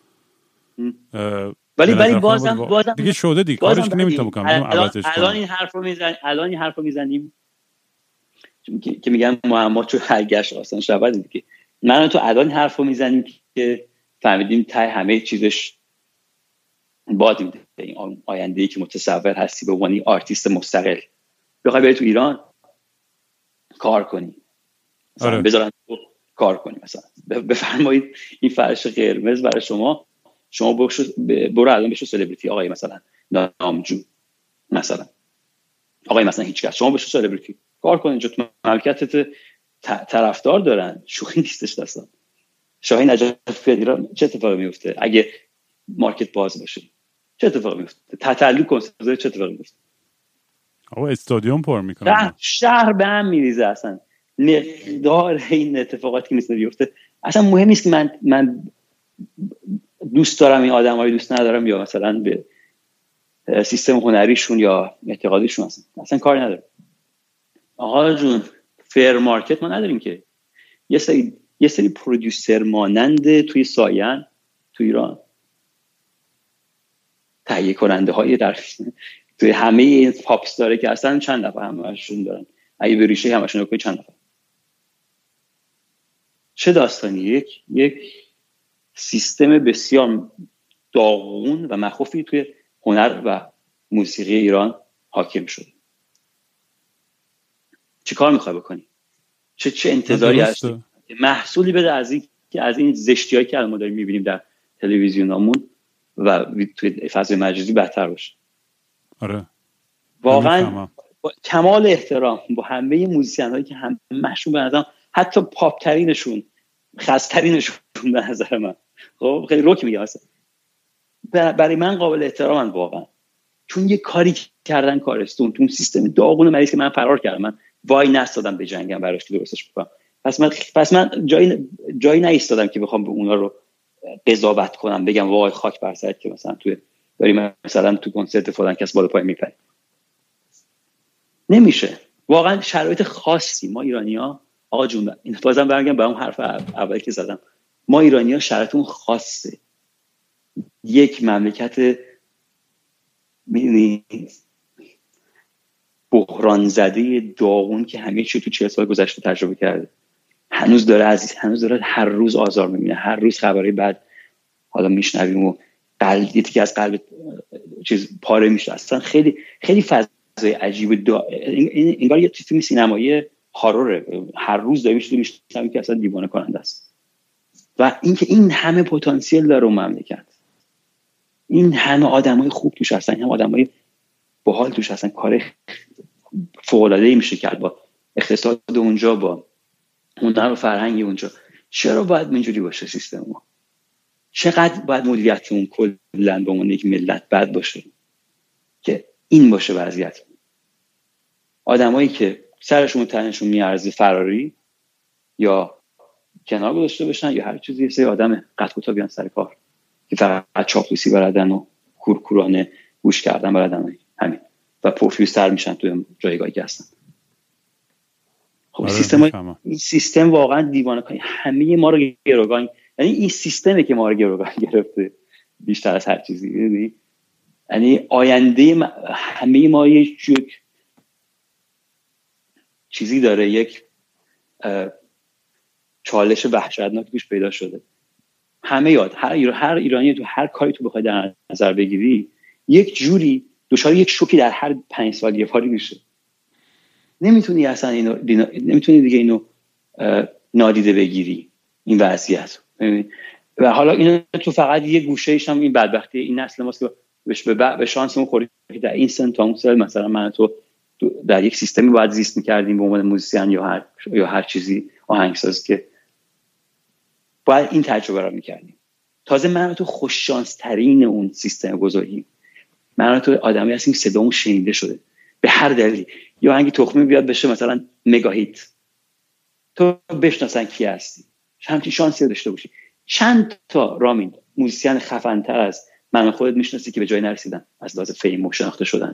ولی بازم دیگه شده دیگه کارش که نمیتونم بکنم. الان این حرفو میزنیم که میگن معما چون هرگشت آسان شود دیگه. من تو الان حرفو میزنیم که فهمیدیم ته همه چیزش باد میده. این آینده‌ای که متصور هستی به عنوان آرتیست مستقل بخوای بری تو ایران کار کنی، مثلا بذارن تو کار کنی، مثلا بفرمایید این فرش قرمز برای شما برو الان بشو سلبریتی آقای مثلا نامجو، مثلا آقای مثلا هیچ کس، شما بشو سلبریتی کار کنین، جو مملکتت طرفدار دارن، شوخی نیستش دستان. شاهین نجف ایران چه اتفاقی میفته اگه مارکت باز باشه؟ چه اتفاقی میفته؟ تتلو کنسرت چه اتفاقی میفته؟ آقا استادیوم پر میکنن، شهر به هم میریزه. اصلا مقدار این اتفاقاتی که میفته بیفته اصلا مهم نیست که من دوست دارم این آدمایی دوست ندارم یا مثلا به سیستم هنریشون یا اعتقادیشون اصلا کار نداره. آقا جون فیر مارکت ما نداریم که. یه سری پرودیوسر مانند توی سایان تو ایران، تهیه کننده های در توی همه این پاپ استاره که اصلا چند نفر همشون دارن، اگه به ریشه همشون رو کنی چند نفر. چه داستانی؟ یک سیستم بسیار داغون و مخوفی توی هنر و موسیقی ایران حاکم شده. چی کار میخوای بکنی؟ چه انتظاری هستی؟ محصولی بده از این زشتیایی که الان ما داریم میبینیم در تلویزیونامون و توی فضای مجازی بهتر باشه. آره واقعا با کمال احترام با همه موزیسین هایی که همه‌شون به نظرم حتی پاپ ترینشون خاص‌ترینشون به نظر من خب خیلی روک میگم اصلا برای من قابل احترامن واقعا، چون یه کاری کردن کارستون تو اون سیستم داغون مریض که من فرار کردم، من وای نستادم به جنگم براش که درستش بکنم. پس من جایی نایستادم که بخوام به اونا رو قضاوت کنم بگم وای خاک بر سرت که مثلا داریم مثلا تو کنسرت فلان کس بالا پای میپره. نمیشه واقعا، شرایط خاصی ما ایرانی‌ها آقا جون، این بازم برمیگم به اون حرف اولی که زدم، ما ایرانی‌ها شرایطمون خاصه، یک مملکت می‌دونی بحران زده داغون که همه چی تو 40 سال گذشته تجربه کرده، هنوز داره هر روز آزار می‌بینه، هر روز خبری بعد حالا میشنویم و قلبی که از قلب چیز پاره میشه. اصلا خیلی خیلی فضای عجیب انگار یه فیلم سینمایی هارره، هر روز داریم میشنویم که اصلا دیوانه کننده است. و اینکه این همه پتانسیل داره اون مملکت، این همه آدمای خوب توش هستن، این همه آدمای باحال توش هستن، کار فوق‌العاده‌ای میشه کرد با اقتصاد اونجا، با هنر و فرهنگ اونجا. چرا باید اینجوری باشه سیستم ما؟ چقدر باید مدیریتمون کلاً به عنوان یک ملت بد باشه که این باشه وضعیت؟ آدمایی که سرشون و تنشون میارزه فراری یا کنار گذاشته بشن یا هر چیزی، یه سری آدم قطع بیان سر کار که فقط چاپلوسی بلدن و کورکورانه گوش کردن بلدن، همین، و پرفیوزتر میشن توی جایگاهی که هستن. خب این سیستم واقعا دیوانه کنی، همه ما رو گروگان، یعنی این سیستمه که ما رو گروگان گرفته بیشتر از هر چیزی. یعنی آینده همه ما یک چیزی داره، یک چالش وحشتناکی توش پیدا شده. همه هر ایرانی تو هر کاری تو بخوای در نظر بگیری یک جوری دچار یک شوکی در هر 5 سال یه باری میشه. نمیتونی اصلا نمیتونی دیگه اینو نادیده بگیری این وضعیت. و حالا اینو تو فقط یه گوشه‌ایش هم این بدبختی این نسل ماست که به شانسمون خورید در این سن تا اون سال مثلا من تو در یک سیستمی باید زیست می‌کردیم به عنوان موزیسین یا هر چیزی آهنگساز که باید این تجربه رو می‌کردیم. تازه من تو خوش شانس ترین اون سیستم بزرگی، من تو آدمی هستیم صدامون شنیده شده به هر دلیلی، یا آهنگ تخمی بیاد بشه مثلا مگا هیت، تو بشناسن کی هستی، همچین شانسی داشته باشی. چند تا رامین موزیسین خفن‌تر از من خودت میشناسی که به جای نرسیدن از لحاظ فیم و شناخته شدن؟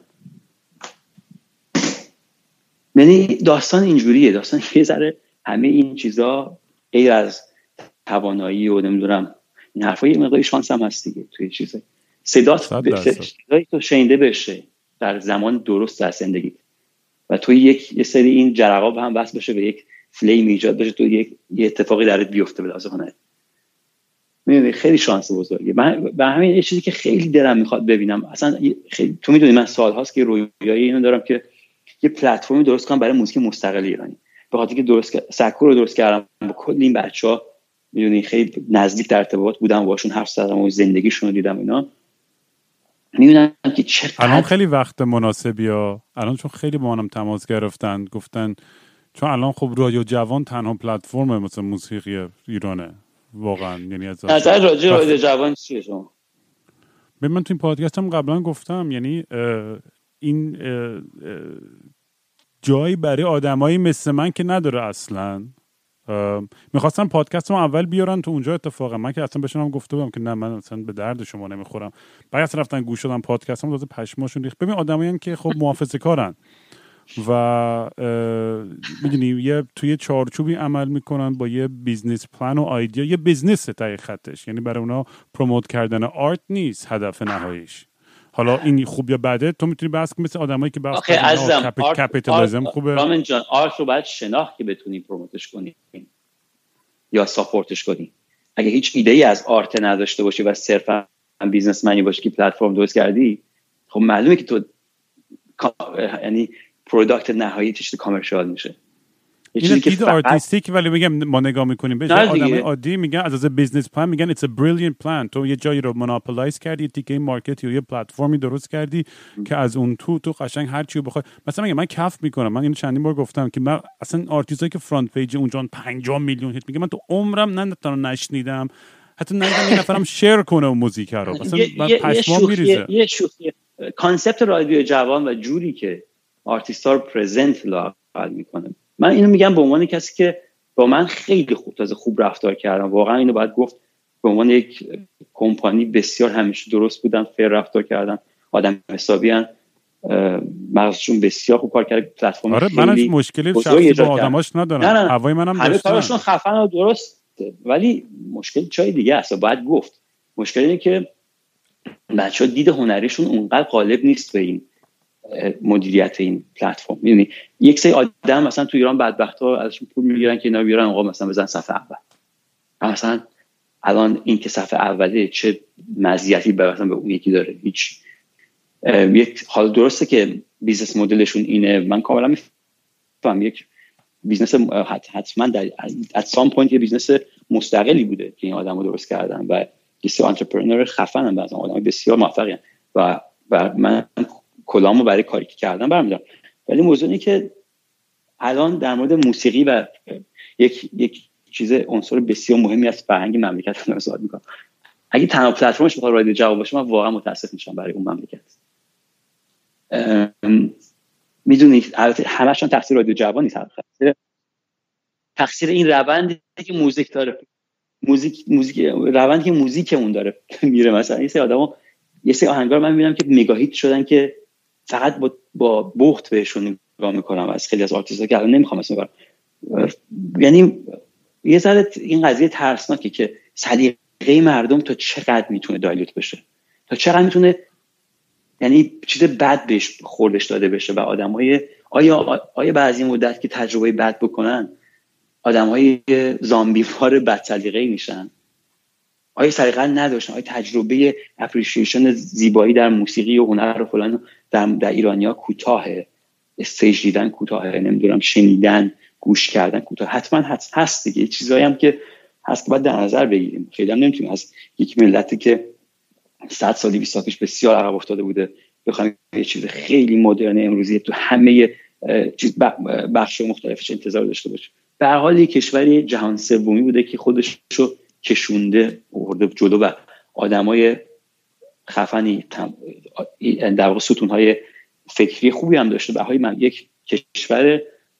یعنی داستان اینجوریه، داستان یه ذره همه این چیزا غیر از توانایی و نمیدونم این حرفا یه مقدار شانس هم هست دیگه توی چیزا. صدای تو شنیده بشه در زمان درست در زندگی و تو یه سری این جرقاب هم بس بشه به یک فلیم ایجاد بشه، تو یه اتفاقی درت بیفته به لحاظ هنر. میدونی خیلی شانس بزرگیه. من به همین یه چیزی که خیلی دلم میخواد ببینم، اصلا خیلی تو میدونی من سالهاست که رویای اینو دارم که یه پلتفرمی درست کنم برای موزیک مستقل ایرانی، به خاطر که سکو رو درست کردم با کلی این بچه‌ها، میدونی خیلی نزدیک در ارتباط بودم باشون، حرف زدم و زندگیشون رو دیدم اینا، میدونم که چقدر الان خیلی وقت مناسبیه. الان چون خیلی با منم تماس گرفتن گفتن چون الان خب رادیو جوان تنها پلتفرم مثلا موسیقی ایرانه واقعا. یعنی از نظر رادیو جوان چیه شما؟ من تو این پادکستم قبلا گفتم، یعنی این جایی برای آدمایی مثل من که نداره اصلا. میخواستم پادکستم اول بیارن تو اونجا، اتفاقا من که اصلا بهشون گفته بودم که نه من اصلا به درد شما نمیخورم، بعد اصلا رفتن گوش دادن پادکستم، تازه پشماشون ریخت. ببین آدمایی که خب محافظه‌کارن و میدونی توی چارچوبی عمل میکنن با یه بیزنس پلان و آیدیا، یه بیزنس تای خطش، یعنی برای اونا پروموت کردن آرت نیست هدف نهاییش. حالا این خوب یا بده تو میتونی بحث کنی، مثل آدمایی که بحث کنن کپیتالیسم خوبه. رامین جان آرت رو باید شناخت که بتونی پروموتش کنی یا ساپورتش کنی. اگه هیچ ایده‌ای از آرت نداشته باشی و صرفا بیزنسمنی باشی که پلتفرم درست کردی، خب معلومه که تو یعنی پروداکت نهایی چیز کامرشیال میشه. این دید آرتیستیک، ولی میگم ما نگاه میکنیم بهش آدمای عادی میگن از بیزنس پلان میگن it's a brilliant plan. تو یه جایی رو مونوپولایز کردی، تیکه مارکت یا یه پلتفرمی درست کردی که از اون تو قشنگ هر چی بخوای. مثلا میگم من کف میکنم، من اینو چندین بار گفتم که من اصلا آرتیستایی که فرانت پیج اونجا 50 میلیون هیت میگه من تو عمرم نشنیدم، حتی ندیدم یه نفرم شیر کنه اون موزیک رو. مثلا من پشمام میریزه. یه شوخی کانسپت رادیو جوان و جوری که آرتیست‌ها رو پرزنت لاقل میکنه، من اینو میگم به عنوان کسی که با من خیلی خوب رفتار کردم، واقعا اینو باید گفت، به عنوان یک کمپانی بسیار همیشه درست بودن، فیر رفتار کردن، آدم حسابیان، مغزشون بسیار خوب کار کرده، پلتفرم خیلی من از مشکلی شخصی با آدماش ندارم. نه. هوای منم همه کارشون خفن و درسته، ولی مشکل چای دیگه است. باید گفت مشکل اینه که بچه‌ها دید هنریشون اونقدر غالب نیست به این مدیریت این پلتفرم. یعنی یک سری آدم مثلا تو ایران بدبختا ازشون پول میگیرن که اینا بیارن آقا مثلا بزن صفحه اول. مثلا الان این که صفحه اوله چه مزیتی مثلا به اون یکی داره؟ هیچ. یک حال درسته که بیزنس مدلشون اینه، من کاملا میفهم، یک بیزنس حتما در at some point یه بیزنس مستقلی بوده که این آدمو درست کردن و یه سری انترپرنور خفنن، بعضی آدمای بسیار موفقن و من کلامو برای کاری که کردم برمی‌دارم. ولی موضوع اینه که الان در مورد موسیقی و یک چیز عنصر بسیار مهمی از فرهنگ مملکت رو صحبت می‌کنم. اگه تنها پلتفرمش بخواد رادیو جواب باشه، من واقعا متاسف میشم برای اون مملکت. میدونید البته همه‌شون تقصیر رادیو جوان نیست، تقصیر این روندی که موزیک داره، موزیک روندی که موزیک اون داره میره. مثلا این سری آدما، یه سری آهنگار من میبینم که مگاهیت شدن که فقط با بخت بهشون نگاه میکنم. از خیلی از آرتیست‌ها که الان نمیخوام اسم ببرم، یعنی یه ذره این قضیه ترسناکه که سلیقه مردم تا چقدر میتونه دایلوت بشه، تا چقدر میتونه یعنی چیز بد بهش خوردش داده بشه و آدمای آیا بعضی مدت که تجربه بد بکنن آدمای زامبیوار بد سلیقه‌ای میشن؟ آیا سلیقه نداشتن؟ آیا تجربه اپریشیشن زیبایی در موسیقی و هنر و فلان در ایرانیا کوتاهه؟ استیج دیدن کوتاهه، نمیدونم شنیدن گوش کردن کوتاه. حتما هست دیگه، چیزایی هم که هست که باید در نظر بگیریم. خیلی هم نمیتونیم از یک ملتی که 100 سال 200 سال پیش بسیار عقب افتاده بوده بخوایم یه چیز خیلی مدرن امروزی تو همه چیز بخش مختلفش انتظار داشته باشیم. به هر حال یک کشوری جهان سومی بوده که خودش رو کشونده آورده جلو و آدمای خفنی در واقع ستونهای فکری خوبی هم داشته. به من یک کشور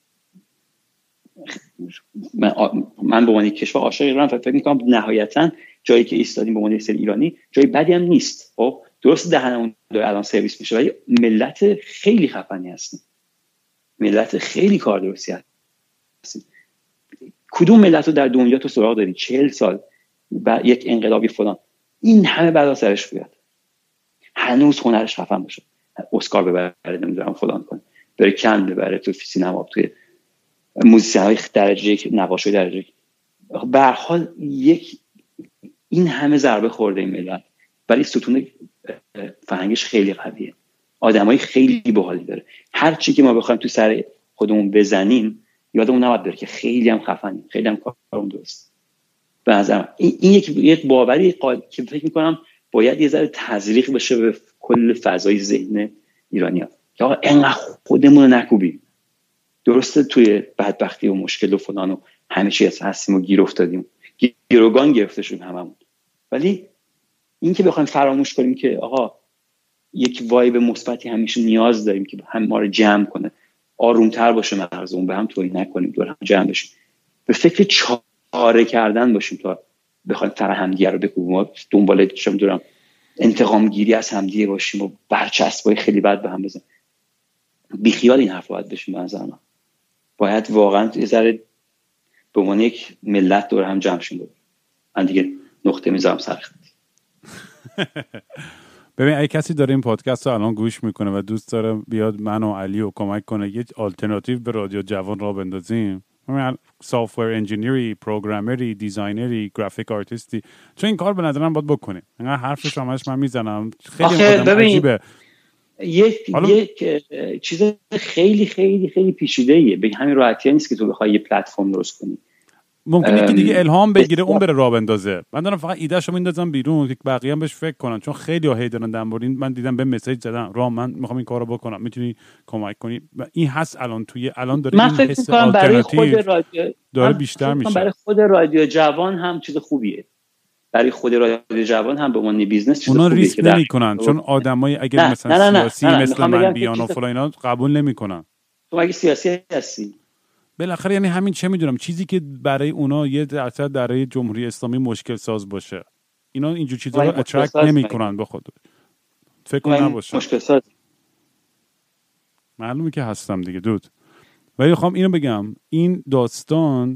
من به عنوان یک کشور عاشق ایران فکر می‌کنم نهایتاً جایی که ایستادیم به عنوان یک ایرانی جای بدی هم نیست. خب درست دهنمون داره الان سرویس میشه ولی ملت خیلی خفنی هستیم، ملت خیلی کار درستی هستیم. کدوم ملت رو در دنیا تو سراغ داری 40 سال بعد یک انقلابی فلان این همه بلا سرش بیاد هنوز هنرش خفن باشه، اسکار ببره، نمیدونم فلان کنه، بره کن ببره تو سینما، توی موزیسین‌های درجه یک، نقاشای درجه یک. به هر حال یک این همه ضربه خورده این ملت ولی ستون فرهنگش خیلی قویه، آدمای خیلی باحالی داره. هر چی که ما بخوایم تو سر خودمون بزنیم یادمون نباید بره که خیلی هم خفنیم، خیلی هم کارمون درست. به نظرم این یک باوری که فکر می‌کنم باید یه ذره تزریق بشه به کل فضای ذهن ایرانی‌ها که آقا اینقدر خودمون رو نکوبیم. درسته توی بدبختی و مشکل و فلان و همه چیز هستیم و گیر افتادیم، گیروگان گرفته شدیم هممون، ولی این که بخوایم فراموش کنیم که آقا یک وایب مثبتی همیشه نیاز داریم که هم ما رو جمع کنه، آرومتر باشه مغزمون، به هم توهین نکنیم، دور هم جمع بشیم، به فکر چاره کردن باشیم تا بخوایم سر همدیگه رو بکوبیم، دنبال چم دورم انتقام گیری از همدیگه باشیم و برچسبای خیلی بد به هم بزنیم. بیخیال این حرفا باید بشیم. به نظر من باید واقعا یه ذره به عنوان یک ملت دور هم جمع شیم. من دیگه نقطه میذارم سر خط. ببین اگه کسی داره این پادکست رو الان گوش میکنه و دوست داره بیاد من و علی رو کمک کنه یه آلترناتیو به رادیو جوان را بندازیم، همین سافت‌ور انجینیری، پروگرامری، دیزاینری، گرافیک آرتیستی، چون این کار به نظر من باید بکنیم. انقدر حرفش همش من میزنم خیلی آدم عجیبه. یک چیز خیلی خیلی خیلی پیچیده‌ایه. به همین راحتی نیست که تو بخوای یه پلتفرم درست کنی. ممکنه که دیگه الهام بگیره اون بره راه بندازه. من دارم فقط ایدهشو میندازم بیرون که بقیه هم بهش فکر کنن، چون خیلی ها دارن دنبالین. من دیدم به مسیج زدن راه من میخوام این کارو بکنم، میتونی کمک کنی. این هست الان داره این حس آلترناتیو داره بیشتر میشه. برای خود رادیو جوان هم چیز خوبیه. برای خود رادیو جوان هم به عنوان بیزنس چیز خوبیه. اونا ریسک نمیکنن چون آدمای اگه مثلا سیاسی مثل من بیان و فلان اینا قبول نمیکنن. تو اگه سیاسی هستی بالاخره یعنی همین چه میدونم چیزی که برای اونا یه درصد برای جمهوری اسلامی مشکل ساز باشه، اینا اینجور چیزا رو اترکت نمیکنن به خود. فکر کنم نباشه مشکل ساز. معلومه که هستم دیگه دود. ولی خواهم اینو بگم، این داستان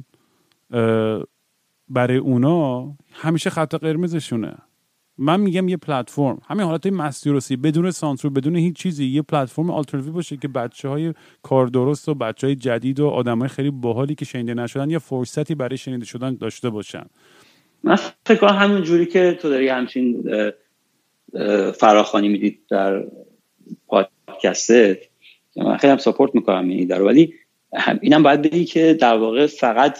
برای اونا همیشه خط قرمزشونه. من میگم یه پلتفرم، همین حالت مسیورسی بدون سانسور بدون هیچ چیزی، یه پلتفرم آلترناتیو باشه که بچه‌های کار درست و بچه‌های جدید و آدمای خیلی باحالی که شنیده نشدن یه فرصتی برای شنیده شدن داشته باشن. من فکر کنم همین جوری که تو داری همچین فراخوانی میدید در پادکستت، من خیلی هم ساپورت میکنم این ایده رو، ولی اینم باید بگی که در واقع فقط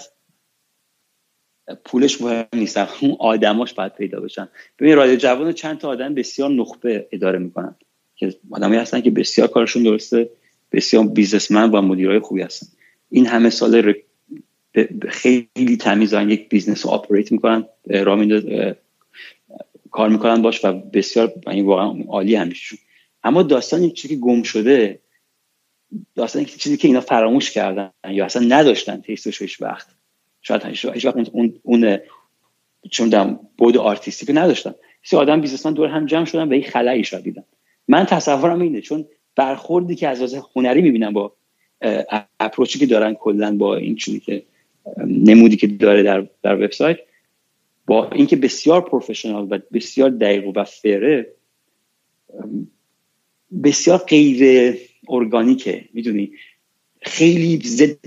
پولش مهم نیست، اون آدماش باید پیدا بشن. ببین رادیو جوان چند تا آدم بسیار نخبه اداره میکنن که آدمایی هستن که بسیار کارشون درسته، بسیار بیزنسمن و مدیرای خوبی هستن. این همه سال خیلی تمیزن یک بیزنس رو آپریت میکنن، راه میندازن، کار میکنن باش و بسیار این واقعا عالی همیشه. اما داستان این چیزی که گم شده، داستان این چیزی که اینا فراموش کردن یا اصلا نداشتن تیستش هیچ وقت، شاید هیچ وقت اون چون دم بود آرتیستی که نداشتن. سه آدم بیزنسمن دور هم جمع شدن و این خلایی شد دیدن. من تصورم اینه، چون برخوردی که از لحاظ هنری میبینم با اپروچی که دارن کلا با این چیزی که نمودی که داره در وبسایت، با اینکه بسیار پروفشنال و بسیار دقیق و فره، بسیار غیر ارگانیکه، میدونی، خیلی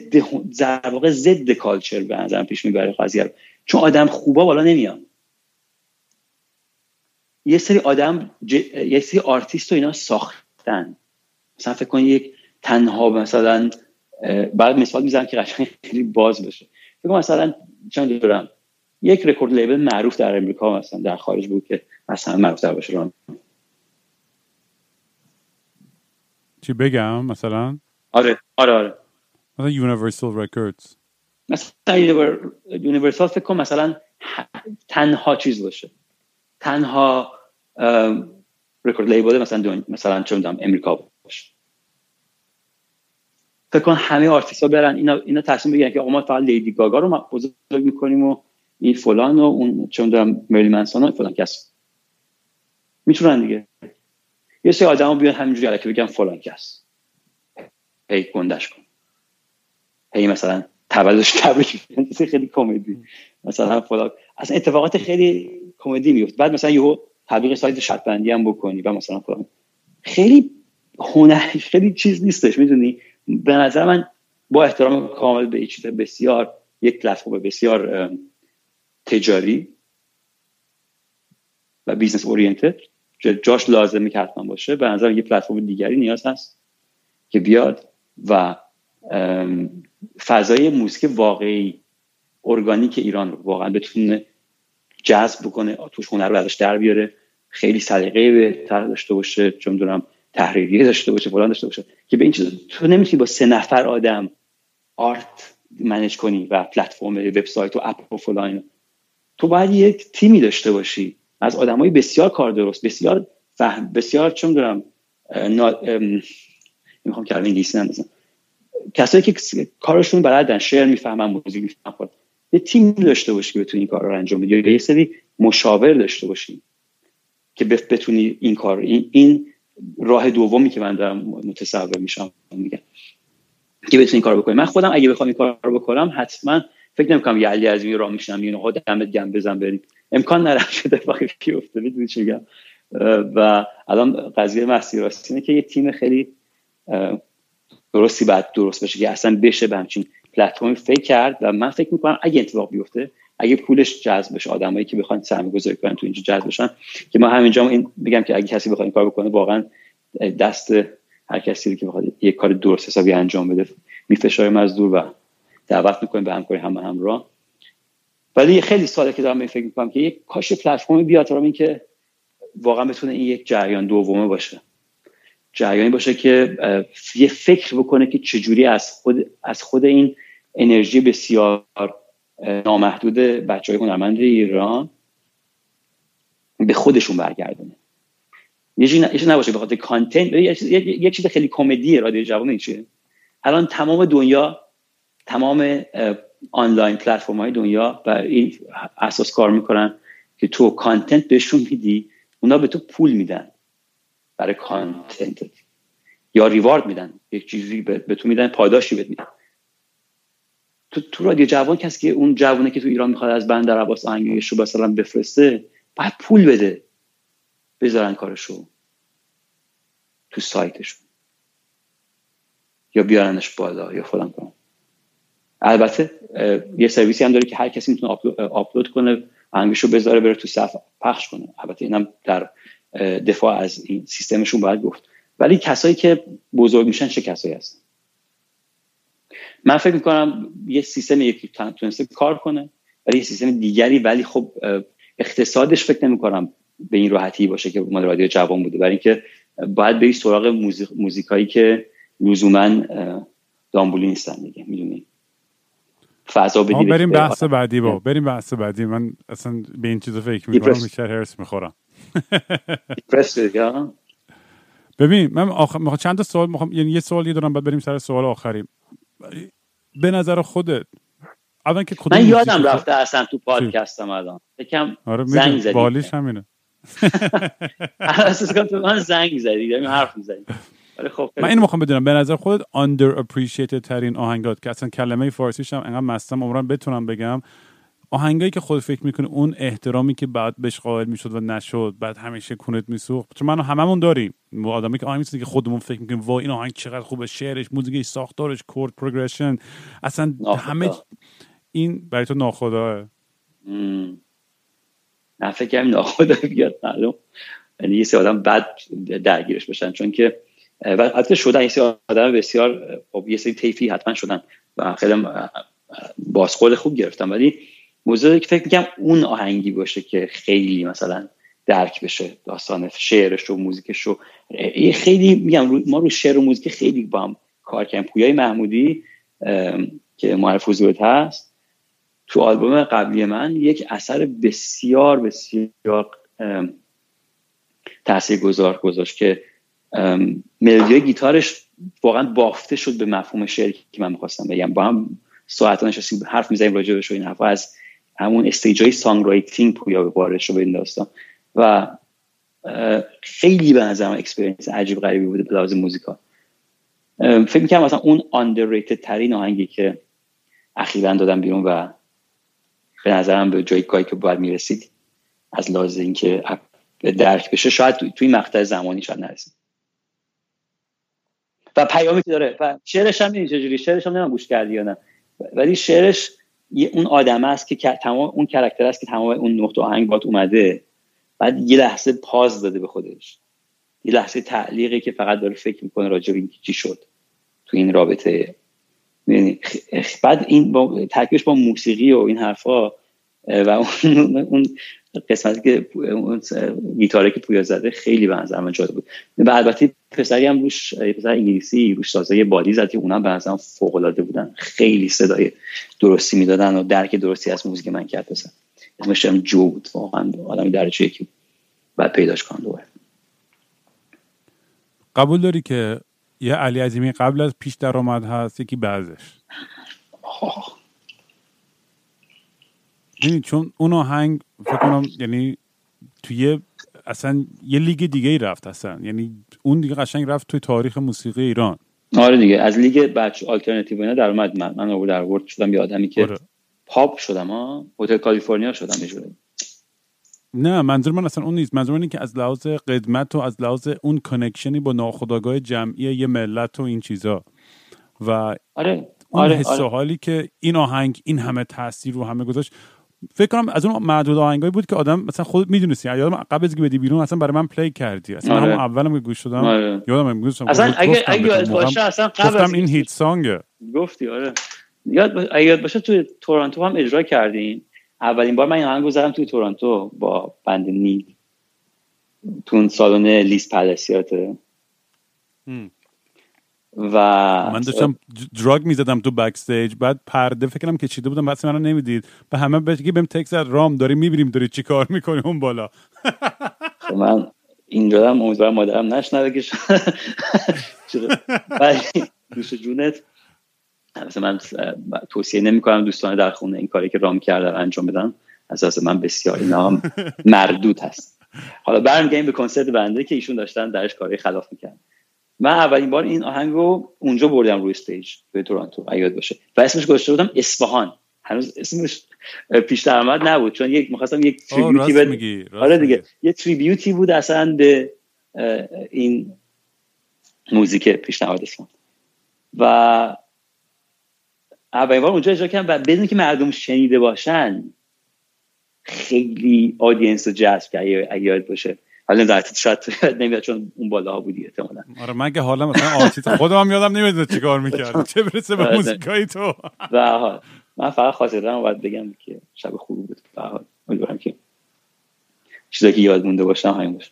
ضد کالچر به نظرم پیش میبره قضیه، چون آدم خوبا بالا نمیان. یه سری آدم یه سری آرتیست رو اینا ساختن. مثلا فکر کن یک تنها، مثلا بعد مثال میزنم که قشنگ خیلی باز بشه، فکر کن مثلا چند دارم یک رکورد لیبل معروف در امریکا مثلا در خارج بود که مثلا معروف تر باشه. چی بگم مثلا؟ آره مثلا یونیورسال رکوردز، مثلا یونیورسال فکر کن مثلا تنها چیز باشه، تنها رکورد لیبل مثلا چون دارم امریکا باشه. فکر کن همه آرتیست‌ها برن اینا تصمیم بگیرن که ما فقط لیدی گاگا رو بزرگ می‌کنیم و این فلان و اون چون دارم مریلی منسون و فلان کس میتونن دیگه. یه سری آدما بیان همینجوری الکی بگن فلان کس، هی گندش کن، هی مثلا تولدش تبریک، خیلی کمدی مثلا فلان، اصلا اتفاقات خیلی کمدی میفته. بعد مثلا یهو تبلیغ سایت شرط بندی هم بکنی و مثلا فلان، خیلی هنری، خیلی چیز نیستش، میدونی. به نظر من با احترام کامل به چیز بسیار یک پلتفرم بسیار تجاری و بیزنس اورینتد جاش لازمه که حتما باشه، به نظر یه پلتفرم دیگری نیاز هست که بیاد و فضای موسیقی واقعی ارگانیک ایران رو واقعا بتونه جذب بکنه، توش هنر رو ازش در بیاره، خیلی سلیقه بهتر داشته باشه، چون دونم تحریریه داشته باشه، فلان داشته باشه، که به این چیز تو نمیتونی با 3 نفر آدم آرت منیج کنی و پلتفرم وبسایت و اپ و فلان. تو باید یک تیمی داشته باشی از آدمای بسیار کار درست، بسیار فهم، بسیار چون دارم میخوام کلمه انگلیسی نمی‌زنم، کسایی که کارشون بلدن، شعر میفهمن، موزیک میفهمن، یه تیم داشته باشی که بتونی این کار رو انجام بدی، یا یه سری مشاور داشته باشی که بتونی این کار، این راه دومی که من دارم متصور میشم میگم که بتونی این کار بکنی. من خودم اگه بخوام این کار رو بکنم حتما فکر نمی‌کنم یه علی عظیمی راه میشم اینو خود دمت گم بزن بریم، امکان نداره شده واقعا بیفته، میدونی چی میگم. و الان قضیه مسیر راست اینه که یه تیم خیلی درستی باید درست باشه که اصلا بشه به همچین پلتفرمی فکر کرد. و من فکر میکنم اگه اتفاق بیفته، اگه پولش جذب بشه، آدمایی که بخوان سرمایه‌گذاری کنن تو اینجا جذب بشن، که ما همینجا این بگم که اگه کسی بخواد این کار بکنه واقعا دست هر کسی که بخواد یک کار درست حسابی انجام بده میفشاریم از دور و دعوت میکنیم به همکاری همراه. ولی خیلی ساله که دارم فکر میکنم که یک کاش پلتفرمی بیاد تا این که واقعا بتونه این یک جریان دومه باشه، جریانی باشه که یه فکر بکنه که چجوری از خود این انرژی بسیار نامحدود بچه‌های هنرمند ایران به خودشون برگردونه. یه چیزی نباشه بخاطر کانتنت. یک چیز خیلی کمدیه رادیو جوان. چیه الان تمام دنیا، تمام آنلاین پلتفرم‌های دنیا بر این اساس کار میکنن که تو کانتنت بهشون میدی، اونا به تو پول میدن برای کانتنت یا ریوارد میدن، یک چیزی به تو میدن، پاداشی بهت میدن. تو رادیو جوان کسی که اون جوونه که تو ایران میخواد از بندر عباس آهنگش رو مثلا بفرسته باید پول بده بذارن کارشو تو سایتشون یا بیارنش بالا یا فلان کنن. البته یه سرویسی هم داره که هر کسی میتونه آپلود کنه آهنگشو بذاره بره تو صفحه پخش کنه. البته اینم در دفاع از این سیستمشون باید گفت. ولی کسایی که بزرگ میشن چه کسایی هستن؟ من فکر میکنم یه سیستم یکی تونسته کار کنه ولی یه سیستم دیگری، ولی خب اقتصادش فکر نمیکنم به این راحتی باشه که مال رادیو جوان بوده، برای اینکه باید بری سراغ موزیکایی که لزوما دامبولی نیستن دیگه، میدونی فضا بدی. بریم بحث بعدی بریم بحث بعدی. من اصلا به این چیزا فکر میکنم بیشتر هرس میخورم. ببین من چند تا سوال میخوام، یعنی یه سوالی دارم بعد بریم سر سوال آخری. به نظر خودت الان که من یادم رفته اصلا تو پادکستم الان یکم زنگ زدی، بالیش همینه. اساسا تو من زنگ زدی داریم حرف میزنیم. ولی خب من اینو میخوام بدونم، به نظر خودت under appreciated ترین آهنگات که اصلا کلمه فارسیش هم انقدر مستم عمرم بتونم بگم، آهنگایی که خود فکر میکنه اون احترامی که بعد بهش قائل میشد و نشد، بعد همیشه کونت میسوخت. چون من هممون داریم آدمی که آهنگ میسازه که خودمون فکر میکنیم وای این آهنگ چقدر خوبه، شعرش، موزیکش، ساختارش، کورد پروگرشن، اصلا همه این برای تو ناخودآگاه. من فکر کنم ناخودآگاه بیاد معلوم، یعنی یه سری آدم بد درگیرش بشن، چون که البته شدن یه سری آدم بسیار خب یه سری طیفی حتما شدن و خیلی بازخورد خوب گرفتن، ولی موضوعی که فکر میکنم اون آهنگی باشه که خیلی مثلا درک بشه داستان شعرش و موزیکش رو. خیلی میگم ما رو شعر و موزیک خیلی با هم کار کردیم. پویای محمودی که معرف حضورت هست تو آلبوم قبلی من یک اثر بسیار بسیار تاثیرگذار گذاشت که ملودی گیتارش واقعا بافته شد به مفهوم شعری که من می‌خواستم بگم. با هم ساعت‌ها نشستیم حرف می‌زدیم راجع بهش و این حرفا، از همون استیج‌های سانگ رایتینگ پویا وارد شد به این داستان و خیلی به نظرم اکسپریانس عجیب غریبی بوده به لحاظ موزیکال. فکر می‌کنم مثلا اون underrated ترین آهنگی که اخیراً دادم بیرون و به نظرم به جایی که باید میرسید از لحاظ اینکه درک بشه، شاید تو این مقطع زمانی شاید نرسید و پیامی که داره. و شعرش هم نمیشه چجوری، شعرش هم نمیدونم گوش کردی یا نه، ولی شعرش اون آدم است که تمام اون کاراکتر است که تمام اون نقطه آهنگ بات اومده، بعد یه لحظه پاز داده به خودش، یه لحظه تعلیقی که فقط داره فکر میکنه راجع به این چی شد تو این رابطه. یعنی بعد این با ترکیبش با موسیقی و این حرفا و اون قسمتی که اون گیتاره که پویا زده خیلی به نظر من جالب بود. و البته پسری هم روش، پسر انگلیسی روش سازای بادی زد که اونم به نظرم فوق العاده بودن، خیلی صدای درستی میدادن و درک درستی از موزیک من کرد. پسر اسمش هم جو بود، واقعا آدمی درجه یکی بعد پیداش کنم دوباره. قبول داری که یه علی عظیمی قبل از پیش درآمد هست، یکی بعدش؟ یعنی چون اون آهنگ فکر کنم یعنی توی اصلا یه لیگ دیگه ای رفت اصلا، یعنی اون دیگه قشنگ رفت توی تاریخ موسیقی ایران. آره دیگه، از لیگ بچ آلترناتیو اینا در اومد. من در ورد شدم یه آدمی که پاپ شدم، هتل کالیفرنیا شدم یه جوری. نه منظور من اصلا اون نیست، منظور اینه که از لحاظ قدمت و از لحاظ اون کانکشنی با ناخودآگاه جمعی یه ملت و این چیزا و اون حس و حالی که این آهنگ این همه تاثیر رو همه گذاشت، فکر کنم از اون معدود آهنگایی بود که آدم مثلا خودت میدونستی، یادم قبل از اینکه بدی بیرون اصلا برای من پلی کردی، اصلا آره. همون اولم که گوش دادم یادم میاد اصلا اگه یاد باشه اصلا قبل گفتم این هیت سانگه گفتی. آره یاد باشه توی تورنتو هم اجرا کردیم. اولین بار من این آهنگو زدم توی تورنتو با بند نیل تو اون سالن لیس پالاسیات و من داشتم دراگ میزدم تو بک استیج، بعد پرده فکرم که چیده بودم، بس منو نمیدید، به همه بهم تکست زد رام داری میبینیم داری چی کار میکنی اون بالا. من اینجا دارم امیدوارم مادرم نشنوه که ولی دوست جونت مثلا من توصیه نمیکنم دوستان در خونه این کاری که رام کردن انجام بدن، اساس من بسیار اینا مردود هست. حالا برمیگردیم به کنسرت بنده که ایشون داشتن درش کاری خلاف میکنن. من اولین بار این آهنگو اونجا بردم روی استیج توی تورنتو یاد باشه و اسمش گذاشته بودم اصفهان. هنوز اسمش پیش درآمد نبود چون می‌خواستم یک تریبیوتی بدم. آره دیگه یه تریبیوتی بود اصلا به این موزیک پیشنهاد اسم. و اولین بار اونجا اجرا کردم و بدون که مردم شنیده باشن خیلی آدینس رو جذب کرد یاد باشه. حالا در شاید نمیاد چون اون بالاها بودی احتمالاً. آره من که حالا مثلا آرتیست خودم هم یادم نمیاد چیکار می‌کردم چه برسه به موزیکای تو. به هر حال من فقط خاطرم باید بگم که شب خوبی بود. به هر حال امیدوارم که چیزایی که یاد مونده باشم همین باشه.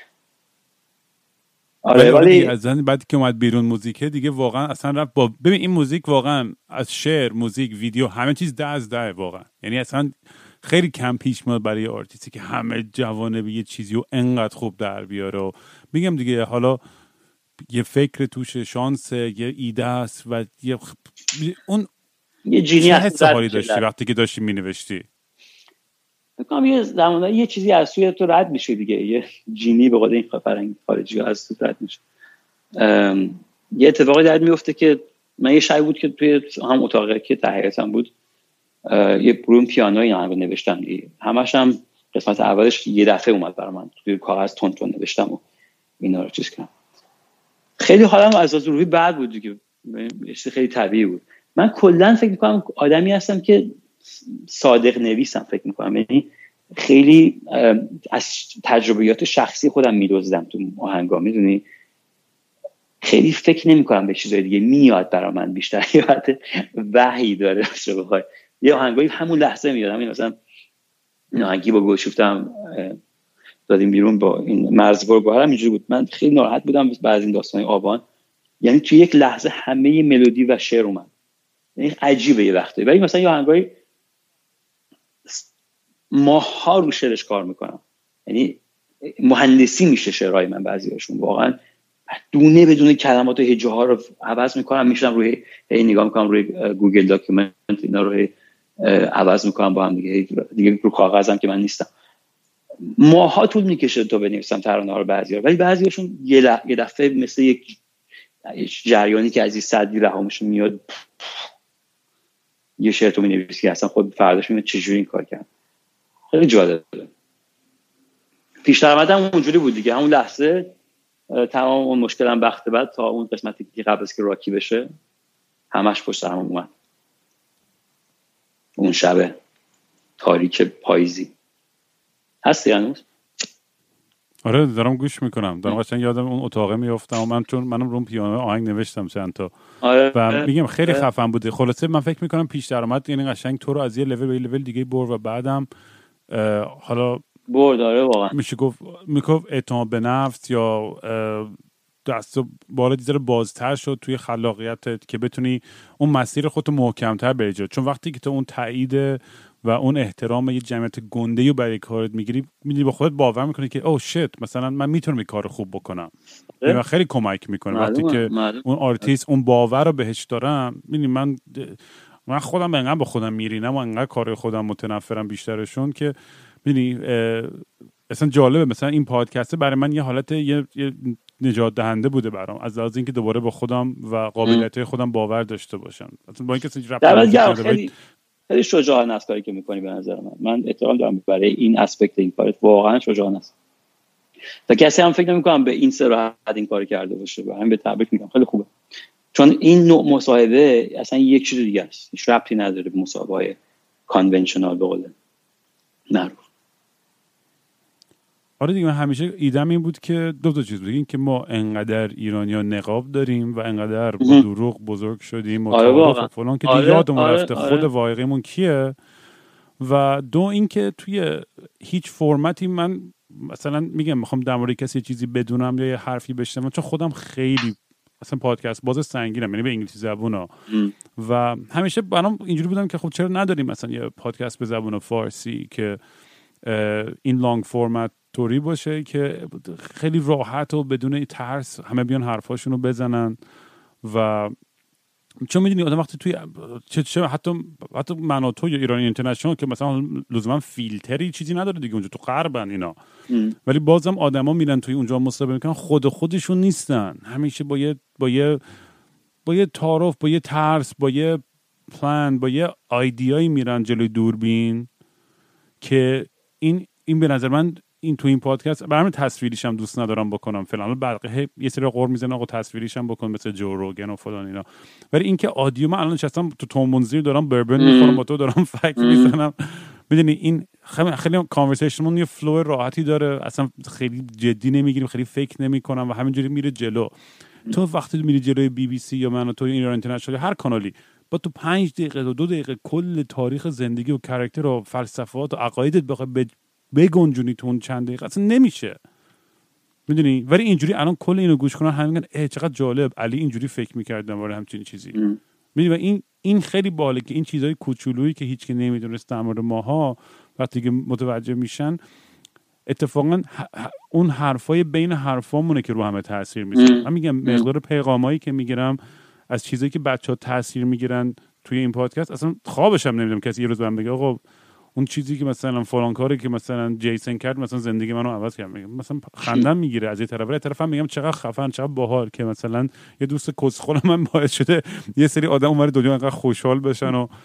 آره ولی از بعد که اومد بیرون موزیک دیگه واقعا اصلا رفت با ببین این موزیک واقعا از شعر، موزیک، ویدیو همه چیز 10 از 10 واقعا. یعنی اصلا خیلی کم پیش میاد برای آرتیستی که همه جوانه یه چیزی رو انقدر خوب در بیاره و میگم دیگه حالا یه فکر توش، شانس، یه ایده است و اون یه جینی هست حالی داشتی وقتی که داشتی مینوشتی. میگم یه زمانه یه چیزی از توی تو رد میشه دیگه، یه جینی به قول این فرهنگ خارجی از تو رد میشه. یه اتفاقی در میفته که من یه شب بود که توی هم اتاقی که تحقیقاتم بود یه روم پیانو اینا رو نوشتم دیگه، همش هم قسمت اولش یه دفعه اومد برای من توی کاغذ تون نوشتم و اینا رو چیز کردم. خیلی حالم از روحی بد بود دیگه، خیلی طبیعی بود. من کلا فکر می‌کنم آدمی هستم که صادق نویسم، فکر می‌کنم یعنی خیلی از تجربیات شخصی خودم می‌دزدم تو آهنگا، میدونی خیلی فکر نمی‌کنم به چیزای دیگه، میاد برای من بیشتر یاد وحی داره باشه. بخوای یه آهنگایی همون لحظه میاد. همین مثلا آهنگی با گوشفتم دادیم بیرون با این مرزبرگ هم اینجوری بود. من خیلی ناراحت بودم بعد از این داستان آبان، یعنی تو یک لحظه همه ملودی و شعر اومد. یعنی عجیبه یه وقته. ولی مثلا یه آهنگایی ماها رو شعرش کار میکنم، یعنی مهندسی میشه شعرهای من بعضیاشون واقعا دونه بدون کلمات و هجه ها رو عوض میکنم، میشم روی نگاه میکنم روی گوگل داکیومنت اینا رو عوض میکنم با هم دیگه رو کاغذم که من نیستم. ماها طول میکشه تا بنویسم ترانه‌ها رو بعضی‌ها، ولی بعضیاشون یه دفعه مثل یک جریانی که از این صدی رهامش میاد یه شعر تو می‌نویسی که اصلا خود فرداش میاد چجوری این کار کرد. خیلی جالبه. پیش درآمدم اونجوری بود دیگه، همون لحظه تمام اون مشکلم بخت بعد تا اون قسمتی که قبل از که راکی بشه همش پشت هم اومد. اون شب تاریک پاییزی هستی هنوز؟ آره دارم گوش میکنم، دارم قشنگ یادم اون اتاقه میافتم و من چون منم روم پیانو آهنگ نوشتم چند تا. آره. و میگم خیلی خفن بوده. خلاصه من فکر میکنم پیش درآمد یعنی قشنگ تو رو از یه لول به یه لول دیگه برد و بعدم حالا برد. آره واقعا میشه گفت اعتماد به نفس یا دست بالا دیگه بازتر شد توی خلاقیتت که بتونی اون مسیر خودتو محکم‌تر بری جلو. چون وقتی که تو اون تایید و اون احترام یه جمعیت گنده‌ای رو برای کارت میگیری با خودت باور میکنی که اوه شت مثلا من میتونم این کارو خوب بکنم. این خیلی کمک میکنه وقتی که اون آرتیست اون باور رو بهش دارم. میدونی من خودم انقدر با خودم میرینم و انقدر کار خودم متنفرم بیشترشون که میدونی اصلا جالبه. مثلا این پادکست برای من یه حالت یه نجات دهنده بوده برام، از لحاظ اینکه دوباره با خودم و قابلیت‌های خودم باور داشته باشم. مثلا با اینکه خیلی شجاعانه است کاری که می‌کنی به نظر من احترام دارم برای این اسپکت این کارت، واقعا شجاعانه است. تا کسی هم فکر نمی‌کنم به این صراحت این کارو کرده باشه. و همین به تبریک میگم، خیلی خوبه. چون این نوع مصاحبه اصلا یک چیز دیگه است، هیچ ربطی نداره به مصاحبه‌های کانونشنال به قول معروف. آره دیگه، من همیشه ایدم این بود که دو تا چیز بود، این که ما انقدر ایرانی‌ها نقاب داریم و انقدر با دروغ بزرگ شدیم و تعارف و فلان که دیگه یادمون رفته خود واقعیمون کیه. و دو این که توی هیچ فرمتی من مثلا میگم میخوام در مورد کسی چیزی بدونم یا یه حرفی بشنوم، چون خودم خیلی اصلا پادکست باز سنگینم، یعنی به انگلیسی زبونا و همیشه برام اینجوری بودم که خب چرا نداریم مثلا یه پادکست به زبان فارسی که این لانگ فرمت توری باشه که خیلی راحت و بدون ترس همه بیان حرفاشونو بزنن. و چون میدونی آدم وقتی توی چه حتی من و تو یا ایرانی اینترنشنال که مثلا لزوما فیلتری چیزی نداره دیگه، اونجا تو غربن اینا ولی بازم آدما میرن توی اونجا مصاحبه میکنن، خودشون نیستن، همیشه با یه تعارف، با یه ترس، با یه پلان، با یه ایدیایی میرن جلوی دوربین که این به نظر من این تو این پادکست برام تصویریش هم دوست ندارم بکنم فلان، بلکه یه سری قور میزنه آقا تصویریش هم بکن مثل جو روگن و فلان اینا، ولی این که آدیو من الان نشستم تو تومونزیر دارم بربن میخورم با تو دارم فک میزنم، میدونی این خیلی کانورسیشنمون یه فلو راحتی داره، اصلا خیلی جدی نمیگیریم، خیلی فکر نمیکنم و همینجوری میره جلو. تو وقتی میری جلوی بی بی سی یا من و تو ایران اینترنشنال هر کانالی با تو 5 دقیقه و 2 دقیقه کل تاریخ زندگی و کاراکتر و فلسفات و عقایدت بخوای بگنجونی تو اون چند دقیقه اصلا نمیشه، میدونی. ولی اینجوری الان کل اینو گوش کنن همین میگن چقدر جالب علی اینجوری فکر می‌کرد درباره همچین چیزی، میدونی. و این خیلی باحاله که این چیزای کوچولویی که هیچ کی نمیدونست در مورد ماها وقتی که متوجه میشن اتفاقا اون حرفای بین حرفامونه که رو همه تاثیر میذاره. من میگم مقدار پیغامایی که میگیرم از چیزایی که بچه‌ها تاثیر میگیرن توی این پادکست اصلا خوابش هم نمیدونم کسی یه روز بهم بگه آقا اون چیزی که مثلا فلان کاری که مثلا جیسن کرد مثلا زندگی منو عوض کرد، میگم مثلا خندم میگیره از یه طرف، ولی طرفم میگم چقدر خفن، چقدر باحال که مثلا یه دوست کسخل من باعث شده یه سری آدم اونور دنیا انقدر خوشحال بشن و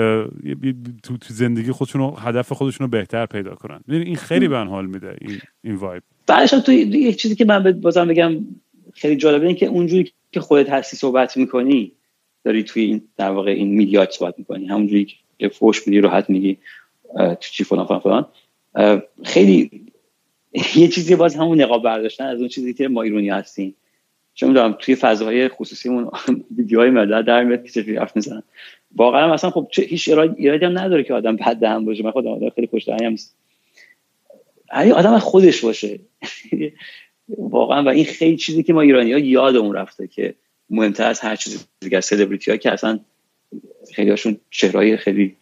تو زندگی خودشونو هدف خودشونو بهتر پیدا کنن. این خیلی به حال میده این وایب. بعدش تو یک چیزی که من بازم بگم خیلی جالبه این که اونجوری که خودت هستی صحبت میکنی داری توی این در واقع این میدیات صحبت میکنی، همونجوری که فوش میدی راحت میگی تو چی فلان خیلی یه چیزی باز همون نقاب برداشتن از اون چیزی که ما ایرانی هستیم. چون میدونم توی فضاهای خصوصیمون ویدیوهای مدت در میاد که چجوری حرف میزنن، واقعا مثلا خب هیچ ایرادی هم نداره که آدم بد دهن باشه، من خودم آدم خیلی خوش دهنی هم نیست، آدم خودش باشه واقعا. و این خیلی چیزی که ما ایرانی‌ها یادمون رفته که مهمتر از هر چیز دیگه سلبریتی‌ها که اصلا خیلی هاشون چهره‌های خیلی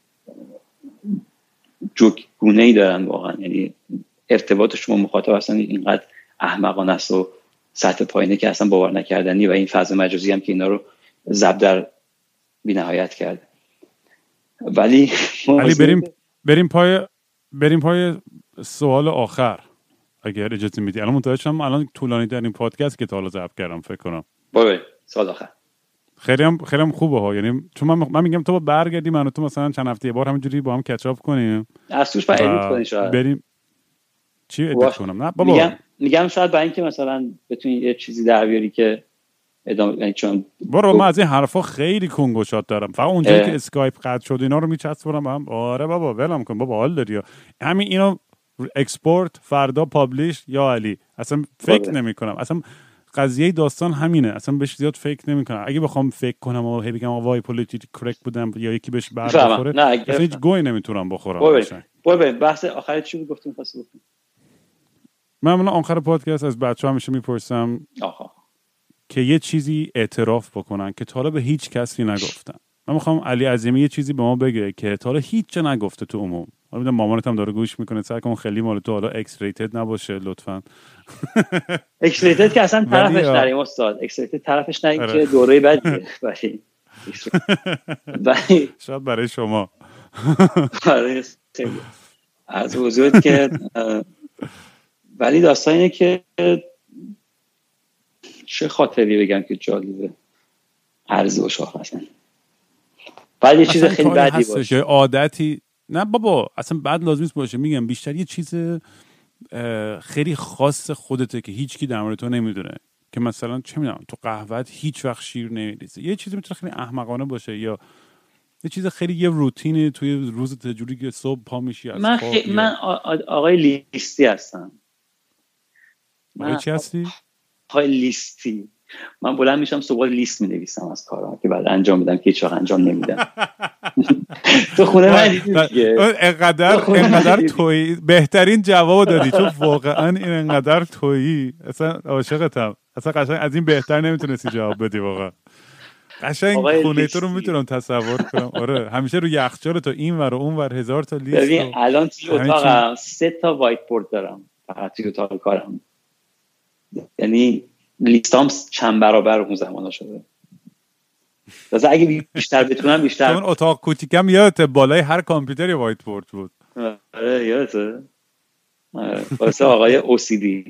جوکگونه‌ای دارن واقعا، یعنی ارتباط شما مخاطب اصلا اینقدر احمقانه است و سطح پایینه که اصلا باور نکردنی، و این فضا مجازی هم که اینا رو ضرب در بی‌نهایت کرده. ولی بریم پای سوال آخر اگر اجازه میدی. الان متوجه شدم الان طولانی ترین پادکست که تا حالا ضبط کردم فکر کنم. سوال آخر خیلی هم خوبه ها، یعنی چون من میگم تو برگردی من و تو مثلا چند هفته یه بار همینجوری با هم کچاپ کنیم، از توش ادیت کنیم، شاید بریم چی ادیت کنم. نه بابا میگم شاید برای اینکه مثلا بتونی یه چیزی در بیاری که ادامه، یعنی چون برو من از این حرفا خیلی کنگوشات دارم، فقط اونجایی که اسکایپ قطع شد اینا رو میچسبونم هم. آره بابا ولم کن بابا، حال داری همین اینو اکسپورت فردا پابلیش یا علی، اصلا فکر نمی‌کنم اصلا قضیه داستان همینه، اصلا بهش زیاد فکر نمی‌کنم. اگه بخوام فکر کنم و هی بگم وای پولیتیک کرکت بودم یا یکی بهش برخوره اصلا هیچ گوی نمیتونم بخورم. برو بحث آخرت چی بود گفتیم خواستم گفتم. من آخر پادکست از بچه‌ها همیشه میپرسم که یه چیزی اعتراف بکنن که تا حالا به هیچ کسی نگفتن. من میخوام علی عظیمی یه چیزی به ما بگه که تا حالا هیچ جا نگفته تو عموم. حالا مامانت هم داره گوش میکنه، سعی کن خیلی مال تو حالا ایکس ریتد نباشه لطفاً. ایکس ریتد که اصلا طرفش نریم استاد، ایکس ریتد طرفش نریم که دوره بعدیه ولی شاید برای شما از وجود که ولی داستان اینه که چه خاطری بگم که جالبه عرض و شاخ مثلا، بعد یه چیز خیلی بدی باشه عادتی نه بابا اصلا بد لازم نیست باشه، میگم بیشتر یه چیز خیلی خاص خودته که هیچ کی در مورد تو نمیدونه، که مثلا چه میدونم تو قهوه‌ت هیچ وقت شیر نمیریزه، یه چیزی میتونه خیلی احمقانه باشه یا یه چیز خیلی یه روتینی توی روزت، جوری که صبح پا میشی از خواب. من آقای لیستی هستم. آقای چی هستی؟ آقای لیستی. من بلند میشم صبح لیست مینویسم از کارام که بعد انجام میدم که هیچ وقت انجام نمیدم. تو خونه من دیگه اینقدر تویی بهترین جواب دادی، چون واقعا این اینقدر تویی اصلا عاشقتم. اصلا قشنگ از این بهتر نمیتونستی جواب بدی واقعا. قشنگ خونه تو رو میتونم تصور کنم. آره همیشه رو یخچال تو این ور و اون ور 1000 تا لیست. ببین الان توی اتاقم 3 تا وایت بورد دارم فقط توی اتاق کارم، یعنی لیستام چند برابر اون زمانا شده. واسه اگه بیشتر بتونم بیشتر. اون اتاق کوچیکم یادت بالای هر کامپیوتری وایت بورد بود. آره یادته. واسه آقای OCD.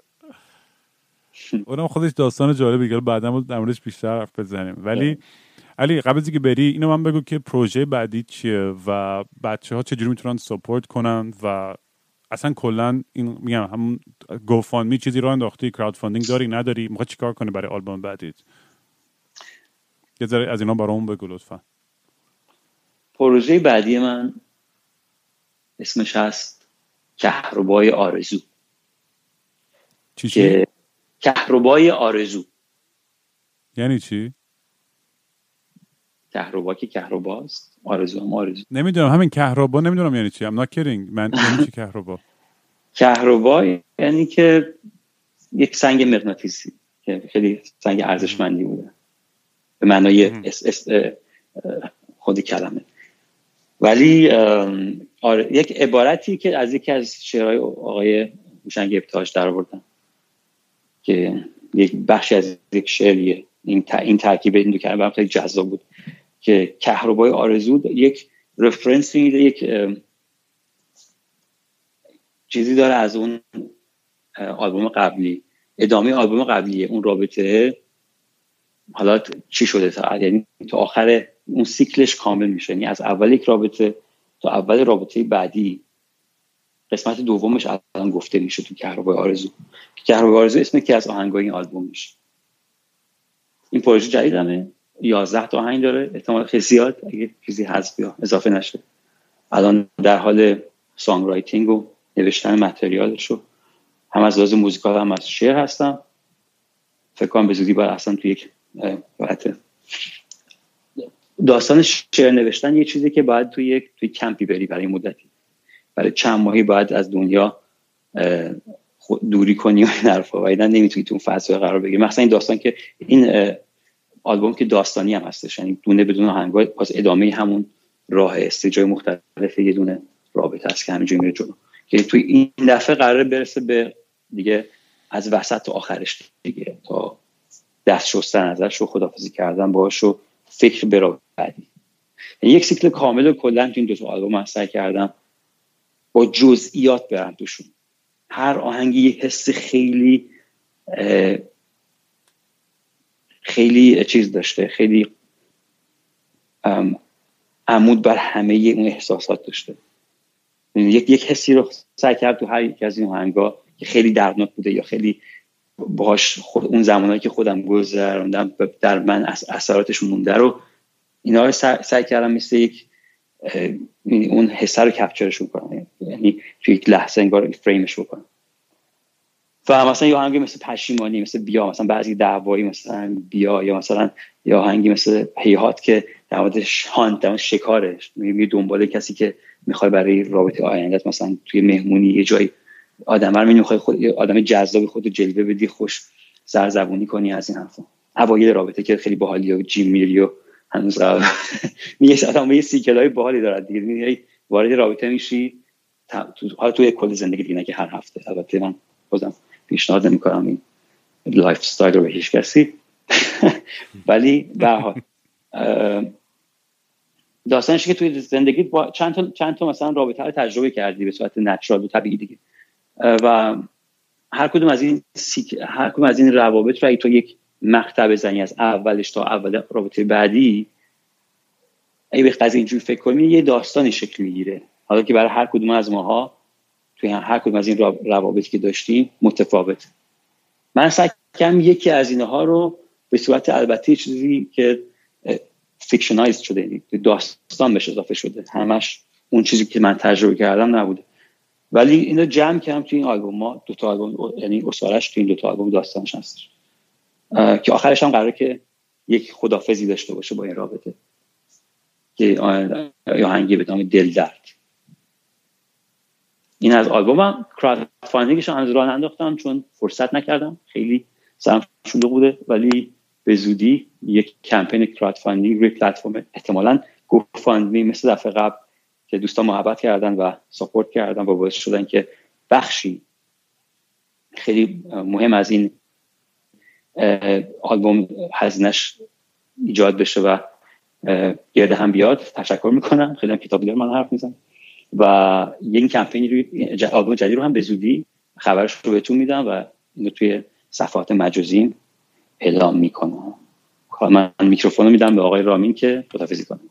اونم خودش داستان جالبی که بعداً در موردش بیشتر حرف بزنیم. ولی علی قبل از اینکه بری اینو من بگو که پروژه بعدی چیه و بچه‌ها چجوری میتونن ساپورت کنن و اصلا کلا این میگم همون گوفاندمی چیزی راه انداختی، کراود فاندینگ داری نداری، میخوای چیکار کنی برای آلبوم بعدیت؟ یه ذره از اینا برامون بگو لطفا. پروژه بعدی من اسمش هست کهربای آرزو. چی؟ کهربای آرزو یعنی چی؟ کهربا که کهرباست، آرزو هم آرزو. نمیدونم همین کهربا نمیدونم یعنی چی. I'm not kidding. من یعنی چی کهربا؟ کهربا یعنی که یک سنگ مغناطیسی که خیلی سنگ ارزشمندی بوده به معنای خود کلمه. ولی یک عبارتی که از یکی از شعرهای آقای هوشنگ ابتهاج در آوردن که یک بخشی از یک شعریه، این ترکیب این دو کلمه برام خیلی جذاب بود که کهربای آرزو یک رفرنس میده، یک چیزی داره از اون آلبوم قبلی، ادامه آلبوم قبلیه. اون رابطه حالا چی شده تا یعنی تا آخر اون سیکلش کامل میشه، یعنی از اول یک رابطه تا اول رابطه بعدی. قسمت دومش الان گفته میشه تو کهربای آرزو. کهربای آرزو اسم یکی از آهنگای این آلبوم میشه. این پروژه جدیدمه، 11 تا آهنگ داره، احتمال خیلی زیاد اگه چیزی حذف یا اضافه نشه. الان در حال سانگ رایتینگ و نوشتن متریالشو، هم از لحاظ موزیکال هم از شعر هستم. فکر کنم به زودی باید اصلا توی یک وقت داستان شعر نوشتن یه چیزی که باید توی کمپی بری برای مدتی، برای چند ماهی باید از دنیا دوری کنی و این حرفا، و اینا نمیتونی تو اون فضا قرار بگیری. مثلا این داستان که این آلبوم که داستانی هم هستش، یعنی دونه بدون آهنگای پس ادامه همون راه استیجای مختلف یه دونه رابطه است که همینجوری میره جلو، که توی این دفعه قراره برسه به دیگه از وسط تا آخرش دیگه، تا دست شستن ازش و خداحافظی کردن باهاش و فکر به بعدی. یعنی یک سیکل کامل و کلا تو این دو تا آلبوم من سعی کردم با جزئیات برم توشون. هر آهنگی یه حس خیلی خیلی چیز داشته، خیلی عمود بر همه اون احساسات داشته. یک حسی رو سعی کردم تو هر یک از این آهنگا که خیلی دردناک بوده یا خیلی باهاش اون زمانایی که خودم گذروندم در من اثراتش مونده رو، اینا رو سعی کردم مثل یک اون حس رو کپچرشون کنم، یعنی توی یک لحظه انگار فریمش بکنم. و مثلا یه آهنگی مثل پشیمانی، مثل بیا، مثلا بعضی دعوایی مثلا بیا، یا مثلا یه آهنگی مثل هیهات که در مورد هانت، شکارش، میگه دنبال کسی که میخواد برای رابطه آیندهت مثلا توی مهمونی یه جایی آدم رو میخوای خود آدم جذاب خودت جلوه بدی، خوش زرزبونی کنی از این حرفا. اوایل رابطه که خیلی باحالیه و جیم میری و هنوز میگه آدم یه سیکلای باحالی داره دیگه، میگه وارد رابطه میشی حالا توی کل زندگی دیگه، نه که هر هفته. البته من بازم پیشنهاد نمی‌کنم این لایف استایل رو به هیچ کسی، ولی به هر حال داستانش که توی زندگی با چند تا مثلا رابطه رو تجربه کردی به صورت نچرال و طبیعی دیگه، و هر کدوم از این روابط رو تو یک مقطع بزنی از اولش تا اول رابطه بعدی، اگه به قضیه اینجوری فکر کنی یه داستانی شکل میگیره. حالا که برای هر کدوم از ماها توی هر کدوم از این روابطی که داشتیم متفاوت. من سعی کردم یکی از اینها رو به صورت البته چیزی که فیکشنایز شده، داستان بهش اضافه شده، همش اون چیزی که من تجربه کردم نبوده. ولی اینو جمع کردم توی این آلبوم. ما 2 تا آلبوم، یعنی اسارش توی این 2 تا آلبوم داستانش هست که آخرش هم قراره که یک خدافظی داشته باشه با این رابطه، که آهنگی به نام دل درد. این از آلبومم. کراود فاندینگش رو هنوز راه ننداختم چون فرصت نکردم، خیلی سرم شلوغ بوده، ولی به زودی یک کمپین کراود فاندینگ روی پلتفرم احتمالاً گوفاندمی مثل دفعه قبل که دوستان محبت کردن و ساپورت کردن و باعث شدن که بخشی خیلی مهم از این آلبوم هزینه‌اش ایجاد بشه و گرده هم بیاد. تشکر میکنم. خیلی هم کتاب بیار من حرف میزنم و این کمپین روی آلبوم جدید رو هم به زودی خبرش رو بهتون میدم و اینو توی صفحات مجازیم اعلام میکنم. من میکروفون رو میدم به آقای رامین که خداحافظی کنه.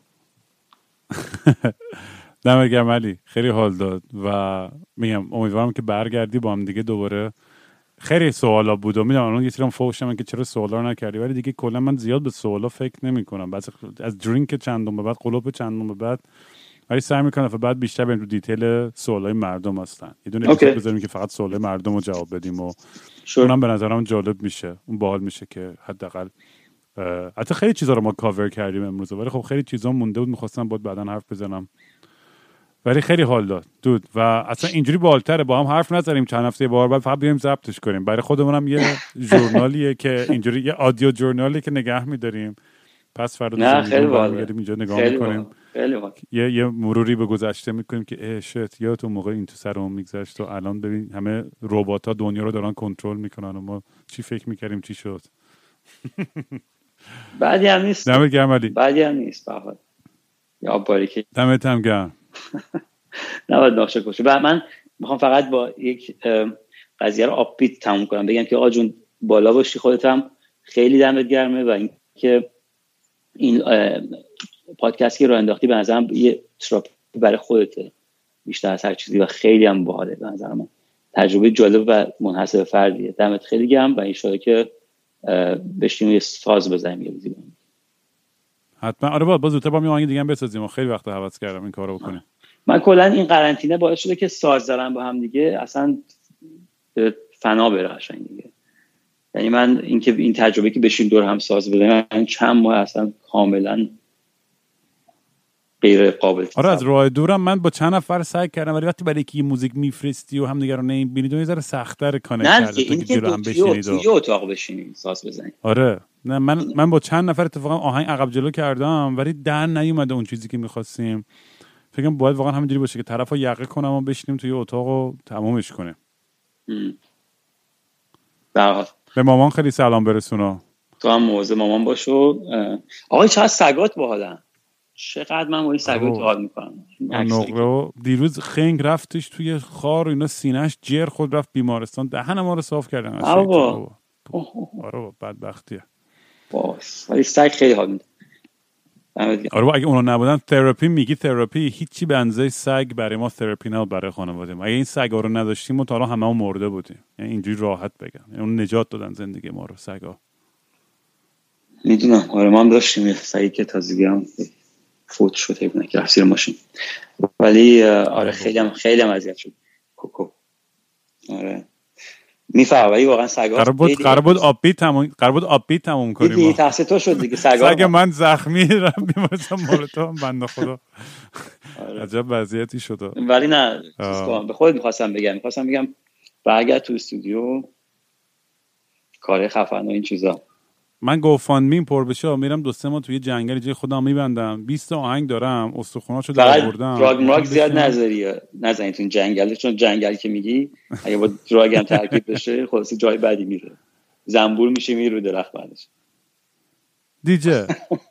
دمت گرم علی، خیلی حال داد و میگم امیدوارم که برگردی با هم دیگه دوباره. خیلی سوالا بود و میدونم الان یه سری فوشم که چرا سوالا رو نکردی، ولی دیگه کلا من زیاد به سوالا فکر نمی‌کنم، بس از درینک چندم به بعد قلوب چندم به بعد، ولی سعی می‌کنم بعد بیشتر بریم رو دیتیل سوالای مردم هستن، یه دونه اپیزود بذاریم که فقط سوالای مردم رو جواب بدیم و اونم به نظرم جالب میشه، اون باحال میشه که حداقل حتی خیلی چیزا رو ما کاور کردیم امروز، ولی خب خیلی چیزا مونده بود می‌خواستم باید بعداً حرف بزنم، ولی خیلی حال داد دود و اصلا اینجوری بالتره با هم حرف نزنیم چند هفته بار بعد فقط بیایم ضبطش کنیم. برای خودمونم یه ژورنالیه که اینجوری یه آدیو ژورنالی که نگه می‌داریم، پس فردا برمیگردیم اینجا نگاه می‌کنیم، یه مروری به گذشته می‌کنیم که شت یا تو موقع این تو سرمون میگذشت و الان ببین همه ربات‌ها دنیا رو دارن کنترل میکنن و ما چی فکر می‌کردیم چی شد. بعدی هم نیست. دمت گرم علی. بعدی هم نیست بابا. یا باریکه. دمت هم گرم. نباید ناخشه باشه. من میخوام فقط با یک قضیه رو آپیت تموم کنم، بگم که آقا جون بالا باشی، خودت هم خیلی دمت گرمه و اینکه این پادکستی رو انداختی به نظرم یه تراپی برای خودته بیشتر از هر چیزی و خیلی هم باحاله به نظر من، تجربه جالب و منحصر به فردیه. دمت خیلی گرم و ان شاءالله که بشینیم یه ساز بزنیم یه روزی. حتما آره با زودتر با می آهنگ دیگه هم بسازیم، خیلی وقت حواس کردم این کارو بکنیم. من کلا این قرنطینه باعث شده که ساز دارن با هم دیگه اصلا فنا بره قشنگ دیگه. یعنی من اینکه این تجربه که بشین دور هم ساز بزنیم من چند ماه اصلا کاملا غیر قابل. آره از راه دورم من با چند نفر سعی کردم، ولی وقتی برای کی موزیک میفرستی و هم دیگه رو نمیبینید یه ذره سخت‌تر کانکت کرده تا که جلو هم بشینید و توی اتاق بشینید ساز بزنید. آره نه من با چند نفر اتفاقا آهنگ عقب جلو کردم ولی در نیومده اون چیزی که می‌خواستیم. فکر کنم باید واقعا همینجوری باشه که طرفو یقه کنم و بشینیم توی اتاق و تمومش کنیم. به مامان خیلی سلام برسونا. تو هم موضوع مامان باشو. آقای چقدر سگات باحالن، چقدر من با این سگات حال میکنم. نقره دیروز خنگ رفتش توی خار و اینا سینه‌اش جر خود رفت بیمارستان، دهن ما رو صاف کردن. آره بدبختیه. باس ولی سگ خیلی حال میده. آره اگه اونا نبودن تراپی میگی تراپی هیچی به اندازه سگ برای ما تراپی نه برای خانواده ما. اگه این سگا رو نداشتیم ما تا الان هممون مرده بودیم. یعنی اینجوری راحت بگم، یعنی اون نجات دادن زندگی ما رو سگا. میدونم آره ما هم داشتیم یه سگی که تازگی هم فوت شد اینا که رفت زیر ماشین، ولی آره خیلی هم اذیت شد کوکو. آره میفهمم ولی واقعا سگا قرار بود آپی تموم کنیم. دیگه تقصیر تو شد دیگه. سگ من زخمی رفتم بیمارستان مولتو بنده خدا. عجب وضعیتی شد. ولی نه به خودت می‌خواستم بگم برگرد تو استودیو کار خفن و این چیزا. من گوفاندمیم پر بشه میرم 2-3 ماه توی جنگل جای خودم میبندم، 20 آهنگ دارم، استخوناشو درآوردم. دراگ زیاد نزنید تو جنگل، چون جنگل که میگی اگه با دراگ هم ترکیب بشه خلاص جای بدی میره، زنبور میشه میره رو درخت بعدش. دیجه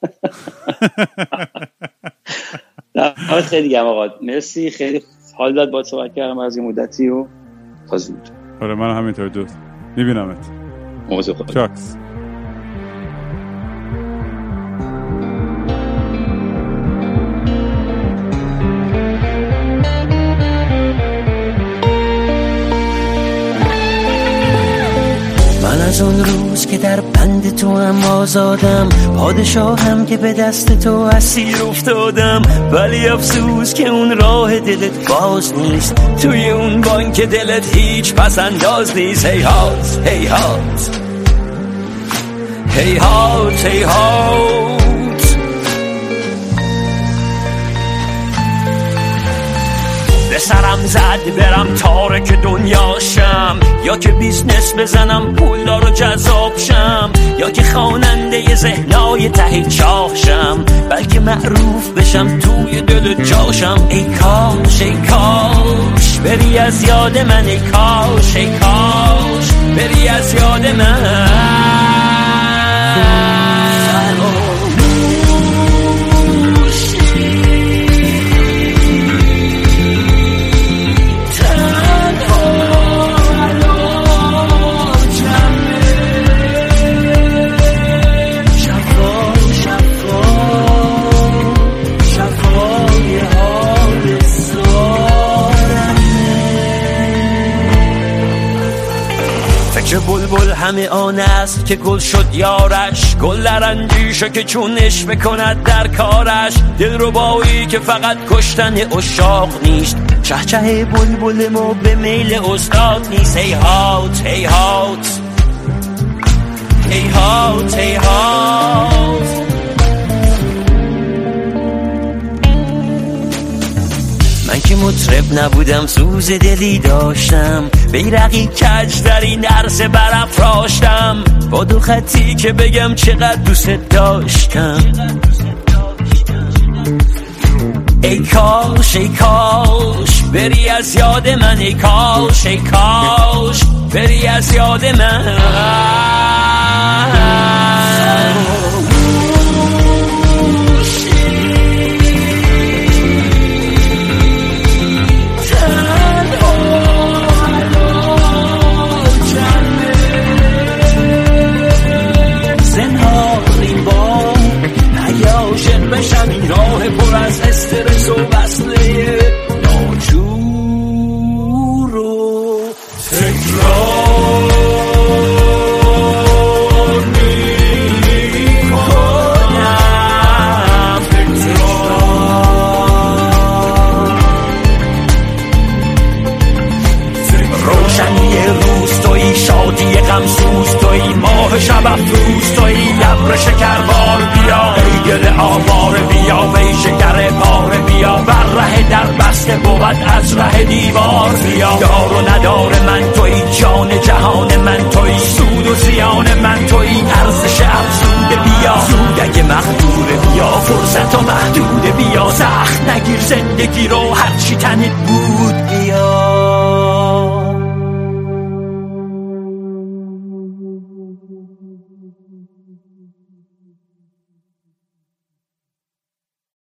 نه خیلی گم آقا مرسی، خیلی حال داد با صحبت کردم از این مدتی و تا زود. آره من همینطور دوست میبینمت. موضوع خود چاکس. من از اون روز که در بند تو هم آزادم، پادشاهم که به دست تو اسیر افتادم. ولی افسوس که اون راه دلت باز نیست، توی اون بانک دلت هیچ پس انداز نیست. هیهات هیهات هیهات هیهات. به سرم زد برم تارک دنیاشم، یا که بیزنس بزنم پولدار و جذاب شم، یا که خواننده ذهنای ته چاهشم، بلکه معروف بشم توی دل جاشم. ای کاش ای کاش بری از یاد من، ای کاش ای کاش بری از یاد من. چه بلبل همه آن است که گل شد یارش، گل در اندیشه که چونش بکند در کارش. دلربایی که فقط کشتن عشاق نیست، چهچه بلبل ما به میل استاد نیست. هیهات هیهات هیهات هیهات. من که مطرب نبودم سوز دلی داشتم، بیرقی کج در این عرصه برافراشتم، با دو خطی که بگم چقدر دوست داشتم. ای کاش ای کاش بری از یاد من، ای کاش ای کاش بری از یاد من. بشم این راه پر از استرس و وصله ناجور و تکرار میکنم. روشنی روز تویی، شادی غمسوز تویی، ماه شب افروز تویی، ابر شکربار بیا، ای گل آوار بیا، وی شکر بار بیا، بر ره در بسته بود از ره دیوار بیا. دار و ندار من تویی، جان جهان من تویی، سود و زیان من تویی، ارزش افزوده بیا. سود اگه مقدوره بیا، فرصت و محدوده بیا، سخت نگیر زندگی رو هرچی تنت بود بیا.